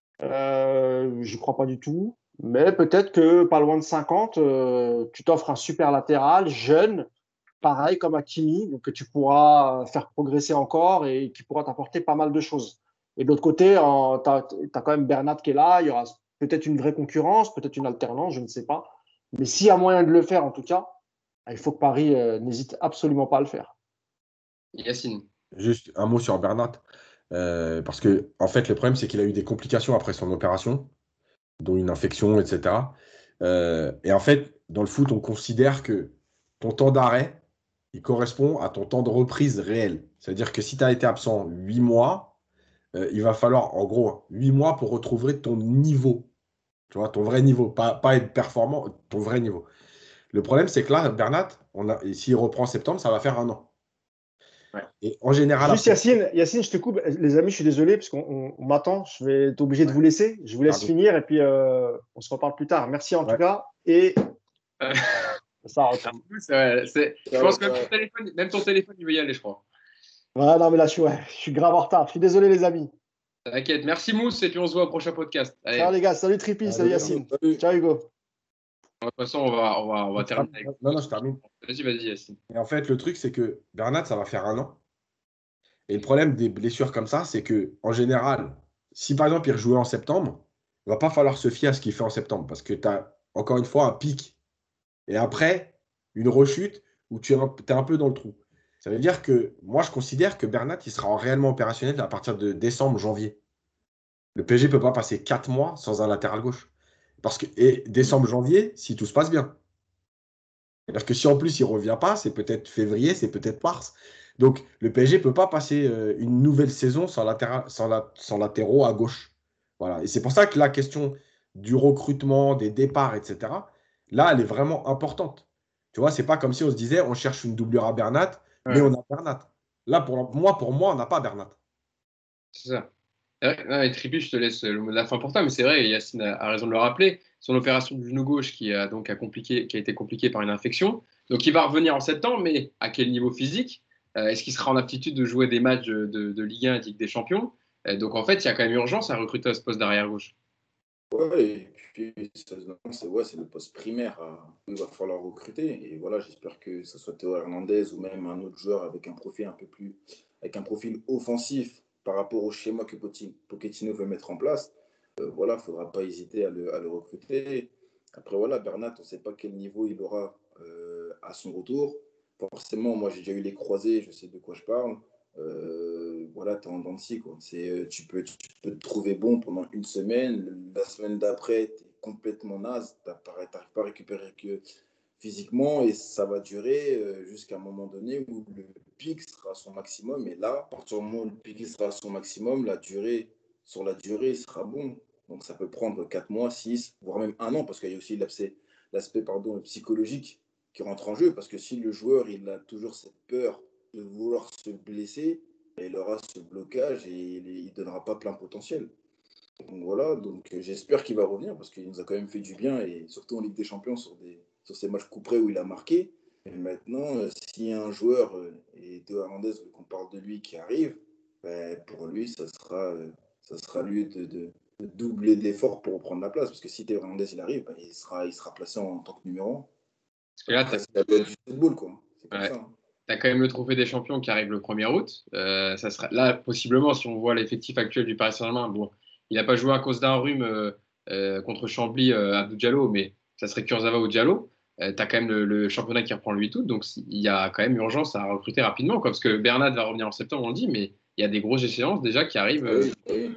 J'y crois pas du tout. Mais peut-être que pas loin de 50, tu t'offres un super latéral, jeune, pareil comme Hakimi, donc que tu pourras faire progresser encore et qui pourra t'apporter pas mal de choses. Et de l'autre côté, tu as quand même Bernat qui est là, il y aura peut-être une vraie concurrence, peut-être une alternance, je ne sais pas. Mais s'il y a moyen de le faire, en tout cas, il faut que Paris n'hésite absolument pas à le faire. Yacine. Juste un mot sur Bernat. Parce que, en fait, le problème, c'est qu'il a eu des complications après son opération, dont une infection, etc. Et en fait, dans le foot, on considère que ton temps d'arrêt, il correspond à ton temps de reprise réel. C'est-à-dire que si tu as été absent 8 mois, il va falloir, en gros, 8 mois pour retrouver ton niveau. Tu vois, ton vrai niveau. Pas être performant, ton vrai niveau. Le problème, c'est que là, Bernat, et s'il reprend en septembre, ça va faire un an. Ouais. Et en général, Juste après. Yacine, je te coupe. Les amis, je suis désolé parce qu'on m'attend. Je vais être obligé de vous laisser. Je vous laisse Pardon. finir et puis on se reparle plus tard. Merci en tout Ouais. cas. Et Euh, ça retourne. je pense que même ton téléphone, il veut y aller, je crois. Ouais, non, mais là, je suis grave en retard. Je suis désolé, les amis. T'inquiète. Merci Mousse, et puis on se voit au prochain podcast. Ciao, Allez, les gars. Salut Tripi. Salut Yacine. Salut. Ciao, Hugo. de toute façon, on va terminer avec. Non, non, je termine. Vas-y, Yacine. Et en fait, le truc, c'est que Bernat, ça va faire un an. Et le problème des blessures comme ça, c'est que en général, si par exemple il rejouait en septembre, il va pas falloir se fier à ce qu'il fait en septembre parce que tu as encore une fois un pic et après une rechute où tu es un peu dans le trou. Ça veut dire que moi, je considère que Bernat, il sera réellement opérationnel à partir de décembre, janvier. Le PSG ne peut pas passer 4 mois sans un latéral gauche. Et décembre, janvier, si tout se passe bien. C'est-à-dire que si en plus il ne revient pas, c'est peut-être février, c'est peut-être mars. Donc le PSG ne peut pas passer une nouvelle saison sans latéraux à gauche. Voilà. Et c'est pour ça que la question du recrutement, des départs, etc., là, elle est vraiment importante. Tu vois, c'est pas comme si on se disait on cherche une doublure à Bernat, mais Ouais, on a Bernat. Là, pour moi, on n'a pas Bernat. c'est ça. Non, et Tripi, je te laisse le mot de la fin pour toi, mais c'est vrai, Yacine a raison de le rappeler. Son opération du genou gauche qui a été compliquée par une infection. Donc il va revenir en septembre, mais à quel niveau physique? Est-ce qu'il sera en aptitude de jouer des matchs de Ligue 1 et de Ligue des Champions? Donc en fait, il y a quand même urgence à recruter à ce poste d'arrière gauche. Ouais, et puis c'est le poste primaire où il va falloir recruter. Et voilà, j'espère que ce soit Théo Hernandez ou même un autre joueur avec un profil un peu plus, avec un profil offensif par rapport au schéma que Pochettino veut mettre en place. Voilà, il ne faudra pas hésiter à le recruter. Après, voilà, Bernat, on ne sait pas quel niveau il aura à son retour. Forcément, moi, j'ai déjà eu les croisés, je sais de quoi je parle. Voilà, tu es en dents de scie, quoi. Tu peux te trouver bon pendant une semaine. La semaine d'après, tu es complètement naze. Tu n'arrives pas à récupérer que physiquement et ça va durer jusqu'à un moment donné où le pic sera à son maximum. Et là, à partir du moment où le pic sera à son maximum, sur la durée, il sera bon. Donc ça peut prendre 4 mois, 6, voire même un an, parce qu'il y a aussi l'aspect psychologique qui rentre en jeu. Parce que si le joueur il a toujours cette peur de vouloir se blesser, il aura ce blocage et il ne donnera pas plein potentiel. Donc voilà, j'espère qu'il va revenir parce qu'il nous a quand même fait du bien et surtout en Ligue des Champions sur ces matchs couperets où il a marqué. Et maintenant, s'il y a un joueur, et Théo Hernandez, qu'on parle de lui qui arrive, ben, pour lui, ça sera lui de doubler d'efforts pour reprendre la place. Parce que si Théo Hernandez il arrive, ben, il sera placé en tant que numéro 1. Parce que là, Après, c'est la loi du football, quoi. C'est comme ouais. ça. Hein. as quand même le trophée des champions qui arrive le 1er août. Ça sera, là, possiblement, si on voit l'effectif actuel du Paris Saint-Germain, bon, il n'a pas joué à cause d'un rhume contre Chambly, Abdou Diallo, mais ça serait Kurzawa ou Diallo. Tu as quand même le championnat qui reprend le 8 août, donc il y a quand même urgence à recruter rapidement, quoi, parce que Bernat va revenir en septembre, on le dit, mais il y a des grosses échéances déjà qui arrivent. Oui, oui.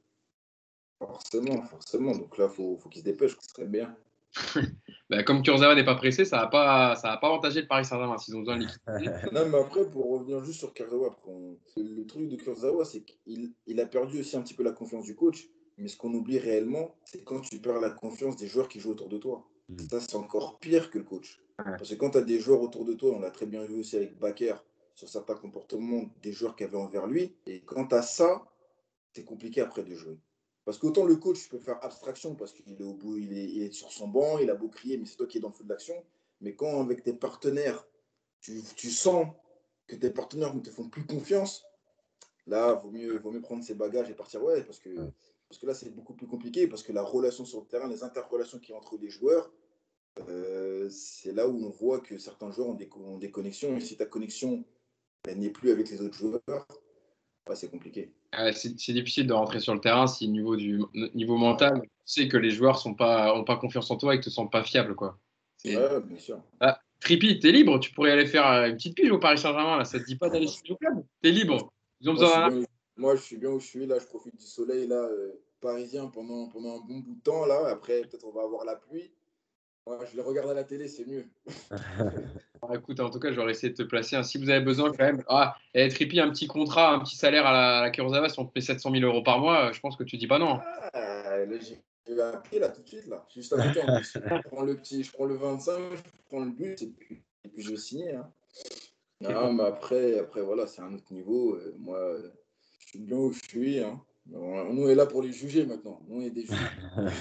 Forcément. Donc là, faut qu'il se dépêche, ce serait bien. Comme Kurzawa n'est pas pressé, ça va pas avantager le Paris Saint-Germain s'ils ont besoin de liquider. Non, mais après, pour revenir juste sur Kurzawa, le truc de Kurzawa, c'est qu'il a perdu aussi un petit peu la confiance du coach. Mais ce qu'on oublie réellement, c'est quand tu perds la confiance des joueurs qui jouent autour de toi. Ça, c'est encore pire que le coach. Parce que quand tu as des joueurs autour de toi, on l'a très bien vu aussi avec Bakker, sur certains comportements des joueurs qu'il y avait envers lui. Et quand tu as ça, c'est compliqué après de jouer. Parce qu'autant le coach peut faire abstraction parce qu'il est au bout, il est sur son banc, il a beau crier, mais c'est toi qui es dans le feu de l'action. Mais quand avec tes partenaires, tu sens que tes partenaires ne te font plus confiance, là, vaut mieux prendre ses bagages et partir. Ouais, parce que là, c'est beaucoup plus compliqué, parce que la relation sur le terrain, les interrelations qu'il y a entre les joueurs, c'est là où on voit que certains joueurs ont des connexions. Et si ta connexion n'est plus avec les autres joueurs, ouais, c'est compliqué. C'est difficile de rentrer sur le terrain si niveau mental, tu sais que les joueurs ont pas confiance en toi et que te sentent pas fiable, quoi. Ouais, bien sûr. Trippi, t'es libre, tu pourrais aller faire une petite pige au Paris Saint-Germain, là, ça te dit pas d'aller chez le club? T'es libre. Ils ont besoin Moi, je suis bien où je suis. Là, je profite du soleil là, parisien pendant un bon bout de temps. Là. Après, peut-être on va avoir la pluie. Ouais, je les regarde à la télé, c'est mieux. Écoute, en tout cas, j'aurais essayé de te placer. Si vous avez besoin, quand même. Trippi, un petit contrat, un petit salaire à la Kurzawa, si on te met 700 000 euros par mois, je pense que tu dis pas non. Là, j'ai un pied là tout de suite. Là. Juste à côté en plus. Je prends le 25, je prends le but et puis je vais signer. Hein. Non, mais après, voilà, c'est un autre niveau. Moi, je suis bien où je suis. Hein. Nous, on est là pour les juger maintenant. Nous, on est des juges.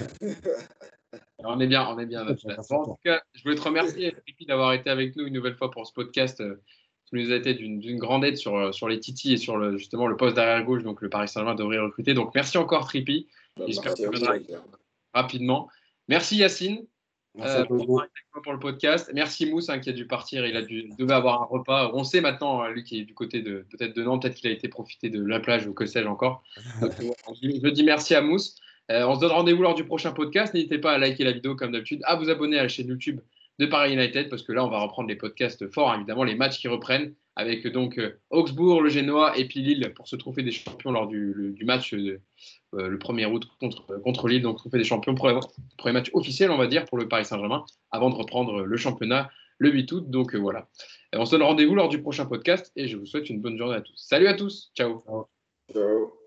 On est bien. Bon, en tout cas, je voulais te remercier, Trippi, d'avoir été avec nous une nouvelle fois pour ce podcast. Tu nous as été d'une grande aide sur les titis et sur justement le poste d'arrière gauche, donc le Paris Saint-Germain devrait recruter. Donc merci encore, Trippi. J'espère que tu reviendras rapidement. Merci, Yacine. Pour le podcast. Merci Mousse qui a dû partir. Il devait avoir un repas. On sait maintenant, lui qui est du côté peut-être de Nantes, peut-être qu'il a été profiter de la plage ou que sais-je encore. Donc, je dis merci à Mousse. On se donne rendez-vous lors du prochain podcast. N'hésitez pas à liker la vidéo comme d'habitude, à vous abonner à la chaîne YouTube de Paris United parce que là, on va reprendre les podcasts forts, évidemment, les matchs qui reprennent avec donc Augsbourg, le Génois et puis Lille pour se trophée des champions lors du match le 1er août contre Lille. Donc, trophée des champions, premier match officiel, on va dire, pour le Paris Saint-Germain avant de reprendre le championnat le 8 août. Donc, voilà. On se donne rendez-vous lors du prochain podcast et je vous souhaite une bonne journée à tous. Salut à tous. Ciao. Ciao.